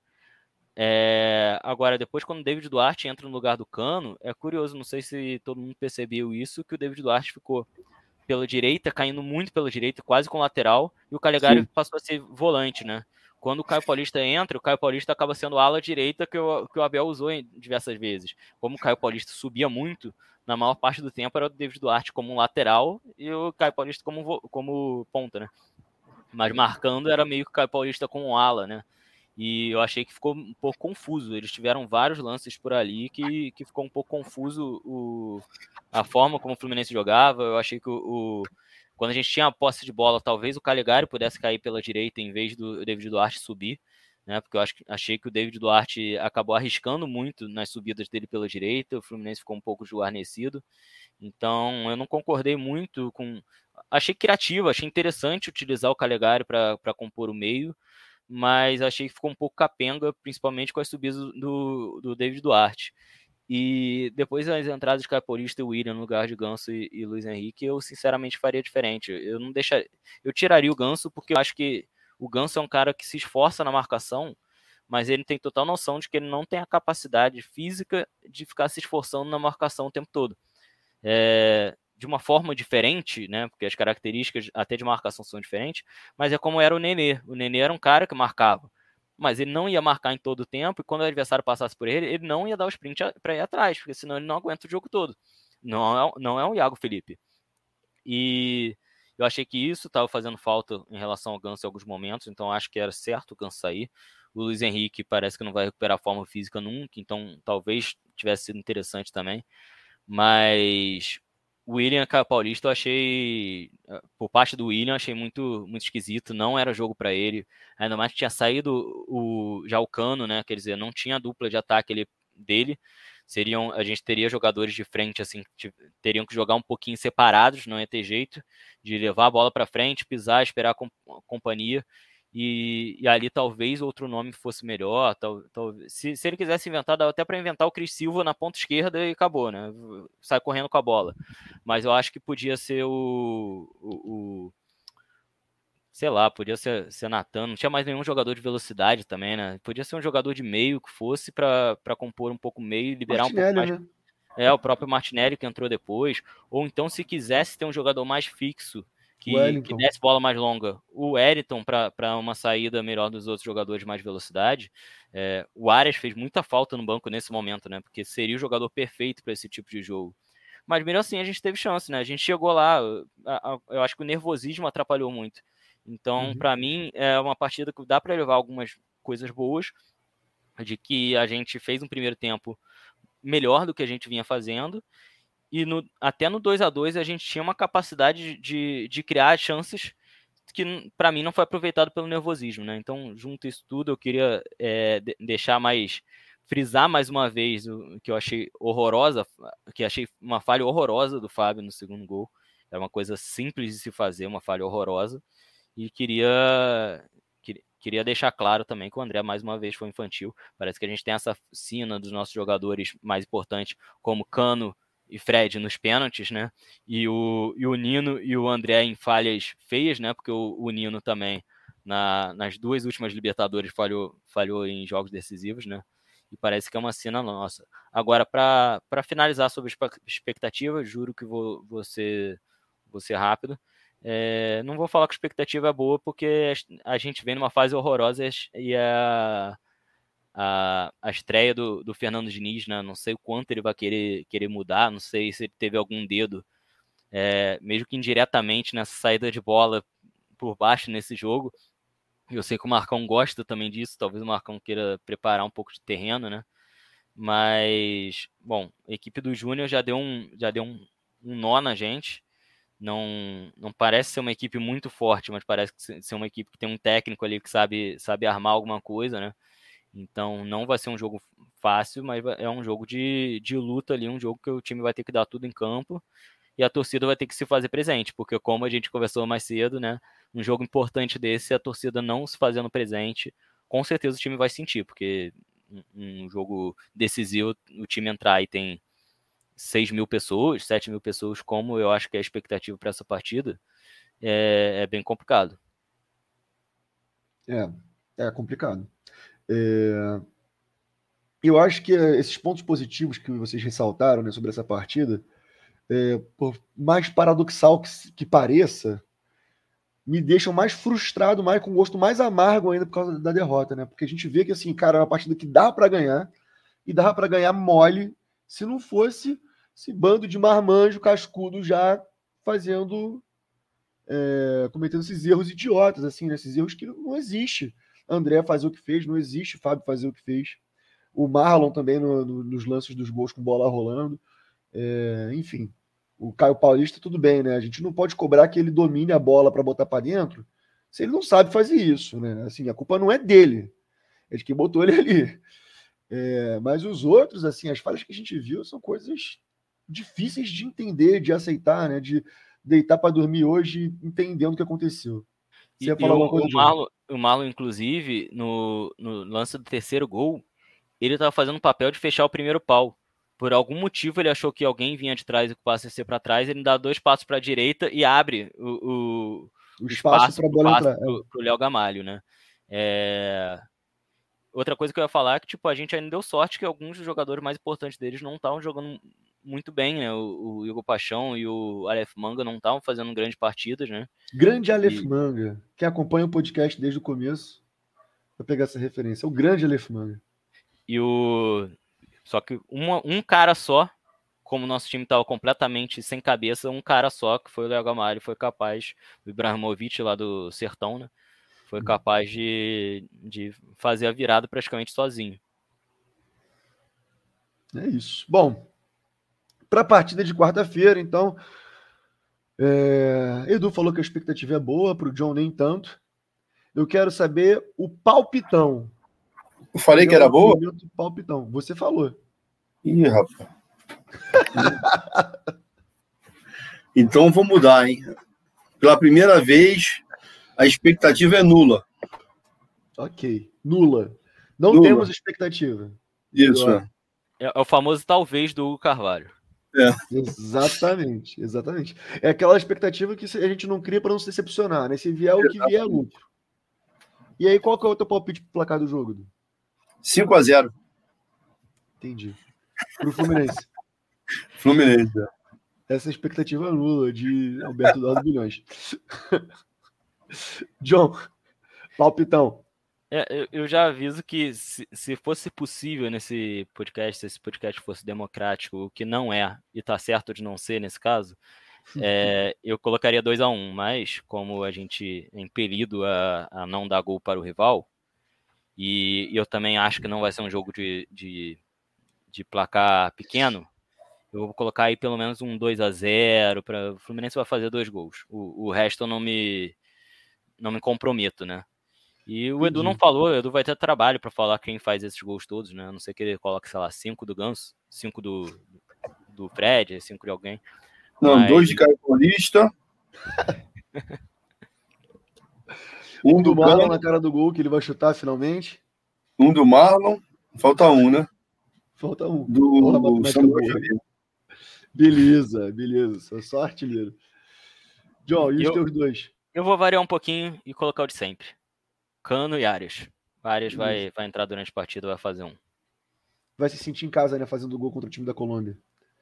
É, agora, depois, quando o David Duarte entra no lugar do Cano, é curioso, não sei se todo mundo percebeu isso, que o David Duarte ficou pela direita, caindo muito pela direita, quase com lateral, e o Calegari Sim. passou a ser volante, né? Quando o Caio Paulista entra, o Caio Paulista acaba sendo a ala direita que o, que o Abel usou em diversas vezes. Como o Caio Paulista subia muito, na maior parte do tempo era o David Duarte como um lateral e o Caio Paulista como, como ponta, né? Mas marcando era meio que o Caio Paulista como um ala, né? E eu achei que ficou um pouco confuso. Eles tiveram vários lances por ali que, que ficou um pouco confuso o, a forma como o Fluminense jogava. Eu achei que o, o quando a gente tinha a posse de bola, talvez o Calegari pudesse cair pela direita em vez do David Duarte subir, né? Porque eu acho, achei que o David Duarte acabou arriscando muito nas subidas dele pela direita. O Fluminense ficou um pouco desguarnecido. Então eu não concordei muito com... Achei criativo, achei interessante utilizar o Calegari para compor o meio, mas achei que ficou um pouco capenga, principalmente com as subidas do, do David Duarte. E depois as entradas de Caio Paulista e William no lugar de Ganso e, e Luiz Henrique, eu sinceramente faria diferente. Eu não deixaria, eu tiraria o Ganso porque eu acho que o Ganso é um cara que se esforça na marcação, mas ele tem total noção de que ele não tem a capacidade física de ficar se esforçando na marcação o tempo todo. É, de uma forma diferente, né? Porque as características até de marcação são diferentes, mas é como era o Nenê. O Nenê era um cara que marcava, mas ele não ia marcar em todo o tempo, e quando o adversário passasse por ele, ele não ia dar o sprint para ir atrás, porque senão ele não aguenta o jogo todo. Não é, não é um Iago Felipe. E eu achei que isso estava fazendo falta em relação ao Ganso em alguns momentos, então acho que era certo o Ganso sair. O Luiz Henrique parece que não vai recuperar a forma física nunca, então talvez tivesse sido interessante também. Mas o William Caio Paulista eu achei, por parte do William, achei muito, muito esquisito, não era jogo para ele, ainda mais que tinha saído o, já o Cano, né, quer dizer, não tinha dupla de ataque ele, dele, seriam, a gente teria jogadores de frente, assim, que teriam que jogar um pouquinho separados, não ia ter jeito, de levar a bola para frente, pisar, esperar a, comp a companhia, e, e ali talvez outro nome fosse melhor, tal, tal, se, se ele quisesse inventar, dava até para inventar o Cris Silva na ponta esquerda e acabou, né, sai correndo com a bola, mas eu acho que podia ser o, o, o sei lá, podia ser, ser Natan, não tinha mais nenhum jogador de velocidade também, né? Podia ser um jogador de meio que fosse para compor um pouco o meio e liberar Martinelli, um pouco mais. Né? É, o próprio Martinelli que entrou depois. Ou então, se quisesse ter um jogador mais fixo, que, que desse bola mais longa, o Wellington para uma saída melhor dos outros jogadores de mais velocidade. É, o Arias fez muita falta no banco nesse momento, né? Porque seria o jogador perfeito para esse tipo de jogo. Mas mesmo assim a gente teve chance, né? A gente chegou lá, eu acho que o nervosismo atrapalhou muito. Então, uhum. para mim, é uma partida que dá para levar algumas coisas boas, de que a gente fez um primeiro tempo melhor do que a gente vinha fazendo, e no, até no dois a dois a gente tinha uma capacidade de, de criar chances que, para mim, não foi aproveitado pelo nervosismo, né? Então, junto isso tudo, eu queria é, de, deixar mais, frisar mais uma vez o que eu achei horrorosa, que achei uma falha horrorosa do Fábio no segundo gol. É uma coisa simples de se fazer, uma falha horrorosa. E queria, queria deixar claro também que o André, mais uma vez, foi infantil. Parece que a gente tem essa sina dos nossos jogadores mais importantes, como Cano e Fred nos pênaltis, né? E o, e o Nino e o André em falhas feias, né? Porque o, o Nino também, na, nas duas últimas Libertadores, falhou, falhou em jogos decisivos, né? E parece que é uma cena nossa. Agora, para finalizar sobre expectativas, juro que vou, vou, ser, vou ser rápido. É, não vou falar que a expectativa é boa, porque a gente vem numa fase horrorosa e a, a, a estreia do, do Fernando Diniz, né? Não sei o quanto ele vai querer, querer mudar, não sei se ele teve algum dedo, é, mesmo que indiretamente, nessa saída de bola por baixo nesse jogo. Eu sei que o Marcão gosta também disso, talvez o Marcão queira preparar um pouco de terreno, né? Mas, bom, a equipe do Júnior já deu um, já deu um, um nó na gente. Não, não parece ser uma equipe muito forte, mas parece ser uma equipe que tem um técnico ali que sabe, sabe armar alguma coisa, né? Então não vai ser um jogo fácil, mas é um jogo de, de luta ali, um jogo que o time vai ter que dar tudo em campo e a torcida vai ter que se fazer presente, porque como a gente conversou mais cedo, né? Um jogo importante desse, a torcida não se fazendo presente, com certeza o time vai sentir, porque um, um jogo decisivo, o time entrar e tem seis mil pessoas, sete mil pessoas, como eu acho que é a expectativa para essa partida, é, é bem complicado. É, é complicado. É... Eu acho que esses pontos positivos que vocês ressaltaram, né, sobre essa partida, é, por mais paradoxal que, que pareça, me deixam mais frustrado, mais com gosto mais amargo ainda por causa da derrota, né? Porque a gente vê que, assim, cara, é uma partida que dá para ganhar, e dá para ganhar mole, se não fosse esse bando de marmanjo cascudo já fazendo, é, cometendo esses erros idiotas, assim, né? Esses erros que não existe. André fazer o que fez, não existe Fábio fazer o que fez. O Marlon também no, no, nos lances dos gols com bola rolando. É, enfim, o Caio Paulista, tudo bem, né? A gente não pode cobrar que ele domine a bola para botar para dentro se ele não sabe fazer isso, né? Assim, a culpa não é dele, é de quem botou ele ali. É, mas os outros, assim, as falhas que a gente viu são coisas difíceis de entender, de aceitar, né? De deitar para dormir hoje entendendo o que aconteceu. Você e, ia falar alguma coisa, o Marlon, o Marlon, inclusive, no, no lance do terceiro gol, ele estava fazendo o papel de fechar o primeiro pau. Por algum motivo, ele achou que alguém vinha de trás e que o passe ia ser para trás, ele dá dois passos para a direita e abre o, o, o espaço para o Léo Gamalho, né? É... Outra coisa que eu ia falar é que, tipo, a gente ainda deu sorte que alguns dos jogadores mais importantes deles não estavam jogando muito bem, né? O, o Igor Paixão e o Aleph Manga não estavam fazendo grandes partidas, né? Grande Aleph e... Manga. Quem acompanha o podcast desde o começo vai pegar essa referência. É o grande Aleph Manga. E o... Só que uma, um cara só, como o nosso time estava completamente sem cabeça, um cara só, que foi o Léo Gamalho, foi capaz, o Ibrahimovic lá do Sertão, né? Foi capaz de, de fazer a virada praticamente sozinho. É isso. Bom, para a partida de quarta-feira. Então, é... Edu falou que a expectativa é boa, para o John nem tanto. Eu quero saber o palpitão. Eu falei que era boa? Palpitão. Você falou. Ih, rapaz. Então vou mudar, hein? Pela primeira vez, a expectativa é nula. Ok. Nula. Não Nula. temos expectativa. Isso, é. É, é o famoso talvez do Hugo Carvalho. É. Exatamente, exatamente. É aquela expectativa que a gente não cria para não se decepcionar, né? Se vier o que vier, é lucro. E aí, qual que é o teu palpite pro placar do jogo? cinco a zero. Entendi. Pro Fluminense. Fluminense. Essa é a expectativa nula de Alberto Eduardo Bilhões. John, palpitão. É, eu, eu já aviso que se, se fosse possível nesse podcast, se esse podcast fosse democrático, o que não é, e tá certo de não ser nesse caso, é, eu colocaria dois a um, mas como a gente é impelido a, a não dar gol para o rival, e, e eu também acho que não vai ser um jogo de, de, de placar pequeno, eu vou colocar aí pelo menos um dois a zero, para o Fluminense vai fazer dois gols. O, o resto eu não me, não me comprometo, né? E o Edu não falou, o Edu vai ter trabalho para falar quem faz esses gols todos, né? A não ser que ele coloque, sei lá, cinco do Ganso, cinco do, do Fred, cinco de alguém. Não, Mas... dois de Caio Paulista. um do Marlon na cara do gol, que ele vai chutar finalmente. Um do Marlon. Falta um, né? Falta um. Do Samuel Xavier. Beleza, beleza. Sou só artilheiro. John, e os eu, teus dois? Eu vou variar um pouquinho e colocar o de sempre. Cano e Arias. Arias vai, vai entrar durante a partida, vai fazer um. Vai se sentir em casa, né? Fazendo gol contra o time da Colômbia.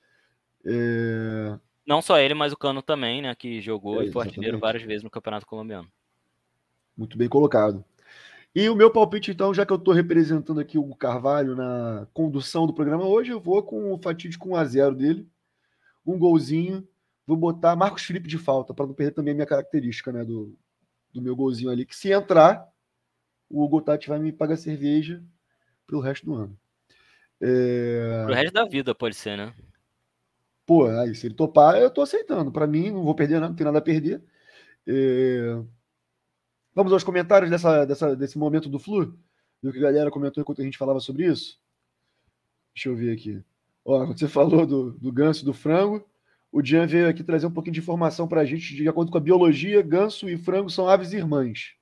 É... Não só ele, mas o Cano também, né? Que jogou é, e foi artilheiro várias vezes no Campeonato Colombiano. Muito bem colocado. E o meu palpite, então, já que eu estou representando aqui o Carvalho na condução do programa hoje, eu vou com o fatídico um a zero dele. Um golzinho. Vou botar Marcos Felipe de falta, para não perder também a minha característica, né? Do, do meu golzinho ali. Que se entrar, o Hugo Tati vai me pagar cerveja pelo resto do ano. É... Pro resto da vida, pode ser, né? Pô, aí, se ele topar, eu tô aceitando. Para mim, não vou perder nada, não tem nada a perder. É... Vamos aos comentários dessa, dessa, desse momento do Flu? Do que a galera comentou enquanto a gente falava sobre isso? Deixa eu ver aqui. Ó, quando você falou do, do ganso e do frango, o Jean veio aqui trazer um pouquinho de informação para a gente. De acordo com a biologia, ganso e frango são aves irmãs.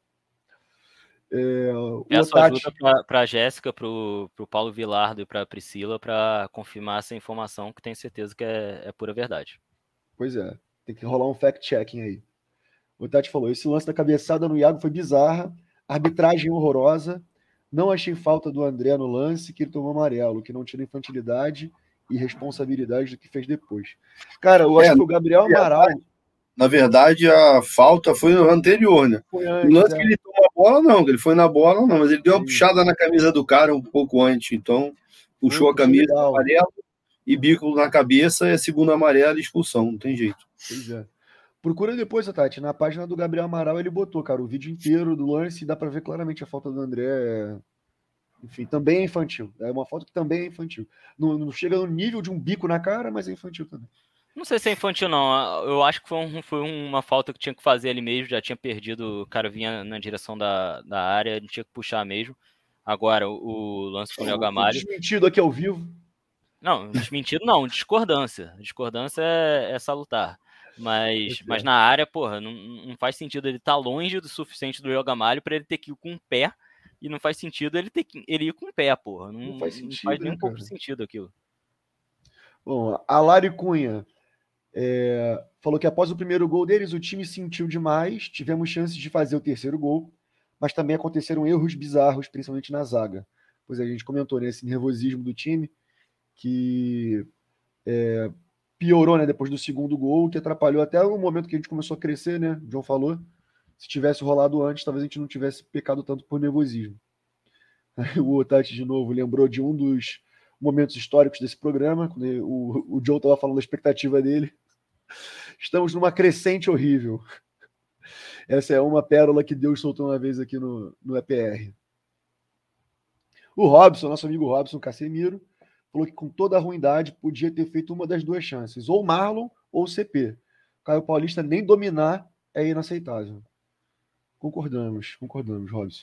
É, Peço ajuda para a Jéssica, para o Paulo Vilardo e para a Priscila para confirmar essa informação, que tenho certeza que é, é pura verdade. Pois é, tem que rolar um fact-checking aí. O Tati falou, esse lance da cabeçada no Iago foi bizarra, arbitragem horrorosa, não achei falta do André no lance, que ele tomou amarelo, que não tira infantilidade e responsabilidade do que fez depois. Cara, eu acho é, que o Gabriel Amaral... Na verdade, a falta foi no anterior, né? Foi antes, o lance é. que ele tomou a bola, não, que ele foi na bola, não, mas ele deu uma Sim. puxada na camisa do cara um pouco antes, então puxou foi, a camisa amarela e bico na cabeça, é segundo amarelo e expulsão, não tem jeito. Pois é. Procura depois, Tati, na página do Gabriel Amaral ele botou, cara, o vídeo inteiro do lance, dá pra ver claramente a falta do André, enfim, também é infantil, é uma falta que também é infantil. Não, não chega no nível de um bico na cara, mas é infantil também. Não sei se é infantil, não. Eu acho que foi, um, foi uma falta que tinha que fazer ali mesmo. Já tinha perdido. O cara vinha na direção da, da área, ele tinha que puxar mesmo. Agora, o, o lance com o Léo Gamalho. Desmentido aqui ao vivo. Não, desmentido não, discordância. Discordância é, é salutar. Mas, mas na área, porra, não, não faz sentido ele estar tá longe do suficiente do Léo Gamalho para ele ter que ir com o pé. E não faz sentido ele, ter que, ele ir com o pé, porra. Não, não faz sentido. Não faz nem né, um pouco de sentido aquilo. Bom, a Lari Cunha. É, falou que após o primeiro gol deles, o time sentiu demais, tivemos chances de fazer o terceiro gol, mas também aconteceram erros bizarros, principalmente na zaga. Pois é, a gente comentou, né, esse nervosismo do time, que é, piorou, né, depois do segundo gol, que atrapalhou até o momento que a gente começou a crescer, né, o João falou, se tivesse rolado antes, talvez a gente não tivesse pecado tanto por nervosismo. Aí o Otati, de novo, lembrou de um dos momentos históricos desse programa, quando ele, o, o Joe estava falando da expectativa dele. Estamos numa crescente horrível. Essa é uma pérola que Deus soltou uma vez aqui no, no E P R. O Robson, nosso amigo Robson Casemiro, falou que com toda a ruindade podia ter feito uma das duas chances, ou Marlon ou C P. Caio Paulista nem dominar é inaceitável. Concordamos, concordamos, Robson.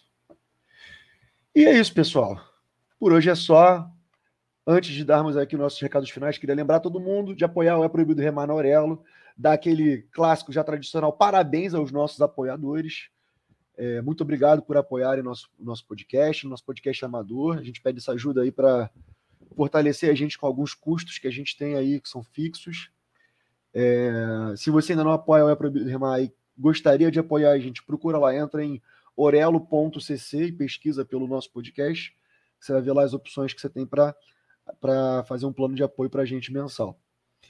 E é isso, pessoal. Por hoje é só. Antes de darmos aqui nossos recados finais, queria lembrar todo mundo de apoiar o É Proibido Remar na Aurelo, dar aquele clássico já tradicional parabéns aos nossos apoiadores. É, muito obrigado por apoiarem nosso, nosso podcast, nosso podcast amador. A gente pede essa ajuda aí para fortalecer a gente com alguns custos que a gente tem aí, que são fixos. É, se você ainda não apoia o É Proibido Remar e gostaria de apoiar a gente, procura lá, entra em orelo ponto c c e pesquisa pelo nosso podcast. Você vai ver lá as opções que você tem para para fazer um plano de apoio para a gente mensal.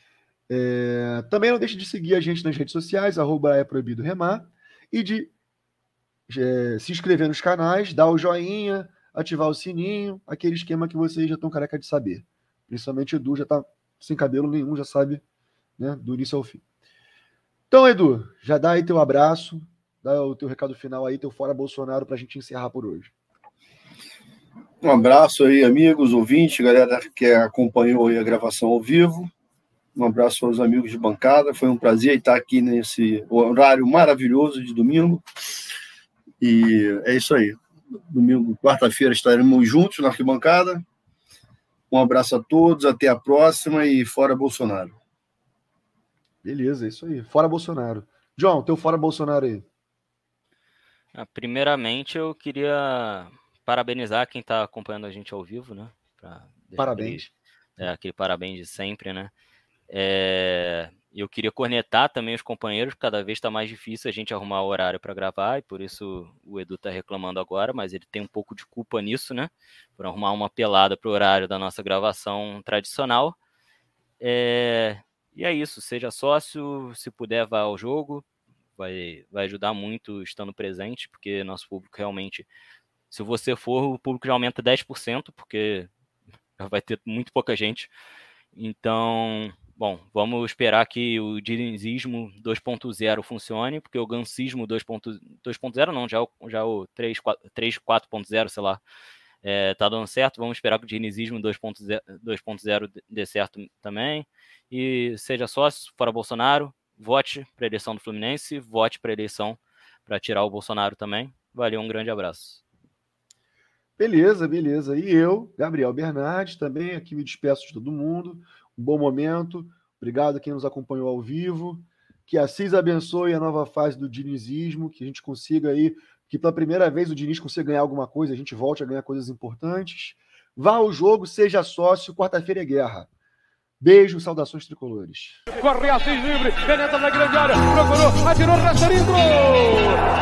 É, também não deixe de seguir a gente nas redes sociais, arroba é proibido remar, e de é, se inscrever nos canais, dar o joinha, ativar o sininho, aquele esquema que vocês já estão careca de saber. Principalmente o Edu já está sem cabelo nenhum, já sabe, né, do início ao fim. Então, Edu, já dá aí teu abraço, dá o teu recado final aí, teu fora Bolsonaro, para a gente encerrar por hoje. Um abraço aí, amigos, ouvintes, galera que acompanhou aí a gravação ao vivo. Um abraço aos amigos de bancada. Foi um prazer estar aqui nesse horário maravilhoso de domingo. E é isso aí. Domingo, quarta-feira, estaremos juntos na arquibancada. Um abraço a todos, até a próxima e fora Bolsonaro. Beleza, é isso aí. Fora Bolsonaro. John, teu fora Bolsonaro aí. Primeiramente, eu queria parabenizar quem está acompanhando a gente ao vivo, né? Parabéns. Aquele, é, aquele parabéns de sempre, né? É, eu queria cornetar também os companheiros, cada vez está mais difícil a gente arrumar o horário para gravar, e por isso o Edu está reclamando agora, mas ele tem um pouco de culpa nisso, né? Por arrumar uma pelada para o horário da nossa gravação tradicional. É, e é isso, seja sócio, se puder vá ao jogo, vai, vai ajudar muito estando presente, porque nosso público realmente... Se você for, o público já aumenta dez por cento, porque já vai ter muito pouca gente. Então, bom, vamos esperar que o dinizismo dois ponto zero funcione, porque o gansismo dois ponto zero não, já, já o três, quatro ponto zero, sei lá, é, tá dando certo. Vamos esperar que o dinizismo dois ponto zero dê certo também. E seja sócio, fora Bolsonaro, vote para a eleição do Fluminense, vote para a eleição para tirar o Bolsonaro também. Valeu, um grande abraço. Beleza, beleza. E eu, Gabriel Bernardes, também aqui me despeço de todo mundo. Um bom momento. Obrigado a quem nos acompanhou ao vivo. Que Assis abençoe a nova fase do dinizismo, que a gente consiga aí, que pela primeira vez o Diniz consiga ganhar alguma coisa, a gente volte a ganhar coisas importantes. Vá ao jogo, seja sócio, quarta-feira é guerra. Beijo, saudações tricolores. Corre Assis livre, penetra na grande área, procurou, atirou, Rasterinho, gol!